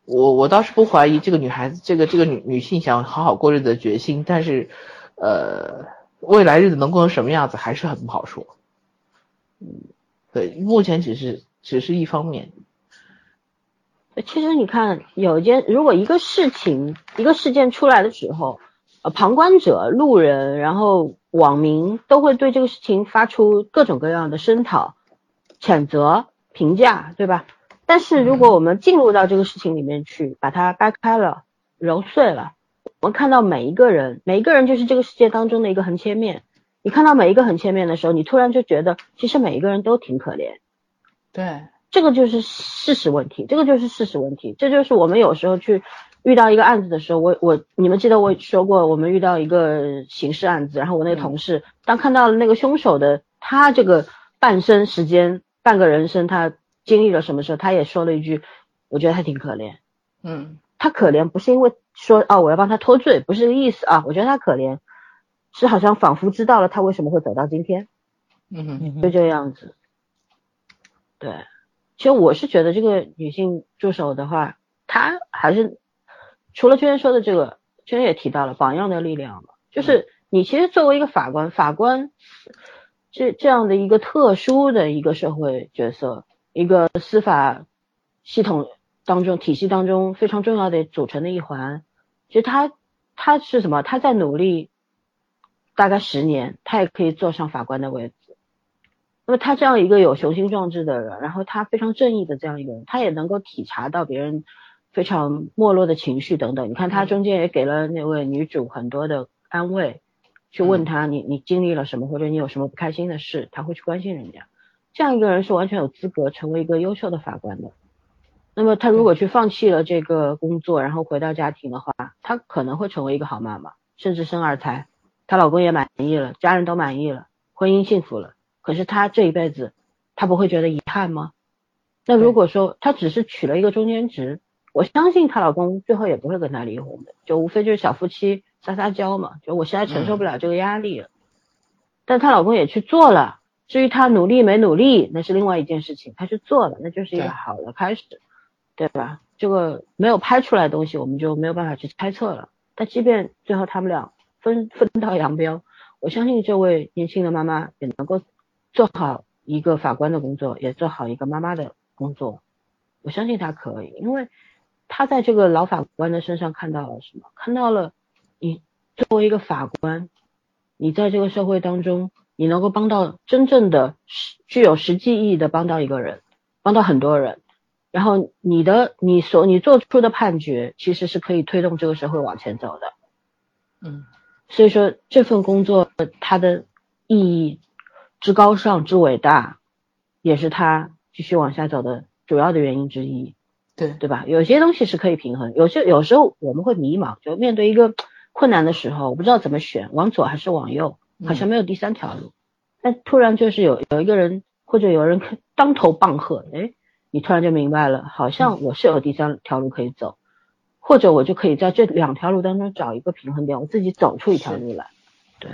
我我倒是不怀疑这个女孩子这个这个女女性想好好过日子的决心，但是呃未来日子能过成什么样子还是很不好说。嗯，对，目前只是只是一方面。 其实你看，有一件如果一个事情一个事件出来的时候，呃，旁观者、路人，然后网民都会对这个事情发出各种各样的声讨、谴责、评价，对吧？但是如果我们进入到这个事情里面去，把它掰开了、揉碎了，我们看到每一个人，每一个人就是这个世界当中的一个横切面。你看到每一个横切面的时候，你突然就觉得，其实每一个人都挺可怜。 对。这个就是事实问题，这个就是事实问题，这就是我们有时候去遇到一个案子的时候，我我你们记得我说过，我们遇到一个刑事案子，然后我那个同事、嗯、当看到了那个凶手的他这个半生时间、半个人生他经历了什么时候，他也说了一句，我觉得他挺可怜。 嗯， 他可怜不是因为说啊我要帮他脱罪，不是这个意思啊，我觉得他可怜是好像仿佛知道了他为什么会走到今天。 嗯， 就这个样子。对。其实我是觉得这个女性助手的话，她还是除了娟说的这个，娟也提到了榜样的力量嘛，就是你其实作为一个法官，法官这这样的一个特殊的一个社会角色，一个司法系统当中体系当中非常重要的组成的一环，其实他他是什么？他在努力大概十年，他也可以坐上法官的位置。那么他这样一个有雄心壮志的人，然后他非常正义的这样一个人，他也能够体察到别人非常没落的情绪等等。你看他中间也给了那位女主很多的安慰，去问他你你经历了什么，或者你有什么不开心的事，他会去关心人家。这样一个人是完全有资格成为一个优秀的法官的。那么他如果去放弃了这个工作，然后回到家庭的话，他可能会成为一个好妈妈，甚至生二胎，她老公也满意了，家人都满意了，婚姻幸福了。可是她这一辈子，她不会觉得遗憾吗？那如果说她只是取了一个中间值，我相信她老公最后也不会跟她离婚的，就无非就是小夫妻撒撒娇嘛，就我现在承受不了这个压力了。嗯、但她老公也去做了，至于她努力没努力，那是另外一件事情，她去做了，那就是一个好的开始， 对, 对吧？这个没有拍出来的东西，我们就没有办法去猜测了。但即便最后他们俩分分道扬镳，我相信这位年轻的妈妈也能够做好一个法官的工作，也做好一个妈妈的工作，我相信她可以，因为她在这个老法官的身上看到了什么？看到了你作为一个法官，你在这个社会当中，你能够帮到真正的具有实际意义的帮到一个人，帮到很多人，然后你的你所你做出的判决其实是可以推动这个社会往前走的。 嗯， 所以说这份工作它的意义之高尚之伟大，也是他继续往下走的主要的原因之一。 对对吧？有些东西是可以平衡，有些有时候我们会迷茫，就面对一个困难的时候，我不知道怎么选，往左还是往右，好像没有第三条路。但突然就是有有一个人或者有人当头棒喝，诶，你突然就明白了，好像我是有第三条路可以走，或者我就可以在这两条路当中找一个平衡点，我自己走出一条路来。对。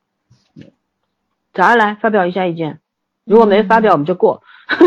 早上来发表一下意见，如果没发表我们就过。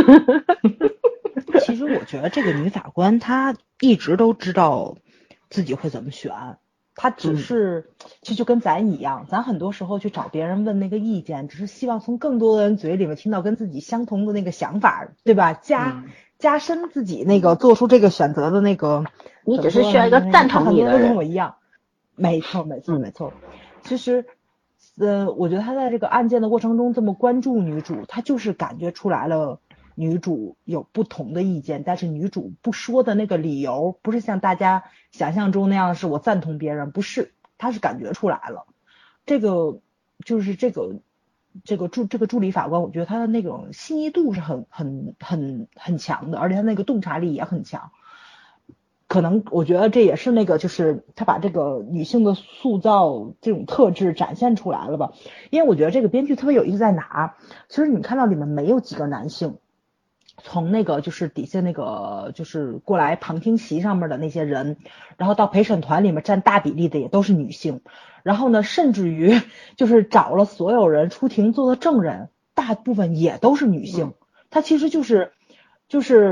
其实我觉得这个女法官她一直都知道自己会怎么选，她只是、嗯、其实就跟咱一样，咱很多时候去找别人问那个意见，只是希望从更多的人嘴里面听到跟自己相同的那个想法，对吧？加、嗯、加深自己那个做出这个选择的那个， 你只是需要一个赞同你的人。 很多人跟我一样，没错没错没错。其实呃，我觉得他在这个案件的过程中这么关注女主，他就是感觉出来了女主有不同的意见，但是女主不说的那个理由不是像大家想象中那样是我赞同别人，不是，他是感觉出来了。这个就是这个这个助这个助理法官，我觉得他的那种细腻度是很很很很强的，而且他那个洞察力也很强。可能我觉得这也是那个就是他把这个女性的塑造这种特质展现出来了吧。因为我觉得这个编剧特别有意思在哪，其实你看到里面没有几个男性，从那个就是底下那个就是过来旁听席上面的那些人，然后到陪审团里面占大比例的也都是女性，然后呢甚至于就是找了所有人出庭做的证人大部分也都是女性。他其实就是就是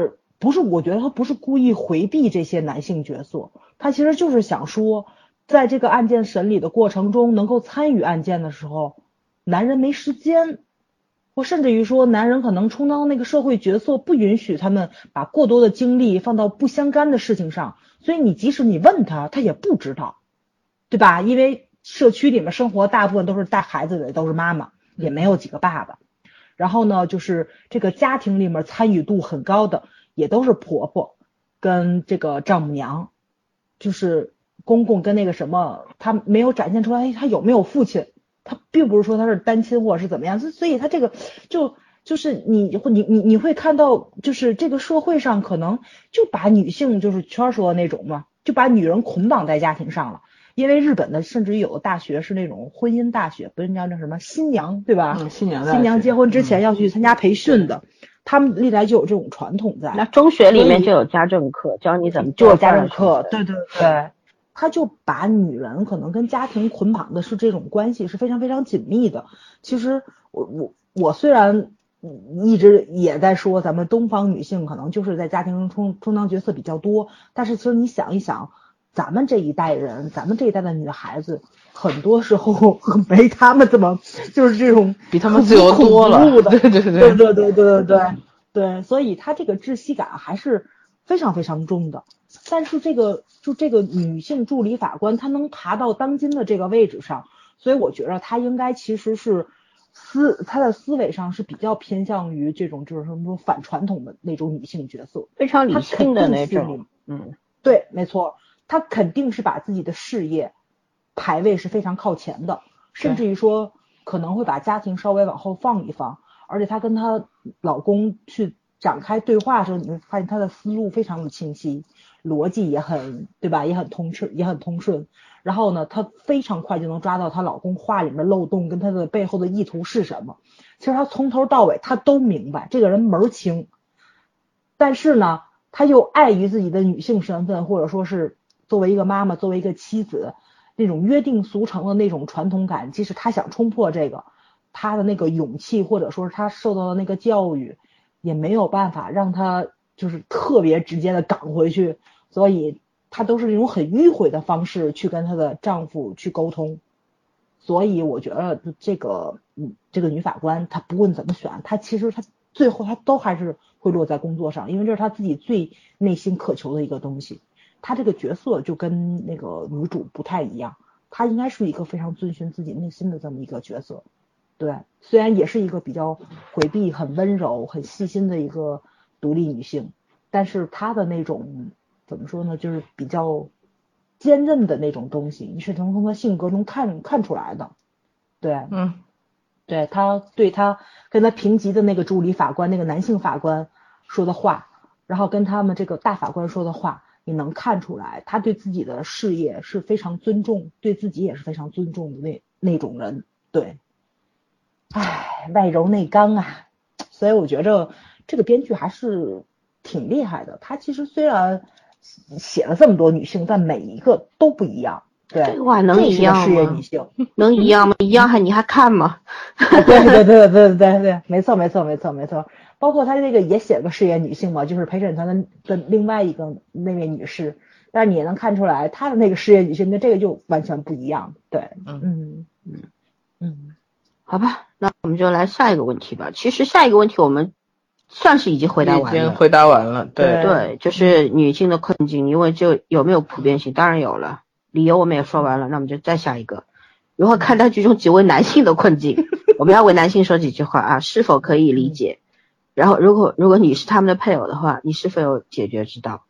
不是，我觉得他不是故意回避这些男性角色，他其实就是想说，在这个案件审理的过程中，能够参与案件的时候，男人没时间，或甚至于说，男人可能充当那个社会角色，不允许他们把过多的精力放到不相干的事情上，所以你即使你问他，他也不知道，对吧？因为社区里面生活大部分都是带孩子的，都是妈妈，也没有几个爸爸。然后呢，就是这个家庭里面参与度很高的，也都是婆婆跟这个丈母娘，就是公公跟那个什么，他没有展现出来他有没有父亲，他并不是说他是单亲或者是怎么样，所以他这个就就是你你你你会看到，就是这个社会上可能就把女性就是圈说的那种嘛，就把女人捆绑在家庭上了。因为日本的甚至于有的大学是那种婚姻大学，不是叫那什么新娘对吧？ 嗯，新娘新娘结婚之前要去参加培训的，嗯、他们历来就有这种传统在。 那中学里面就有家政课，教你怎么做家政课，对对对，他就把女人可能跟家庭捆绑的是这种关系是非常非常紧密的。其实我我我虽然一直也在说咱们东方女性可能就是在家庭中充充当角色比较多，但是其实你想一想。咱们这一代人，咱们这一代的女孩子，很多时候没他们这么就是这种比他们自由多了， 对对对对对对对对对对，所以她这个窒息感还是非常非常重的。但是这个就这个女性助理法官，她能爬到当今的这个位置上，所以我觉得她应该其实是思她的思维上是比较偏向于这种就是什么反传统的那种女性角色， 非常理性的那种， 嗯，对，没错。他肯定是把自己的事业排位是非常靠前的，甚至于说可能会把家庭稍微往后放一放，而且她跟她老公去展开对话的时候，你会发现她的思路非常的清晰，逻辑也很对吧，也很通顺，也很通顺。然后呢，她非常快就能抓到她老公话里面的漏洞跟她的背后的意图是什么。其实她从头到尾她都明白，这个人门清，但是呢，她又碍于自己的女性身份，或者说是作为一个妈妈，作为一个妻子，那种约定俗成的那种传统感，即使她想冲破这个，她的那个勇气或者说是她受到的那个教育，也没有办法让她就是特别直接的赶回去，所以她都是那种很迂回的方式去跟她的丈夫去沟通。所以我觉得这个嗯，这个女法官她不论怎么选，她其实她最后她都还是会落在工作上，因为这是她自己最内心渴求的一个东西。她这个角色就跟那个女主不太一样，她应该是一个非常遵循自己内心的这么一个角色。对，虽然也是一个比较回避、很温柔、很细心的一个独立女性，但是她的那种怎么说呢，就是比较坚韧的那种东西，你是能从她性格中看看出来的。对， 嗯， 对，她对她跟她评级的那个助理法官，那个男性法官说的话，然后跟他们这个大法官说的话。你能看出来，他对自己的事业是非常尊重，对自己也是非常尊重的那那种人。对，唉，外柔内刚啊，所以我觉着这个编剧还是挺厉害的。他其实虽然写了这么多女性，但每一个都不一样。对， 这话能一样吗？ 事业女性能一样吗？一样还你还看吗？ 对对对对对对，没错没错没错没错。包括他这个也写了个事业女性嘛，就是陪审团的的另外一个那位女士，但是你也能看出来，她的那个事业女性跟这个就完全不一样。对，嗯嗯嗯， 好吧，那我们就来下一个问题吧。其实下一个问题我们算是已经回答完了， 已经回答完了。对对，就是女性的困境，因为就有没有普遍性，当然有了，理由我们也说完了，那我们就再下一个。如何看待剧中几位男性的困境？我们要为男性说几句话啊，是否可以理解？然后如果如果你是他们的配偶的话，你是否有解决之道？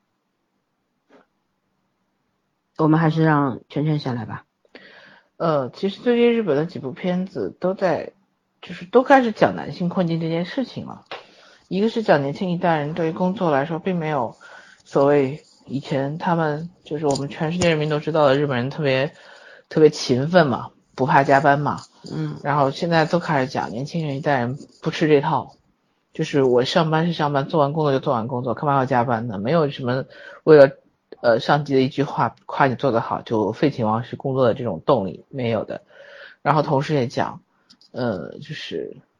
我们还是让圈圈先来吧。 呃，其实最近日本的几部片子都在就是都开始讲男性困境这件事情了。一个是讲年轻一代人对于工作来说并没有所谓以前他们就是我们全世界人民都知道的日本人特别特别勤奋嘛，不怕加班嘛。 嗯， 然后现在都开始讲年轻人一代人不吃这套。就是我上班是上班，做完工作就做完工作，干嘛要加班呢？没有什么为了呃上级的一句话夸你做得好就废寝忘食工作的这种动力，没有的。然后同时也讲，呃，就是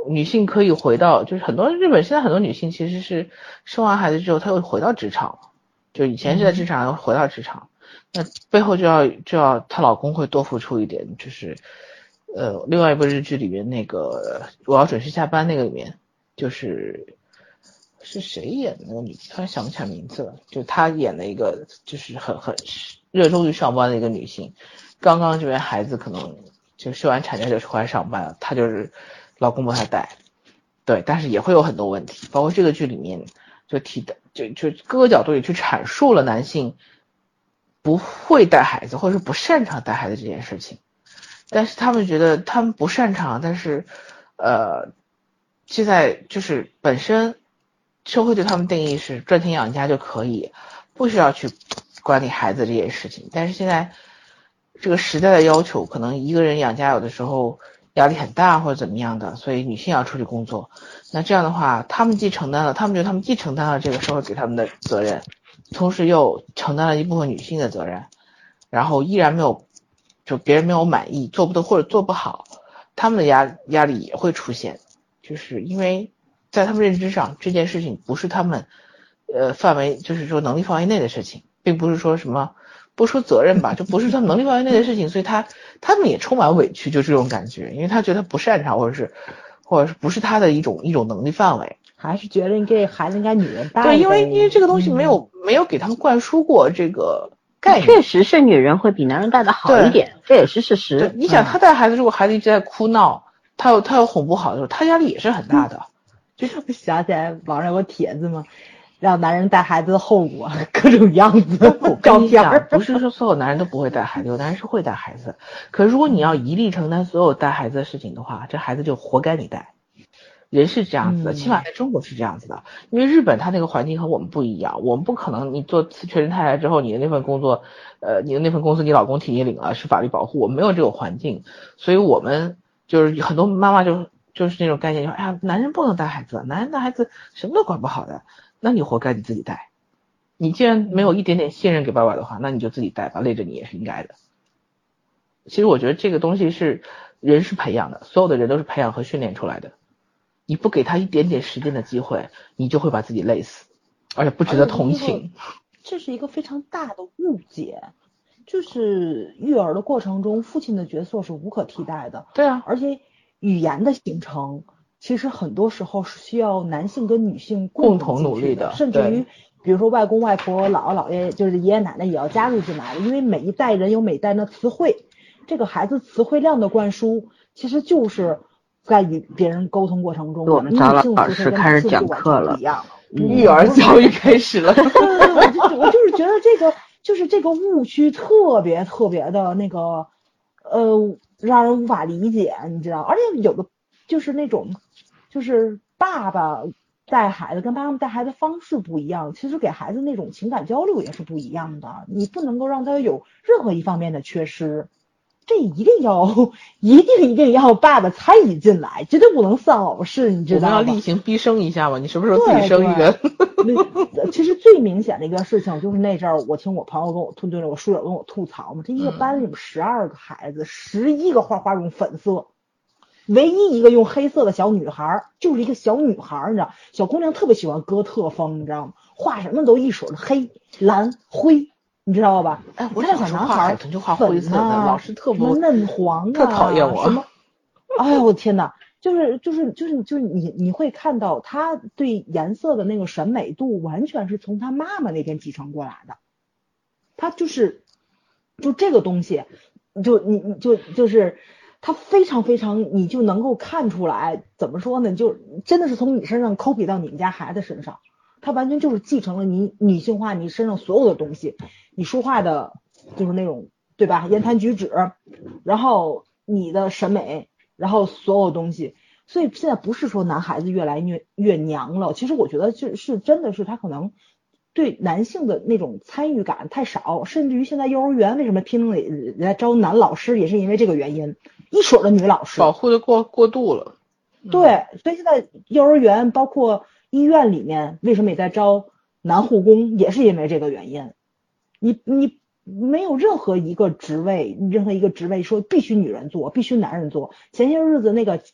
女性可以回到，就是很多日本现在很多女性其实是生完孩子之后，她又回到职场了，就以前是在职场，又回到职场，那背后就要就要她老公会多付出一点，就是呃，另外一部日剧里面那个我要准时下班那个里面，就是是谁演的那个女，突然想不起来名字了，就她演的一个就是很很热衷于上班的一个女性，刚刚这边孩子可能就休完产假就回来上班了，她就是老公帮她带，对，但是也会有很多问题，包括这个剧里面就提的就就各个角度里去阐述了男性不会带孩子或者是不擅长带孩子这件事情，但是他们觉得他们不擅长，但是呃现在就是本身社会对他们定义是赚钱养家就可以，不需要去管理孩子这件事情，但是现在这个时代的要求，可能一个人养家有的时候压力很大或者怎么样的，所以女性要出去工作，那这样的话他们既承担了他们觉得他们既承担了这个社会给他们的责任，同时又承担了一部分女性的责任，然后依然没有就别人没有满意，做不得或者做不好，他们的压压力也会出现，就是因为在他们认知上这件事情不是他们呃范围，就是说能力范围内的事情，并不是说什么不说责任吧，就不是他们能力范围内的事情，所以他他们也充满委屈，就这种感觉，因为他觉得不擅长，或者是或者是不是他的一种一种能力范围， 还是觉得你这孩子应该女人带。 对，因为因为这个东西没有、嗯、没有给他们灌输过这个概念， 确实是女人会比男人带的好一点，这也是事实。 你想他带孩子，如果孩子一直在哭闹，他又他又哄不好的时候，他压力也是很大的。 就想起来网上有个帖子嘛，让男人带孩子的后果，各种样子照片。 不是说所有男人都不会带孩子，有男人是会带孩子，可是如果你要一力承担所有带孩子的事情的话，这孩子就活该你带。人是这样子的，起码在中国是这样子的，因为日本它那个环境和我们不一样，我们不可能你做全职太太之后，你的那份工作，呃，你的那份工资你老公替你领了，是法律保护，我们没有这种环境，所以我们就是很多妈妈就就是那种概念，就哎呀，男人不能带孩子，男人带孩子什么都管不好的，那你活该你自己带，你既然没有一点点信任给爸爸的话，那你就自己带吧，累着你也是应该的。其实我觉得这个东西是人是培养的，所有的人都是培养和训练出来的。你不给他一点点时间的机会，你就会把自己累死，而且不值得同情。 这是一个非常大的误解，就是育儿的过程中，父亲的角色是无可替代的。 对啊， 而且语言的形成，其实很多时候是需要男性跟女性共同努力的， 甚至于比如说外公外婆、姥姥姥爷，就是爷爷奶奶也要加入进来的，因为每一代人有每一代的词汇，这个孩子词汇量的灌输，其实就是在与别人沟通过程中， 我们找老师开始讲课了， 育儿教育开始了。 对对对，我就我就是觉得这个就是这个误区特别特别的那个呃让人无法理解，你知道，而且有的就是那种就是爸爸带孩子跟妈妈带孩子方式不一样，其实给孩子那种情感交流也是不一样的，你不能够让他有任何一方面的缺失。这一定要一定一定要爸爸参与进来，绝对不能丧偶式，你知道吗？ 我们要例行逼生一下嘛，你什么时候自己生一个？ 其实最明显的一个事情就是那阵儿，我听我朋友跟我吐，对我书友跟我吐槽嘛，这一个班里面十二个孩子，十一个画画用粉色，唯一一个用黑色的小女孩，就是一个小女孩，你知道，小姑娘特别喜欢哥特风，你知道吗？画什么都一手的黑蓝灰。你知道吧？ 哎，我小时候画海豚就画灰色的，老师特不嫩黄啊， 特讨厌我。 什么？哎呦我天哪！就是就是就是就是你你会看到他对颜色的那个审美度，完全是从他妈妈那边继承过来的。他就是就这个东西，就你你就就是他非常非常，你就能够看出来，怎么说呢？就真的是从你身上 copy 到你们家孩子身上。他完全就是继承了你女性化你身上所有的东西，你说话的就是那种对吧，言谈举止，然后你的审美，然后所有东西。所以现在不是说男孩子越来越越娘了，其实我觉得就是真的是他可能对男性的那种参与感太少，甚至于现在幼儿园为什么听人家招男老师也是因为这个原因，一水的女老师保护的过过度了。 对，所以现在幼儿园包括医院里面为什么也在招男护工，也是因为这个原因。你你没有任何一个职位，任何一个职位说必须女人做，必须男人做。前些日子那个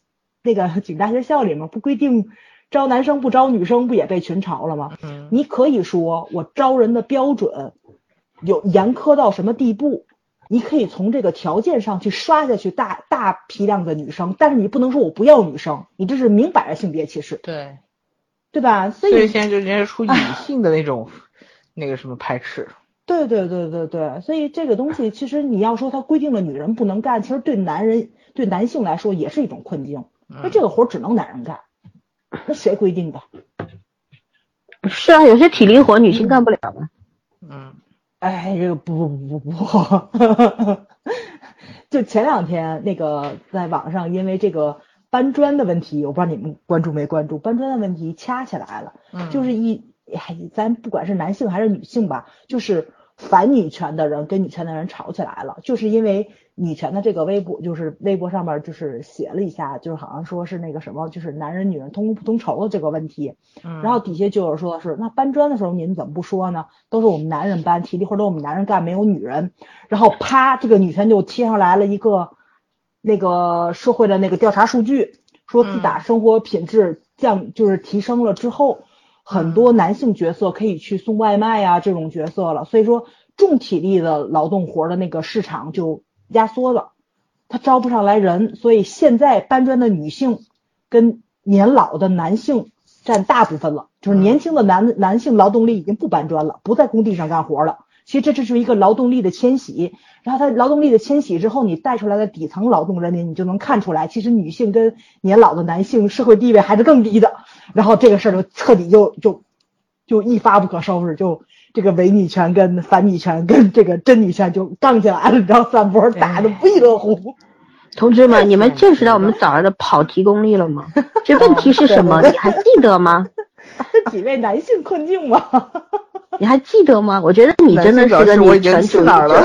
那个警察学校里面不规定招男生不招女生，不也被群嘲了吗？ 嗯， 你可以说我招人的标准有严苛到什么地步，你可以从这个条件上去刷下去大大批量的女生，但是你不能说我不要女生，你这是明摆着性别歧视， 对， 对吧？所以所以现在就人家出隐性的那种那个什么排斥。 对对对对对，所以这个东西其实你要说它规定了女人不能干，其实对男人对男性来说也是一种困境，那这个活只能男人干，那谁规定的？ 是啊，有些体力活女性干不了嘛。 嗯， 哎，这个不不不不不，就前两天那个在网上因为这个搬砖的问题，我不知道你们关注没关注，搬砖的问题掐起来了， 嗯， 就是一哎，咱不管是男性还是女性吧，就是反女权的人跟女权的人吵起来了，就是因为女权的这个微博，就是微博上面就是写了一下，就是好像说是那个什么，就是男人女人同工不同酬的这个问题， 嗯， 然后底下就有说是那搬砖的时候你们怎么不说呢？都是我们男人搬，体力活都我们男人干，没有女人，然后啪，这个女权就贴上来了一个那个社会的那个调查数据，说自打生活品质降就是提升了之后。很多男性角色可以去送外卖啊这种角色了，所以说重体力的劳动活的那个市场就压缩了，他招不上来人，所以现在搬砖的女性跟年老的男性占大部分了，就是年轻的男男性劳动力已经不搬砖了，不在工地上干活了。其实这就是一个劳动力的迁徙，然后它劳动力的迁徙之后，你带出来的底层劳动人民，你就能看出来，其实女性跟年老的男性社会地位还是更低的。然后这个事儿就彻底就就就一发不可收拾，就这个伪女权跟反女权跟这个真女权就杠起来了，你知道，三波打得不亦乐乎。 同志们，你们见识到我们早上的跑题功力了吗？这问题是什么？你还记得吗？ 这几位男性困境吗？ 你还记得吗？我觉得你真的是个女权主义者。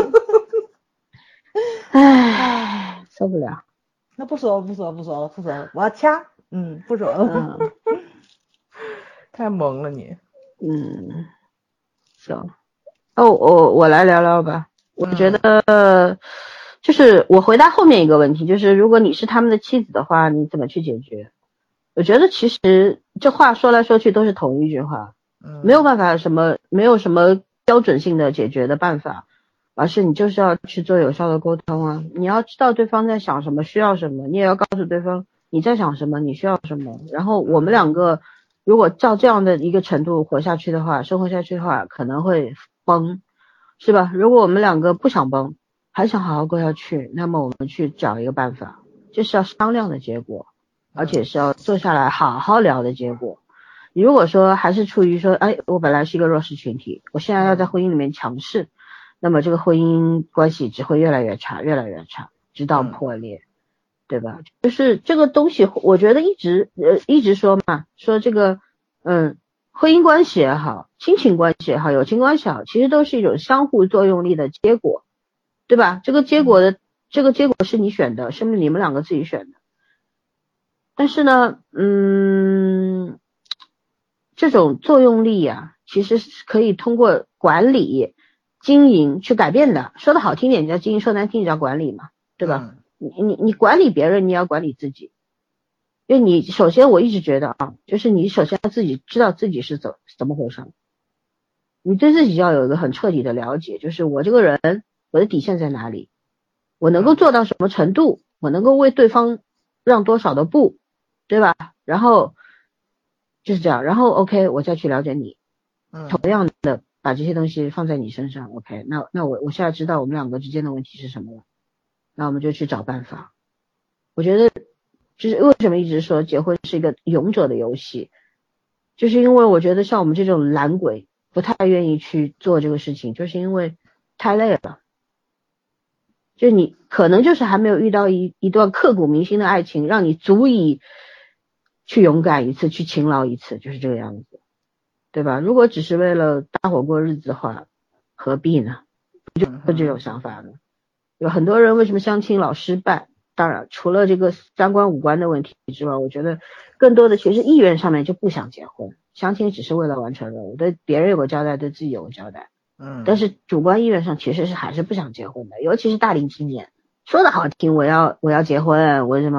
唉，受不了。 那不说了，不说了，不说了，不说了，我要掐。嗯，不说了。 嗯， 太萌了你。 嗯，行。哦，我我来聊聊吧。我觉得，嗯、就是我回答后面一个问题，就是如果你是他们的妻子的话，你怎么去解决？我觉得其实这话说来说去都是同一句话，没有办法什么，没有什么标准性的解决的办法，而是你就是要去做有效的沟通啊。你要知道对方在想什么，需要什么，你也要告诉对方你在想什么，你需要什么。然后我们两个如果照这样的一个程度活下去的话，生活下去的话，可能会崩，是吧？如果我们两个不想崩，还想好好过下去，那么我们去找一个办法，这是要商量的结果。而且是要坐下来好好聊的结果。你如果说还是出于说，哎，我本来是一个弱势群体，我现在要在婚姻里面强势，那么这个婚姻关系只会越来越差，越来越差，直到破裂，嗯、对吧？就是这个东西，我觉得一直呃一直说嘛，说这个嗯，婚姻关系也好，亲情关系也好，友情关系也好，其实都是一种相互作用力的结果，对吧？这个结果的、嗯、这个结果是你选的，是你们两个自己选的。但是呢，嗯，这种作用力啊，其实是可以通过管理、经营去改变的。说的好听点叫经营，说难听叫管理嘛，对吧？嗯、你你你管理别人，你要管理自己。因为你首先我一直觉得啊，就是你首先要自己知道自己是怎怎么回事，你对自己要有一个很彻底的了解，就是我这个人，我的底线在哪里，我能够做到什么程度，我能够为对方让多少的步。对吧？然后就是这样，然后 OK， 我再去了解你，嗯，同样的把这些东西放在你身上 ，OK， 那那我我现在知道我们两个之间的问题是什么了，那我们就去找办法。我觉得就是为什么一直说结婚是一个勇者的游戏，就是因为我觉得像我们这种懒鬼不太愿意去做这个事情，就是因为太累了。就你可能就是还没有遇到一一段刻骨铭心的爱情，让你足以去勇敢一次，去勤劳一次，就是这个样子，对吧？如果只是为了搭伙过日子的话，何必呢？不就这种想法呢？有很多人为什么相亲老失败？当然，除了这个三观五官的问题之外，我觉得更多的其实意愿上面就不想结婚，相亲只是为了完成任务，对别人有个交代，对自己有个交代。嗯，但是主观意愿上其实是还是不想结婚的，尤其是大龄青年，说的好听，我要我要结婚，我什么？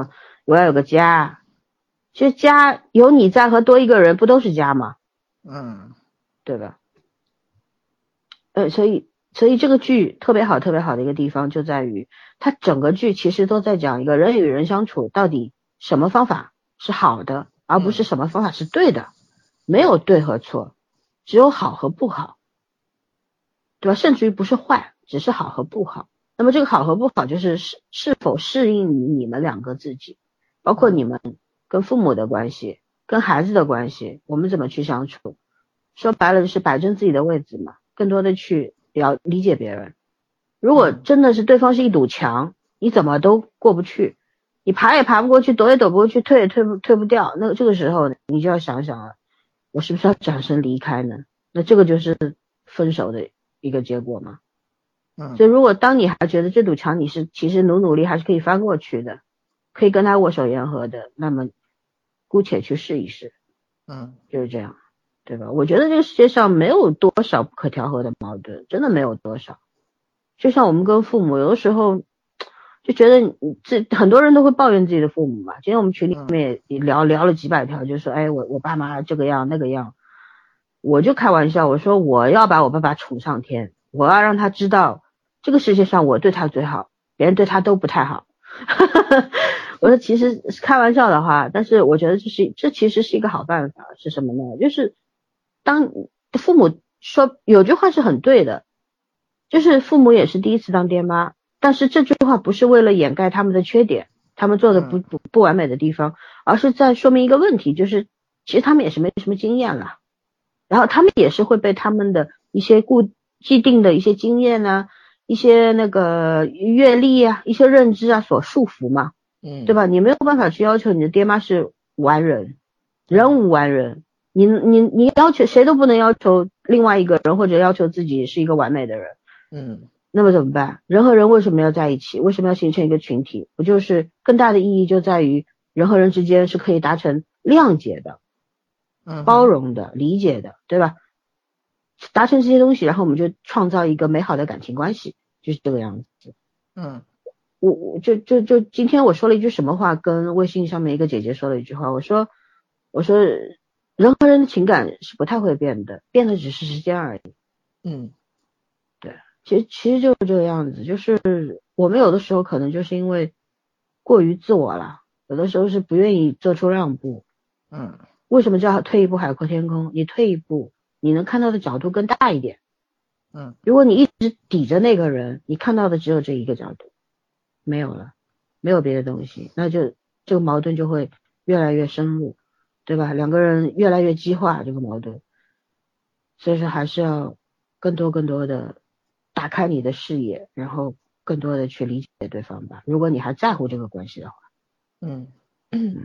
我要有个家。其实家有你在和多一个人不都是家吗？ 嗯， 对吧？呃，所以所以这个剧特别好特别好的一个地方就在于，它整个剧其实都在讲一个人与人相处到底什么方法是好的，而不是什么方法是对的，没有对和错，只有好和不好，对吧？甚至于不是坏，只是好和不好。那么这个好和不好就是是是否适应于你们两个自己，包括你们跟父母的关系，跟孩子的关系，我们怎么去相处。说白了就是摆正自己的位置嘛，更多的去了理解别人。如果真的是对方是一堵墙，你怎么都过不去，你爬也爬不过去，躲也躲不过去，退也退不退不掉，那这个时候你就要想想了，我是不是要转身离开呢？那这个就是分手的一个结果嘛。 嗯， 所以如果当你还觉得这堵墙你是其实努努力还是可以翻过去的，可以跟他握手言和的，那么姑且去试一试。 嗯， 就是这样，对吧？我觉得这个世界上没有多少不可调和的矛盾，真的没有多少。就像我们跟父母有的时候就觉得这很多人都会抱怨自己的父母嘛。今天我们群里面也聊聊了几百条，就说哎我我爸妈这个样那个样，我就开玩笑，我说我要把我爸爸宠上天，我要让他知道这个世界上我对他最好，别人对他都不太好。我说其实是开玩笑的话，但是我觉得这是这其实是一个好办法。是什么呢？就是当父母说有句话是很对的，就是父母也是第一次当爹妈，但是这句话不是为了掩盖他们的缺点，他们做的不不不完美的地方，而是在说明一个问题，就是其实他们也是没什么经验了，然后他们也是会被他们的一些固既定的一些经验啊，一些那个阅历啊，一些认知啊所束缚嘛。 嗯， 对吧？你没有办法去要求你的爹妈是完人，人无完人。你你你要求谁都不能要求另外一个人，或者要求自己是一个完美的人。 嗯， 那么怎么办？人和人为什么要在一起？为什么要形成一个群体？不就是更大的意义就在于人和人之间是可以达成谅解的、包容的、理解的，对吧？达成这些东西，然后我们就创造一个美好的感情关系，就是这个样子。 嗯。 我我就就就今天我说了一句什么话，跟微信上面一个姐姐说了一句话，我说我说人和人的情感是不太会变的，变的只是时间而已。 嗯， 对，其实其实就是这个样子，就是我们有的时候可能就是因为过于自我了，有的时候是不愿意做出让步。 嗯， 为什么叫退一步海阔天空？你退一步，你能看到的角度更大一点。 嗯， 如果你一直抵着那个人，你看到的只有这一个角度。没有了，没有别的东西，那就这个矛盾就会越来越深入，对吧？两个人越来越激化这个矛盾，所以说还是要更多更多的打开你的视野，然后更多的去理解对方吧。如果你还在乎这个关系的话， 嗯嗯，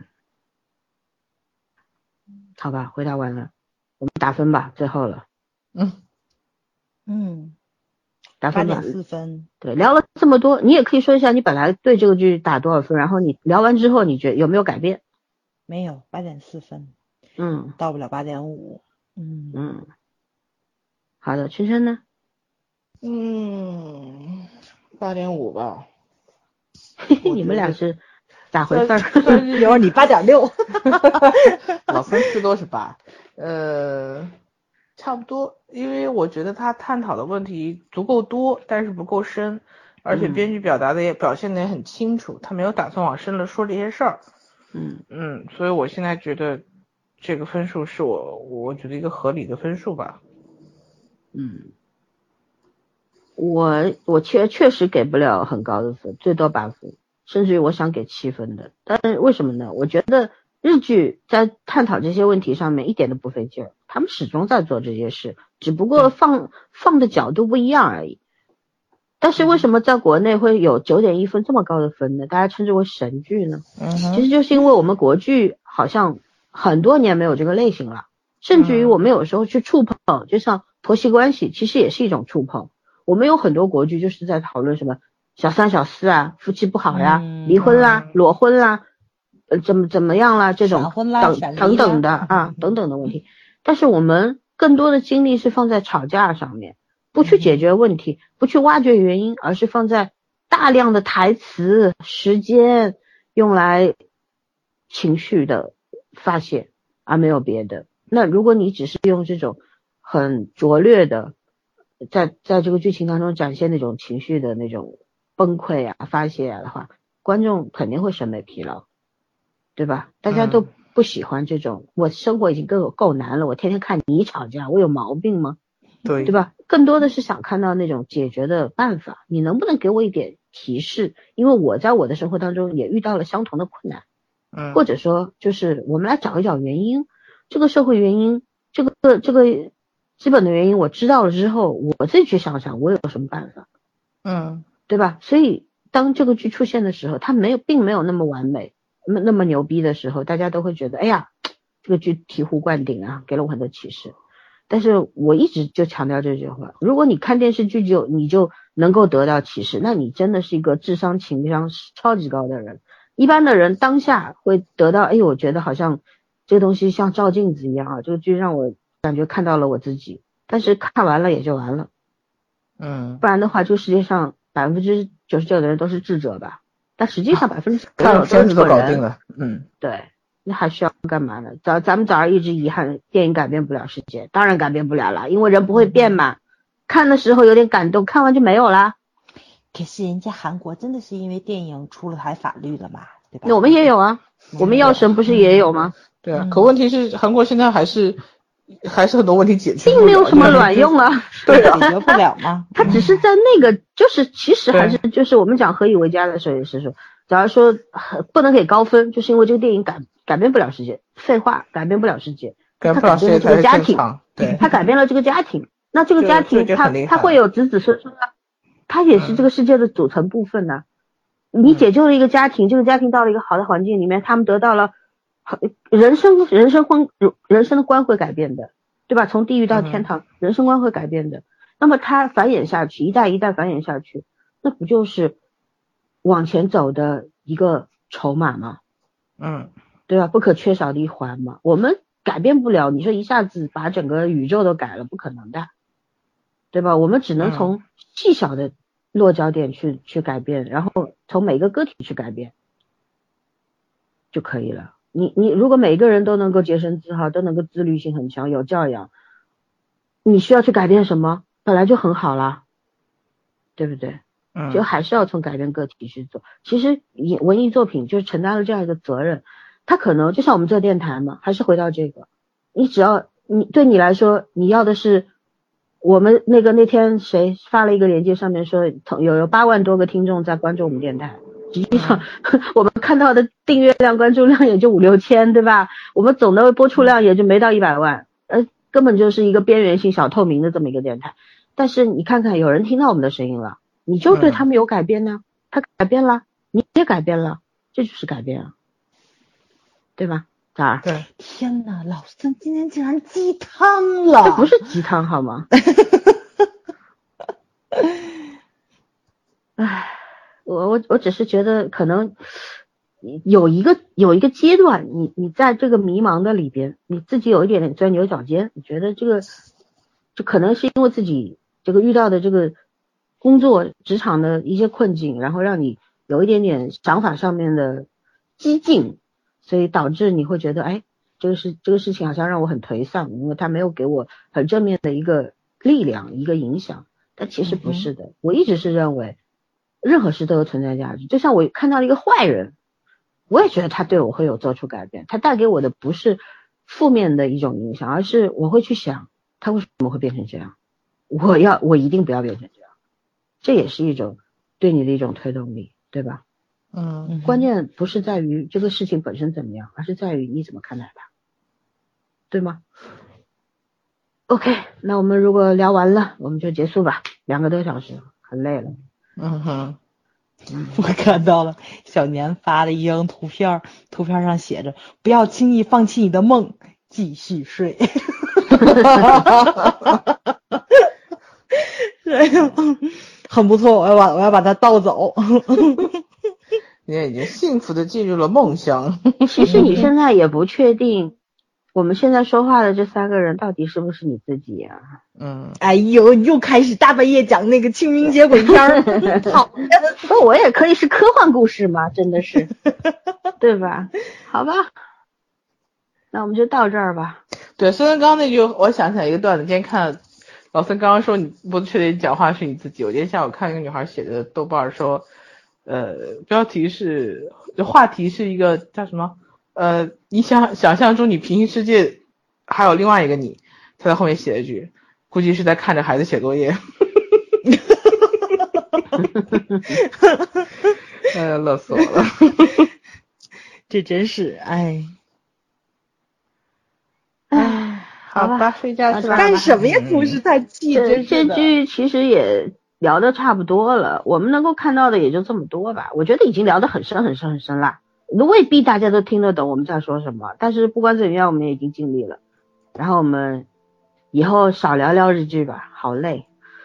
好吧，回答完了，我们打分吧，最后了， 嗯嗯。 打分吧， 八点四分。 对，聊了这么多，你也可以说一下你本来对这个剧打多少分，然后你聊完之后你觉得有没有改变？ 没有，八点四分。 嗯， 到不了八点五。嗯嗯，好的，圈圈呢？ 嗯，八点五吧。 你们俩是咋回事儿？ 一会儿你八点六。 老分最多是八，呃。差不多，因为我觉得他探讨的问题足够多，但是不够深，而且编剧表达的也表现的也很清楚，他没有打算往深了说这些事儿。 嗯嗯，所以我现在觉得这个分数是我我觉得一个合理的分数吧。 嗯，我我确确实给不了很高的分，最多八分，甚至于我想给七分的。但是为什么呢？我觉得日剧在探讨这些问题上面一点都不费劲儿，他们始终在做这些事，只不过放放的角度不一样而已。但是为什么在国内会有九点一分这么高的分呢？大家称之为神剧呢？ 嗯， 其实就是因为我们国剧好像很多年没有这个类型了，甚至于我们有时候去触碰，就像婆媳关系，其实也是一种触碰。我们有很多国剧就是在讨论什么小三小四啊，夫妻不好呀， 嗯、 离婚啦，裸婚啦。呃，怎么怎么样啦？这种等等等的啊，等等的问题。但是我们更多的精力是放在吵架上面，不去解决问题，不去挖掘原因，而是放在大量的台词、时间用来情绪的发泄，而没有别的。那如果你只是用这种很拙劣的在在这个剧情当中展现那种情绪的那种崩溃啊发泄啊的话，观众肯定会审美疲劳，对吧？大家都不喜欢这种、嗯、我生活已经够够难了，我天天看你吵架，我有毛病吗？ 对对吧？更多的是想看到那种解决的办法，你能不能给我一点提示？因为我在我的生活当中也遇到了相同的困难， 嗯， 或者说就是我们来找一找原因，这个社会原因，这个这个基本的原因我知道了之后，我自己去想想我有什么办法， 嗯， 对吧？所以当这个剧出现的时候，它没有并没有那么完美，那么牛逼的时候，大家都会觉得哎呀，这个剧醍醐灌顶啊，给了我很多启示。但是我一直就强调这句话，如果你看电视剧就你就能够得到启示，那你真的是一个智商情商超级高的人。一般的人当下会得到，哎，我觉得好像这个东西像照镜子一样啊，这个剧让我感觉看到了我自己，但是看完了也就完了。 嗯， 不然的话，这个世界上百分之九十九的人都是智者吧，但实际上百分之看片子都搞定了。嗯， 对。那还需要干嘛呢？咱咱们早上一直遗憾电影改变不了世界，当然改变不了了，因为人不会变嘛。看的时候有点感动，看完就没有啦。 可是人家韩国真的是因为电影出了台法律了嘛，对吧？ 那我们也有啊，我们药神不是也有吗？ 对啊，可问题是韩国现在还是还是很多问题解决不了， 并没有什么卵用啊。 对啊，解决不了吗？ 他只是在那个就是其实还是就是我们讲何以为家的时候也是说，假如说不能给高分，就是因为这个电影改改变不了世界，废话，改变不了世界， 改变不了世界才是正常。对， 他改变了这个家庭，那这个家庭他他会有子子孙孙啊，他也是这个世界的组成部分呢、啊嗯。你解救了一个家庭，这个家庭到了一个好的环境里面，他们得到了人生人生观人生的观会改变的，对吧？从地狱到天堂，嗯、人生观会改变的。那么他繁衍下去，一代一代繁衍下去，那不就是往前走的一个筹码吗？ 嗯。 对吧？不可缺少的一环嘛，我们改变不了。你说一下子把整个宇宙都改了，不可能的，对吧？我们只能从细小的落脚点去去改变，然后从每个个体去改变就可以了。你你如果每个人都能够洁身自好，都能够自律性很强，有教养，你需要去改变什么？本来就很好啦，对不对？ 嗯， 就还是要从改变个体去做。其实文艺作品就是承担了这样一个责任。他可能就像我们这个电台嘛，还是回到这个，你只要你对你来说，你要的是我们那个那天谁发了一个链接，上面说有有八万多个听众在关注我们电台，实际上、嗯、我们看到的订阅量、关注量也就五六千，对吧？我们总的播出量也就没到一百万，呃，根本就是一个边缘性、小透明的这么一个电台。但是你看看，有人听到我们的声音了，你就对他们有改变呢，嗯、他改变了，你也改变了，这就是改变啊。对吧？咋儿？ 对， 天哪，老孙今天竟然鸡汤了！ 这不是鸡汤好吗？唉，我我我只是觉得可能有一个有一个阶段，你你在这个迷茫的里边，你自己有一点点钻牛角尖，你觉得这个就可能是因为自己这个遇到的这个工作职场的一些困境，然后让你有一点点想法上面的激进。所以导致你会觉得，哎，这个事这个事情好像让我很颓丧，因为它没有给我很正面的一个力量、一个影响。但其实不是的，嗯、我一直是认为，任何事都有存在价值。就像我看到了一个坏人，我也觉得他对我会有做出改变，他带给我的不是负面的一种影响，而是我会去想，他为什么会变成这样？我要我一定不要变成这样，这也是一种对你的一种推动力，对吧？ 嗯， 关键不是在于这个事情本身怎么样，而是在于你怎么看待它，对吗 ？OK， 那我们如果聊完了，我们就结束吧，两个多小时，很累了。 嗯哼， 我看到了小年发的一张图片，图片上写着“不要轻易放弃你的梦，继续睡”。很不错，我要把我要把它盗走。 你已经幸福的进入了梦乡。 其实你现在也不确定，我们现在说话的这三个人到底是不是你自己呀、啊？ 嗯， 哎呦，又开始大半夜讲那个清明节鬼片儿，好， 不，我也可以是科幻故事吗？真的是。 对吧？好吧，那我们就到这儿吧。 对，孙森刚刚那句，我想起来一个段子，今天看老孙刚刚说你不确定讲话是你自己，我今天下午看一个女孩写的豆瓣说，呃，标题是话题是一个叫什么？呃，你想想象中你平行世界还有另外一个你，他在后面写了一句，估计是在看着孩子写作业。哎呀，乐死我了。 这真是哎。 唉， 好吧，睡觉去吧。 干什么呀？故事太气， 这这真是的。 剧其实也聊得差不多了，我们能够看到的也就这么多吧。我觉得已经聊得很深很深很深了，未必大家都听得懂我们在说什么，但是不管怎么样，我们也已经尽力了。然后我们以后少聊聊日剧吧，好累。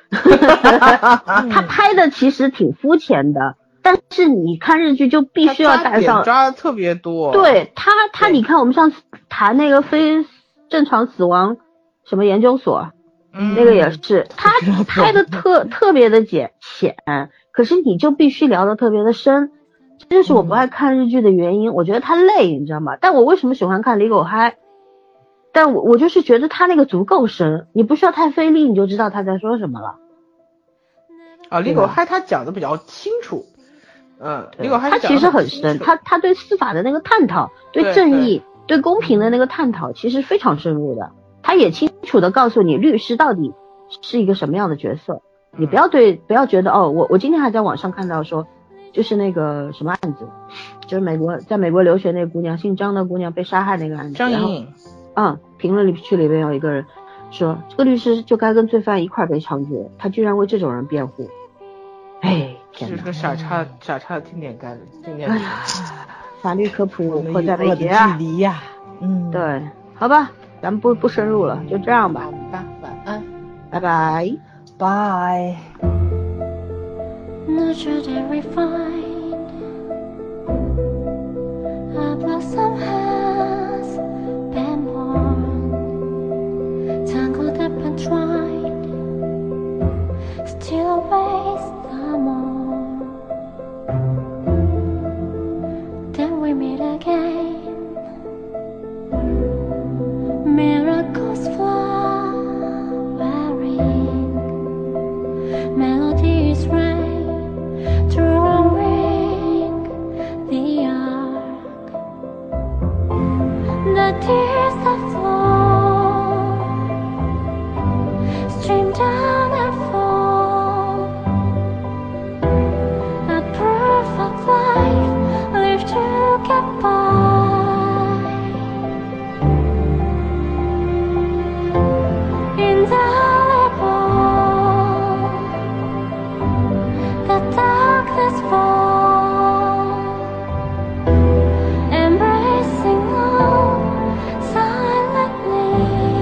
他拍的其实挺肤浅的，但是你看日剧就必须要带上， 抓的特别多。 对他，他你看我们上次谈那个非正常死亡什么研究所， 嗯、 那个也是他拍的特特别的浅浅，可是你就必须聊得特别的深，这就是我不爱看日剧的原因。嗯、我觉得他累，你知道吗？但我为什么喜欢看李狗嗨？但我我就是觉得他那个足够深，你不需要太费力，你就知道他在说什么了。 啊，李狗嗨他讲的比较清楚，嗯，李狗嗨他其实很深，他他对司法的那个探讨，对正义、对, 对公平的那个探讨，其实非常深入的。他也清楚的告诉你律师到底是一个什么样的角色，你不要对不要觉得哦，我我今天还在网上看到说，就是那个什么案子，就是美国在美国留学那个姑娘，姓张的姑娘被杀害那个案子， 张颖。 嗯，评论区里边有一个人说，这个律师就该跟罪犯一块被枪决，他居然为这种人辩护。哎，天哪！ 这是个傻叉傻叉的经典干经典。 法律科普迫在眉睫啊！距离呀、啊，嗯， 对，好吧，咱们不不深入了，就这样吧。 好吧，晚安， 拜拜， 拜。 Still waste the more. Then we meet again. Miracles flowering, melodies rain, drawing the arc. The tears that flow stream down and fall. A proof of life lived to get by. Indelible, the darkness falls, embracing all silently.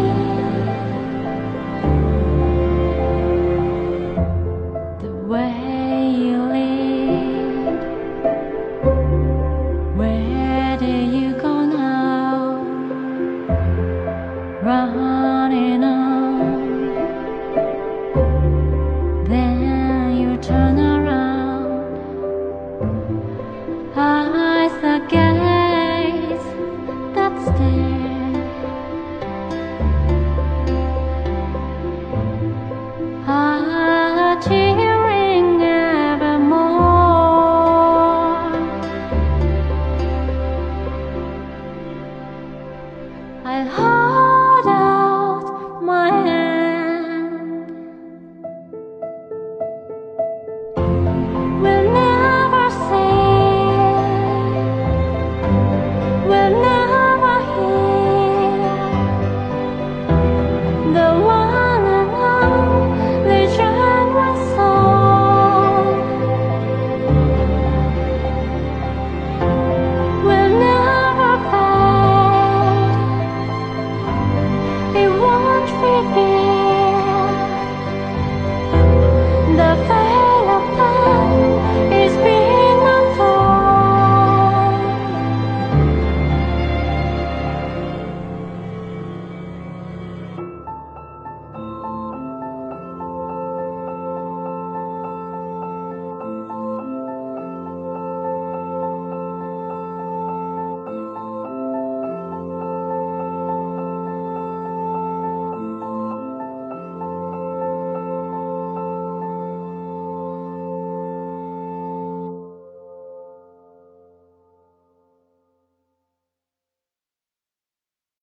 The way you lead, where do you go now? Running on, then you turn around, eyes that gaze, that stare, a tear